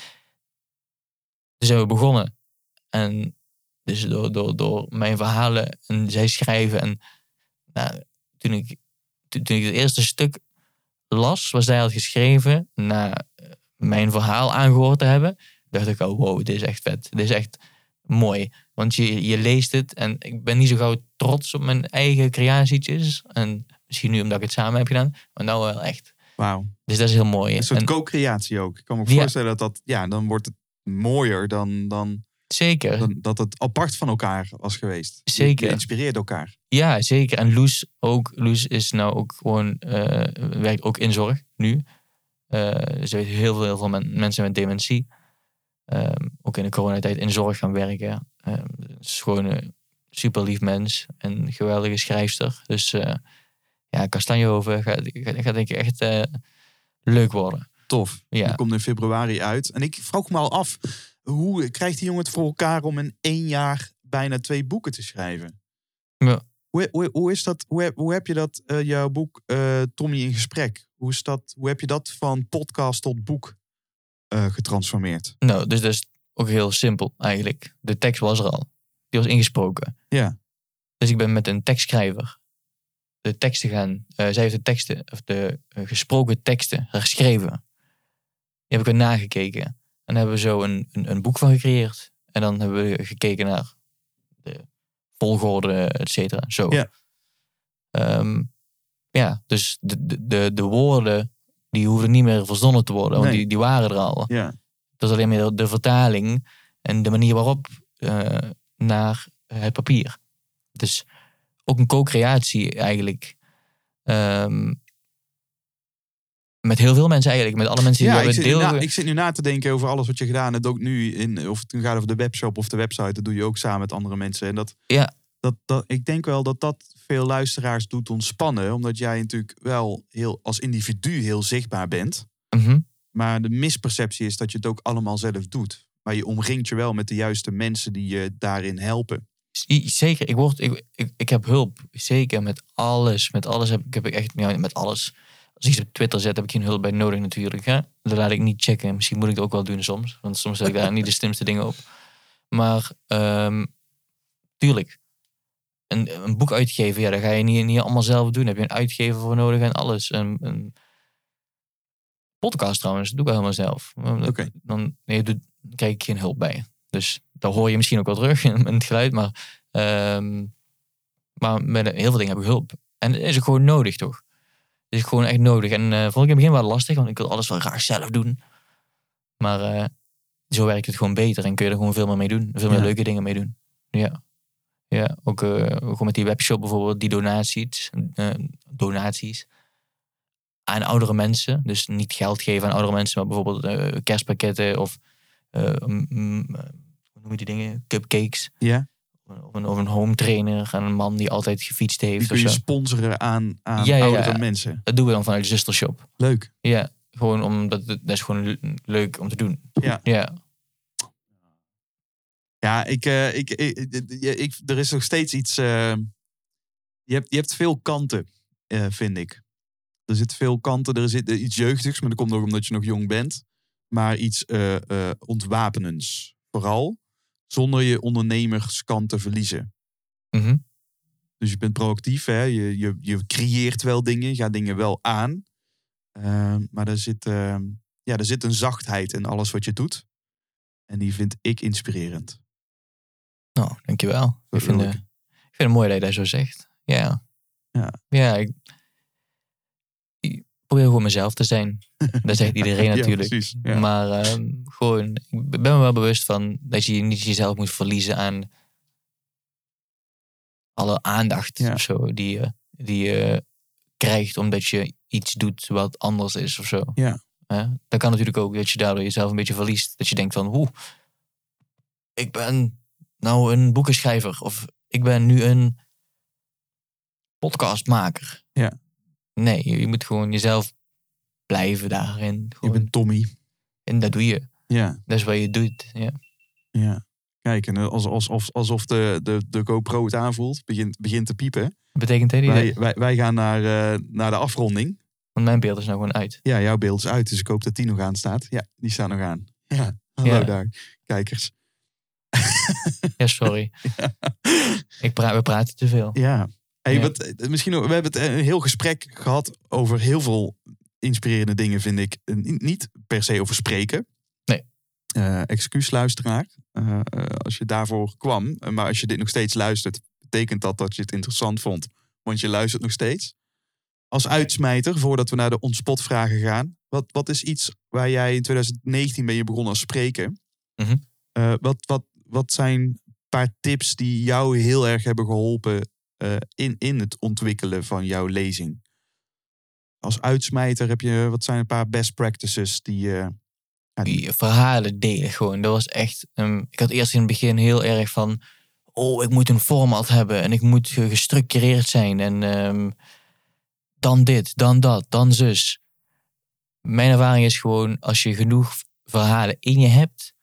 Dus zijn we begonnen. En dus door, door, door mijn verhalen en zij schrijven en nou, toen ik toen ik het eerste stuk las, wat zij had geschreven, na mijn verhaal aangehoord te hebben, dacht ik al, wow, dit is echt vet. Dit is echt mooi. Want je, je leest het en ik ben niet zo gauw trots op mijn eigen creatietjes. En misschien nu omdat ik het samen heb gedaan, maar nou wel echt. Wauw. Dus dat is heel mooi. Een soort en, co-creatie ook. Ik kan me ja. voorstellen dat dat, ja, dan wordt het mooier dan, dan, zeker. dan dat het apart van elkaar was geweest. Zeker. Je, je inspireert elkaar. Ja, zeker. En Loes ook. Loes is nou ook gewoon, uh, werkt ook in zorg nu. Uh, ze weet heel veel, heel veel men, mensen met dementie. Um, ook in de coronatijd in zorg gaan werken. Um, is gewoon een super lief mens. En een geweldige schrijfster. Dus uh, ja, Kastanjehoven gaat, gaat, gaat denk ik echt uh, leuk worden. Tof. Ja. Die komt in februari uit. En ik vroeg me al af, hoe krijgt die jongen het voor elkaar om in één jaar bijna twee boeken te schrijven? Ja. Hoe, hoe, hoe is dat? Hoe heb, hoe heb je dat, uh, jouw boek uh, Tommy in gesprek? Hoe is dat? Hoe heb je dat van podcast tot boek uh, getransformeerd? Nou, dus dat is ook heel simpel eigenlijk. De tekst was er al. Die was ingesproken. Ja. Dus ik ben met een tekstschrijver de teksten gaan. Uh, zij heeft de teksten, of de uh, gesproken teksten geschreven. Die heb ik er nagekeken. En daar hebben we zo een, een, een boek van gecreëerd. En dan hebben we gekeken naar de volgorde, et cetera. Zo. Ja. Um, ja, dus de, de, de, de woorden, die hoeven niet meer verzonnen te worden. Want nee. die, die waren er al. Ja. Dat is alleen meer de, de vertaling en de manier waarop uh, naar het papier. Dus ook een co-creatie eigenlijk. Um, met heel veel mensen eigenlijk. Met alle mensen die ja, hebben ik deel... na, ik zit nu na te denken over alles wat je gedaan hebt. Ook nu, in, of het gaat over de webshop of de website. Dat doe je ook samen met andere mensen. En dat, ja. dat, dat, ik denk wel dat dat veel luisteraars doet ontspannen. Omdat jij natuurlijk wel heel, als individu heel zichtbaar bent. Mm-hmm. Maar de misperceptie is dat je het ook allemaal zelf doet. Maar je omringt je wel met de juiste mensen die je daarin helpen. Zeker, ik, word, ik, ik, ik heb hulp. Zeker, met alles. Met alles heb ik, heb ik echt, ja, met alles. Als ik iets op Twitter zet, heb ik geen hulp bij nodig natuurlijk. Hè? Dat laat ik niet checken. Misschien moet ik het ook wel doen soms. Want soms zet ik daar niet de slimste dingen op. Maar, um, tuurlijk. Een, een boek uitgeven, ja, dat ga je niet, niet allemaal zelf doen. Daar heb je een uitgever voor nodig en alles. Een, een podcast trouwens, dat doe ik helemaal zelf. Okay. Dan, nee, dan krijg ik geen hulp bij. Dus daar hoor je misschien ook wel terug in het geluid. Maar, um, maar met heel veel dingen heb ik hulp. En dat is ook gewoon nodig, toch? Dat is gewoon echt nodig. En uh, vond ik in het begin wel lastig, want ik wil alles wel graag zelf doen. Maar uh, zo werkt het gewoon beter en kun je er gewoon veel meer mee doen. Veel meer ja. leuke dingen mee doen. Ja. Ja, ook uh, gewoon met die webshop bijvoorbeeld, die donaties, uh, donaties aan oudere mensen. Dus niet geld geven aan oudere mensen, maar bijvoorbeeld uh, kerstpakketten of uh, um, um, hoe noem je die dingen? Cupcakes. Ja. Of een, of een home trainer en een man die altijd gefietst heeft. Die kun of je zo. sponsoren aan, aan Ja, ja, ja. oudere mensen. Dat doen we dan vanuit de zustershop. Leuk. Ja, gewoon omdat het- dat is gewoon le- leuk om te doen. Ja. Ja. Ja, ik, uh, ik, ik, ik, ik, er is nog steeds iets... Uh, je, hebt, je hebt veel kanten, uh, vind ik. Er zit veel kanten. Er zit iets jeugdigs, maar dat komt ook omdat je nog jong bent. Maar iets uh, uh, ontwapenends. Vooral zonder je ondernemerskant te verliezen. Mm-hmm. Dus je bent proactief, hè? Je, je, je creëert wel dingen, je gaat dingen wel aan. Uh, maar er zit, uh, ja, er zit een zachtheid in alles wat je doet. En die vind ik inspirerend. Nou, dankjewel. Ik vind, uh, ik vind het mooi dat je dat zo zegt. Ja. Ja, ja ik, ik probeer gewoon mezelf te zijn. Dat zegt iedereen natuurlijk. Ja, precies, ja. Maar uh, gewoon, ik ben me wel bewust van dat je niet jezelf moet verliezen aan alle aandacht ja. of zo die je, die je krijgt omdat je iets doet wat anders is of zo. Ja. Uh, dat kan natuurlijk ook dat je daardoor jezelf een beetje verliest. Dat je denkt van, oeh, ik ben nou een boekenschrijver of ik ben nu een podcastmaker. Ja. Nee, je, je moet gewoon jezelf blijven daarin. Gewoon. Je bent Tommy. En dat doe je. Ja. Dat is wat je doet. Ja. Ja. Kijk, en als, alsof, alsof de, de, de GoPro het aanvoelt, begint, begint te piepen. Wat betekent dat? Wij, wij, wij gaan naar, uh, naar de afronding. Want mijn beeld is nou gewoon uit. Ja, jouw beeld is uit, dus ik hoop dat die nog aan staat. Ja, die staat nog aan. Ja, hallo ja. daar, kijkers. Ja, sorry. Ja. Ik pra- we praten te veel. Ja. Hey, ja. wat, misschien, we hebben het een heel gesprek gehad over heel veel inspirerende dingen, vind ik. Niet per se over spreken. Nee. Uh, excuus, luisteraar. Uh, uh, als je daarvoor kwam. Maar als je dit nog steeds luistert, betekent dat dat je het interessant vond. Want je luistert nog steeds. Als uitsmijter, voordat we naar de onspotvragen gaan. Wat, wat is iets waar jij in twintig negentien ben je begonnen als spreken? Mm-hmm. Uh, wat, wat, wat zijn een paar tips die jou heel erg hebben geholpen uh, in, in het ontwikkelen van jouw lezing? Als uitsmijter heb je, wat zijn een paar best practices die... Uh, ja, die verhalen delen gewoon. Dat was echt... Um, ik had eerst in het begin heel erg van... Oh, ik moet een format hebben en ik moet gestructureerd zijn. En um, dan dit, dan dat, dan zus. Mijn ervaring is gewoon, als je genoeg verhalen in je hebt...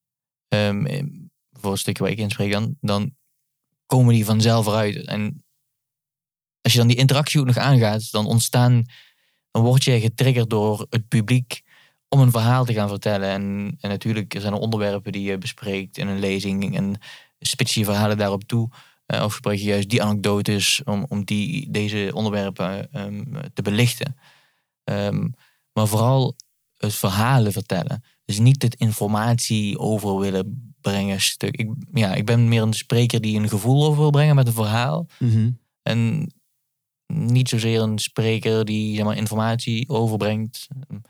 Um, voor een stukje waar ik in spreek dan... dan komen die vanzelf eruit. En als je dan die interactie ook nog aangaat... dan ontstaan... dan word je getriggerd door het publiek... om een verhaal te gaan vertellen. En, en natuurlijk zijn er onderwerpen die je bespreekt in een lezing... en spits je verhalen daarop toe. Uh, of gebruik je juist die anekdotes... om, om die, deze onderwerpen um, te belichten. Um, maar vooral het verhalen vertellen. Dus niet het informatie over willen brengen stuk. Ik, ja, ik ben meer een spreker die een gevoel over wil brengen met een verhaal. Mm-hmm. En niet zozeer een spreker die zeg maar, informatie overbrengt.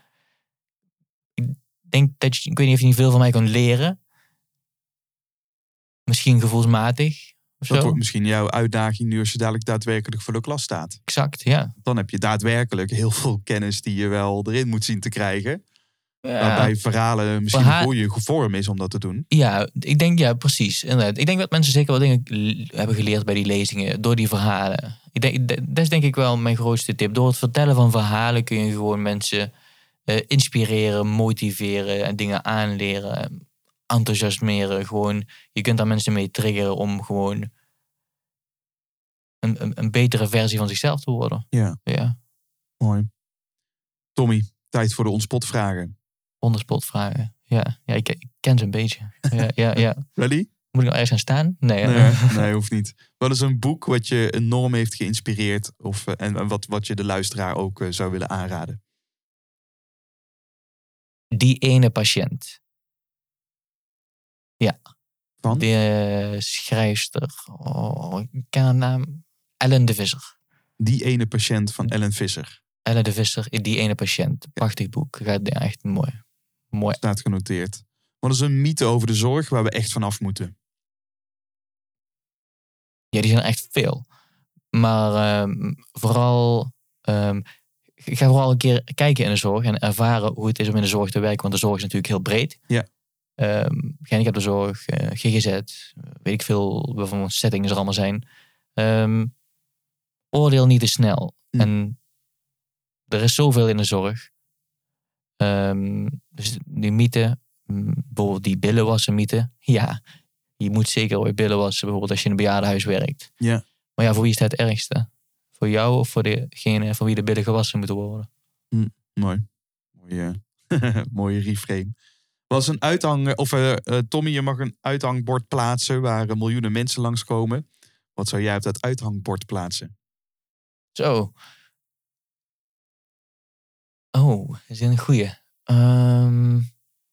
Ik denk dat je, ik weet niet of je niet veel van mij kan leren. Misschien gevoelsmatig. Of Dat zo. wordt misschien jouw uitdaging nu als je dadelijk daadwerkelijk voor de klas staat. Exact, ja. Dan heb je daadwerkelijk heel veel kennis die je wel erin moet zien te krijgen. ja. Waarbij verhalen misschien Verha- een goede vorm is om dat te doen. Ja, ik denk, ja, precies. Inderdaad. Ik denk dat mensen zeker wat dingen l- hebben geleerd bij die lezingen, door die verhalen. Ik denk, dat is denk ik wel mijn grootste tip. Door het vertellen van verhalen kun je gewoon mensen uh, inspireren, motiveren en dingen aanleren, enthousiasmeren. Gewoon, je kunt daar mensen mee triggeren om gewoon een, een, een betere versie van zichzelf te worden. Ja, ja. Mooi. Tommy, tijd voor de onspotvragen. Onderspotvragen. Ja, ja ik, ik ken ze een beetje. Ja, ja, ja. Ready? Moet ik nou ergens gaan staan? Nee, Nee, nee, hoeft niet. Wat is een boek wat je enorm heeft geïnspireerd of, uh, en wat, wat je de luisteraar ook uh, zou willen aanraden? Die ene patiënt. Ja. Van? De uh, schrijfster. Oh, ik ken haar naam. Ellen de Visser. Die ene patiënt van Ellen Visser. Ellen de Visser, Die ene patiënt. Prachtig boek. Gaat echt mooi. Mooi. Staat genoteerd. Wat is een mythe over de zorg waar we echt vanaf moeten? Ja, die zijn er echt veel. Maar um, vooral... Um, ga vooral een keer kijken in de zorg en ervaren hoe het is om in de zorg te werken. Want de zorg is natuurlijk heel breed. Ja. Um, gehandicaptenzorg, uh, G G Z, weet ik veel, wat settings er allemaal zijn. Um, oordeel niet te snel. Hm. En er is zoveel in de zorg. Um, dus die mythe, bijvoorbeeld die billenwassen mythe. Ja, je moet zeker ooit billen wassen, bijvoorbeeld als je in een bejaardenhuis werkt. Ja. Maar ja, voor wie is het het ergste? Voor jou of voor degene van wie de billen gewassen moeten worden? Hm, mooi. Mooie, mooie reframe. Was een uithang, of uh, uh, Tommy, je mag een uithangbord plaatsen waar uh, miljoenen mensen langskomen. Wat zou jij op dat uithangbord plaatsen? Zo. Oh, dat is een goeie. Um,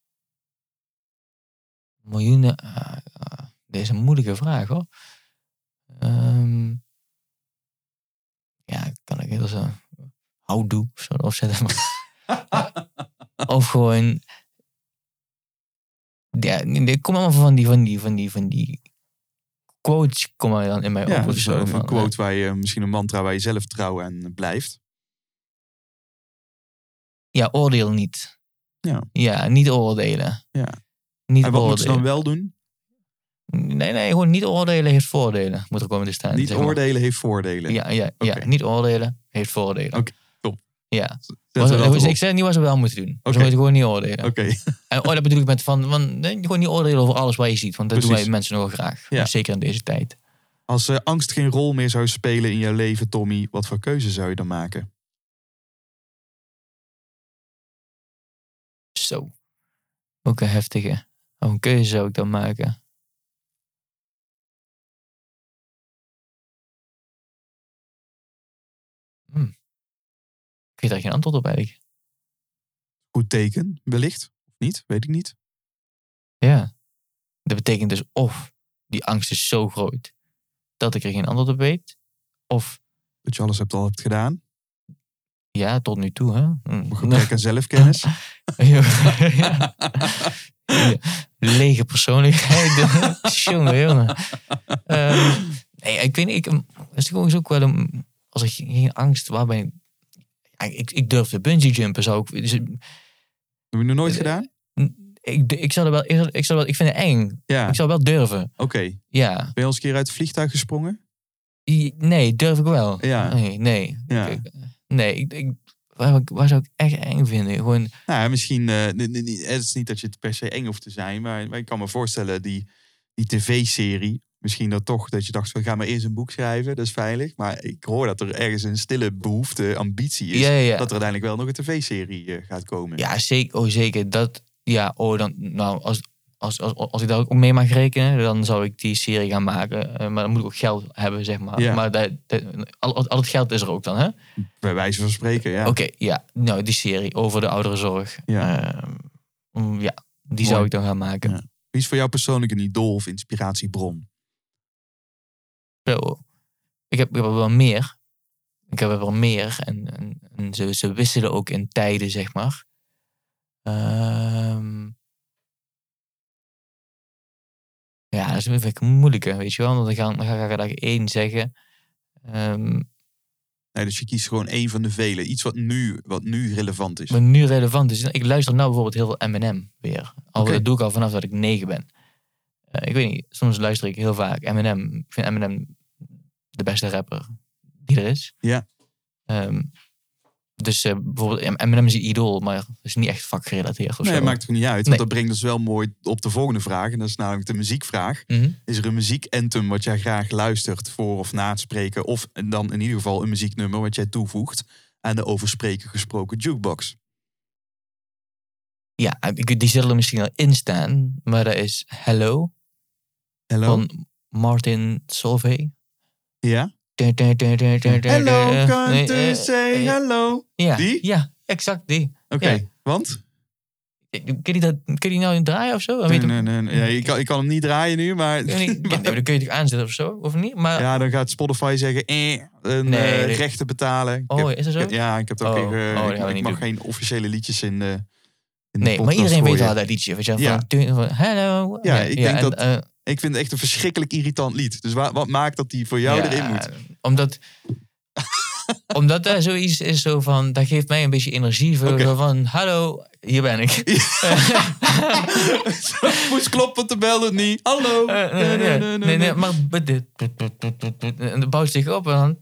miljoenen. Uh, uh, dit is een moeilijke vraag hoor. Um, ja, kan ik heel zo. Houdoe of zo opzetten. Of gewoon. Ja, ik kom allemaal van die, van die, van die, van die quotes komen dan in mij ja, op. Of zo, een van, quote waar je, misschien een mantra waar je zelf trouw aan blijft. Ja, oordeel niet. Ja, ja niet oordelen. Ja. Niet en wat oordelen. moet je dan wel doen? Nee, nee, gewoon niet oordelen heeft voordelen. Moet er komen te staan. Niet zeg maar. oordelen heeft voordelen? Ja, ja, okay. ja, niet oordelen heeft voordelen. Oké, okay, top. Ja. Was, was, ik zei niet wat ze wel moeten doen. Okay. Ze moeten gewoon niet oordelen. Oké. Okay. En oh, dat bedoel ik met van, van nee, gewoon niet oordelen over alles wat je ziet. Want dat Precies. doen wij mensen nogal graag. Ja. Zeker in deze tijd. Als uh, angst geen rol meer zou spelen in jouw leven, Tommy, wat voor keuze zou je dan maken? Zo. Ook een heftige. Wat een keuze zou ik dan maken? Hm. Ik weet daar geen antwoord op eigenlijk. Goed teken, wellicht. Of niet, weet ik niet. Ja. Dat betekent dus of die angst is zo groot dat ik er geen antwoord op weet. Of dat je alles hebt al hebt gedaan. Ja, tot nu toe. Hè? Hm. Gebrek aan zelfkennis. ja. Ja. Lege persoonlijkheid. Jongen, jongen. Um, nee, ik weet niet. Ik, is gewoon ook wel een, als ik geen angst, waar ben ik? Ik, ik durf de bungee jumpen. Zou ik, dus, heb je nog nooit uh, gedaan? Ik, ik, zou er wel, ik, ik, zou wel, ik vind het eng. Ja. Ik zou wel durven. Oké. Okay. Ja. Ben je al eens een keer uit het vliegtuig gesprongen? Nee, durf ik wel. Ja. Nee, nee. Ja. Ik, nee, ik, ik, waar, waar zou ik echt eng vinden? Gewoon. Nou, misschien. Uh, het is niet dat je het per se eng hoeft te zijn, maar, maar ik kan me voorstellen die, die tv-serie. Misschien dat toch dat je dacht, we gaan maar eerst een boek schrijven, dat is veilig. Maar ik hoor dat er ergens een stille behoefte, ambitie is, ja, ja, ja. dat er uiteindelijk wel nog een tv-serie uh, gaat komen. Ja, zeker. Oh, zeker. Dat. Ja, oh, dan. Nou, als. Als, als, als ik daar ook mee mag rekenen, dan zou ik die serie gaan maken. Uh, maar dan moet ik ook geld hebben, zeg maar. Ja. Maar dat, dat, al, al het geld is er ook dan, hè? Bij wijze van spreken, ja. Oké, okay, ja. Nou, die serie over de ouderenzorg. Ja, uh, um, ja die Mooi. zou ik dan gaan maken. Ja. Wie is voor jou persoonlijk een idool of inspiratiebron? Zo. Ik heb, ik heb er wel meer. Ik heb er wel meer. En, en, en ze, ze wisselen ook in tijden, zeg maar. Ehm... Um, Ja, dat is een beetje moeilijker, weet je wel. Want dan ga, dan ga ik er één zeggen. Um, nee, dus je kiest gewoon één van de vele. Iets wat nu, wat nu relevant is. Wat nu relevant is. Ik luister nou bijvoorbeeld heel veel Eminem weer. Al, okay. Dat doe ik al vanaf dat ik negen ben. Uh, ik weet niet, soms luister ik heel vaak Eminem. Ik vind Eminem de beste rapper die er is. Ja. Um, Dus uh, bijvoorbeeld Eminem is een idool, maar dat is niet echt vakgerelateerd of nee, zo. Nee, maakt het niet uit. Want nee. dat brengt dus wel mooi op de volgende vraag. En dat is namelijk de muziekvraag. Mm-hmm. Is er een muziekanthem wat jij graag luistert voor of na het spreken? Of dan in ieder geval een muzieknummer wat jij toevoegt aan de over spreken gesproken jukebox? Ja, die zullen er misschien al in staan. Maar dat is Hello. Hello? Van Martin Solveig. Ja? Hello, come to say hello. Ja, die? Ja, exact die. Oké, okay, ja. Want? Kun je, dat, kun je die nou draaien of zo? Nee, nee, nee. nee. Ja, ik, kan, ik kan hem niet draaien nu, maar... Ja, niet, ja, dan kun je het aanzetten of zo, of niet? Maar... Ja, dan gaat Spotify zeggen, eh, een nee, uh, rechten betalen. Oh, heb, is dat zo? Ik, ja, ik heb het ook... Oh, uh, oh, ik, ik mag doen. geen officiële liedjes in de in Nee, de maar iedereen gooien. weet wel dat liedje. Weet je, ja. van, van hello. Ja, ik ja, denk en, dat... Uh, ik vind het echt een verschrikkelijk irritant lied. Dus wat, wat maakt dat die voor jou ja, erin moet? Omdat... Omdat daar zoiets is zo van, dat geeft mij een beetje energie. Voor, Oké. zo van, hallo, hier ben ik. Moest kloppen, de bel het niet. Hallo. Uh, nee, nee, nee, nee, nee, maar en dan bouwt zich op en dan...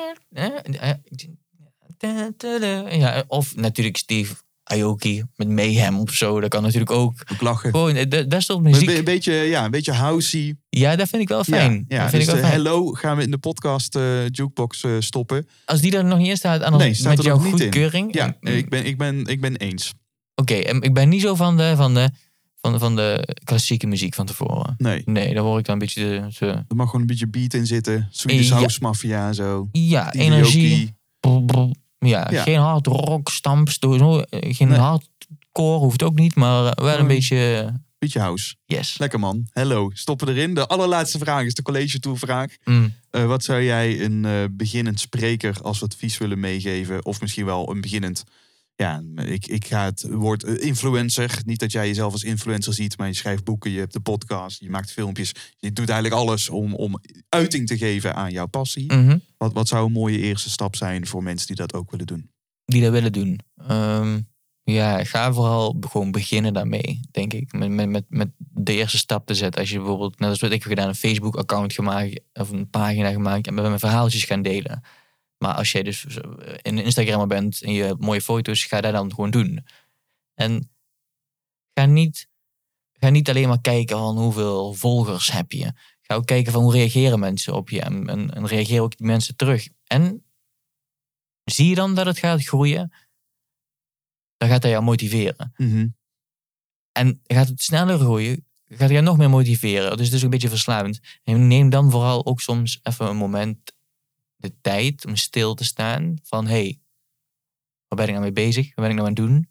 Ja, of natuurlijk Steve Aoki met Mayhem of zo. Dat kan natuurlijk ook. Ook lachen. Gewoon, dat, dat soort Een, muziek. be- een beetje, ja, een beetje housey. Ja, dat vind ik wel fijn. Ja, ja, dat vind dus ik wel de fijn. Hello gaan we in de podcast uh, jukebox uh, stoppen. Als die er nog niet in staat, en dan Nee, staat met er jouw nog niet in. goedkeuring. Ja, ik ben, ik ben, ik ben eens. Oké, en ik ben niet zo van de, van, de, van, de, van de klassieke muziek van tevoren. Nee, Nee, daar word ik dan een beetje... De, zo. er mag gewoon een beetje beat in zitten. Swedish Ja. House Mafia en zo. Ja, Stevie energie. Aoki. Brr, brr. Ja, Ja. geen hard rock, stamps, zo, geen Nee. hardcore, hoeft ook niet, maar wel een Hmm. beetje... Beetje house. Yes. Lekker man. Hello. Stoppen erin. De allerlaatste vraag is de college tourvraag. Mm. Uh, wat zou jij een uh, beginnend spreker als advies willen meegeven? Of misschien wel een beginnend... Ja, ik, ik ga het woord uh, influencer. Niet dat jij jezelf als influencer ziet, maar je schrijft boeken, je hebt de podcast, je maakt filmpjes. Je doet eigenlijk alles om, om uiting te geven aan jouw passie. Mhm. Wat, wat zou een mooie eerste stap zijn voor mensen die dat ook willen doen? Die dat willen doen. Um, ja, ga vooral gewoon beginnen daarmee, denk ik. Met, met, met, met de eerste stap te zetten. Als je bijvoorbeeld, net als wat ik heb gedaan, een Facebook-account gemaakt of een pagina gemaakt en met mijn verhaaltjes gaan delen. Maar als jij dus een Instagrammer bent en je hebt mooie foto's, ga dat dan gewoon doen. En ga niet, ga niet alleen maar kijken van hoeveel volgers heb je. Ga ook kijken van hoe reageren mensen op je. En, en, en reageer ook die mensen terug. En zie je dan dat het gaat groeien, dan gaat dat jou motiveren. Mm-hmm. En gaat het sneller groeien, gaat het jou nog meer motiveren. Dus het is ook een beetje verslavend. En neem dan vooral ook soms even een moment de tijd om stil te staan van, hé, hey, waar ben ik nou mee bezig? Wat ben ik nou aan het doen?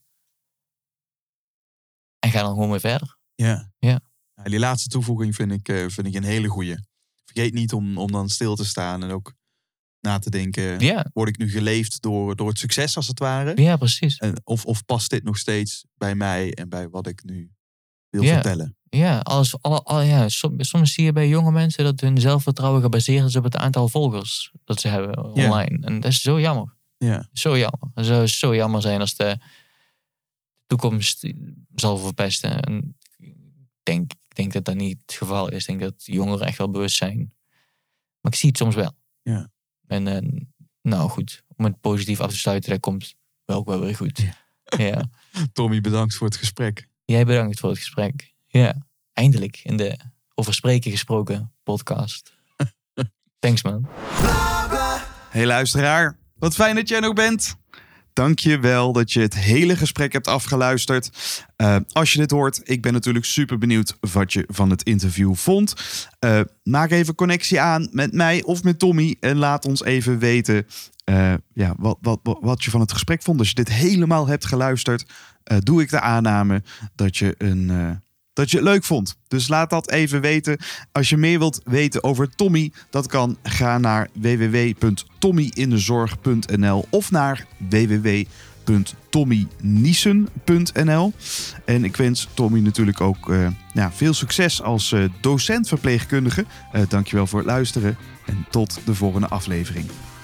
En ga dan gewoon weer verder. Ja. Ja. Ja, die laatste toevoeging vind ik, uh, vind ik een hele goeie. Vergeet niet om, om dan stil te staan en ook na te denken, Ja, word ik nu geleefd door, door het succes als het ware? ja precies. En of, of past dit nog steeds bij mij en bij wat ik nu wil Ja. vertellen? Ja, alles, alle, alle, ja soms, soms zie je bij jonge mensen dat hun zelfvertrouwen gebaseerd is op het aantal volgers dat ze hebben online. En dat is zo jammer. Ja. Zo jammer. Het zou zo jammer zijn als de toekomst zal verpesten. En ik denk, ik denk dat dat niet het geval is. Ik denk dat jongeren echt wel bewust zijn. Maar ik zie het soms wel. Ja. En uh, nou goed, om het positief af te sluiten, dat komt wel ook wel weer goed. Ja. Ja. Tommy, bedankt voor het gesprek. Jij bedankt voor het gesprek. Ja, eindelijk in de Over Spreken Gesproken podcast. Thanks man. Hey luisteraar, wat fijn dat jij nog bent. Dank je wel dat je het hele gesprek hebt afgeluisterd. Uh, als je dit hoort, ik ben natuurlijk super benieuwd wat je van het interview vond. Uh, maak even connectie aan met mij of met Tommy en laat ons even weten uh, ja, wat, wat, wat je van het gesprek vond. Als je dit helemaal hebt geluisterd, uh, doe ik de aanname dat je een... Uh, dat je het leuk vond. Dus laat dat even weten. Als je meer wilt weten over Tommy, dat kan. Ga naar w w w punt tommy in de zorg punt n l of naar w w w punt tommy niesen punt n l. En ik wens Tommy natuurlijk ook uh, ja, veel succes als uh, docent verpleegkundige. Uh, dankjewel voor het luisteren en tot de volgende aflevering.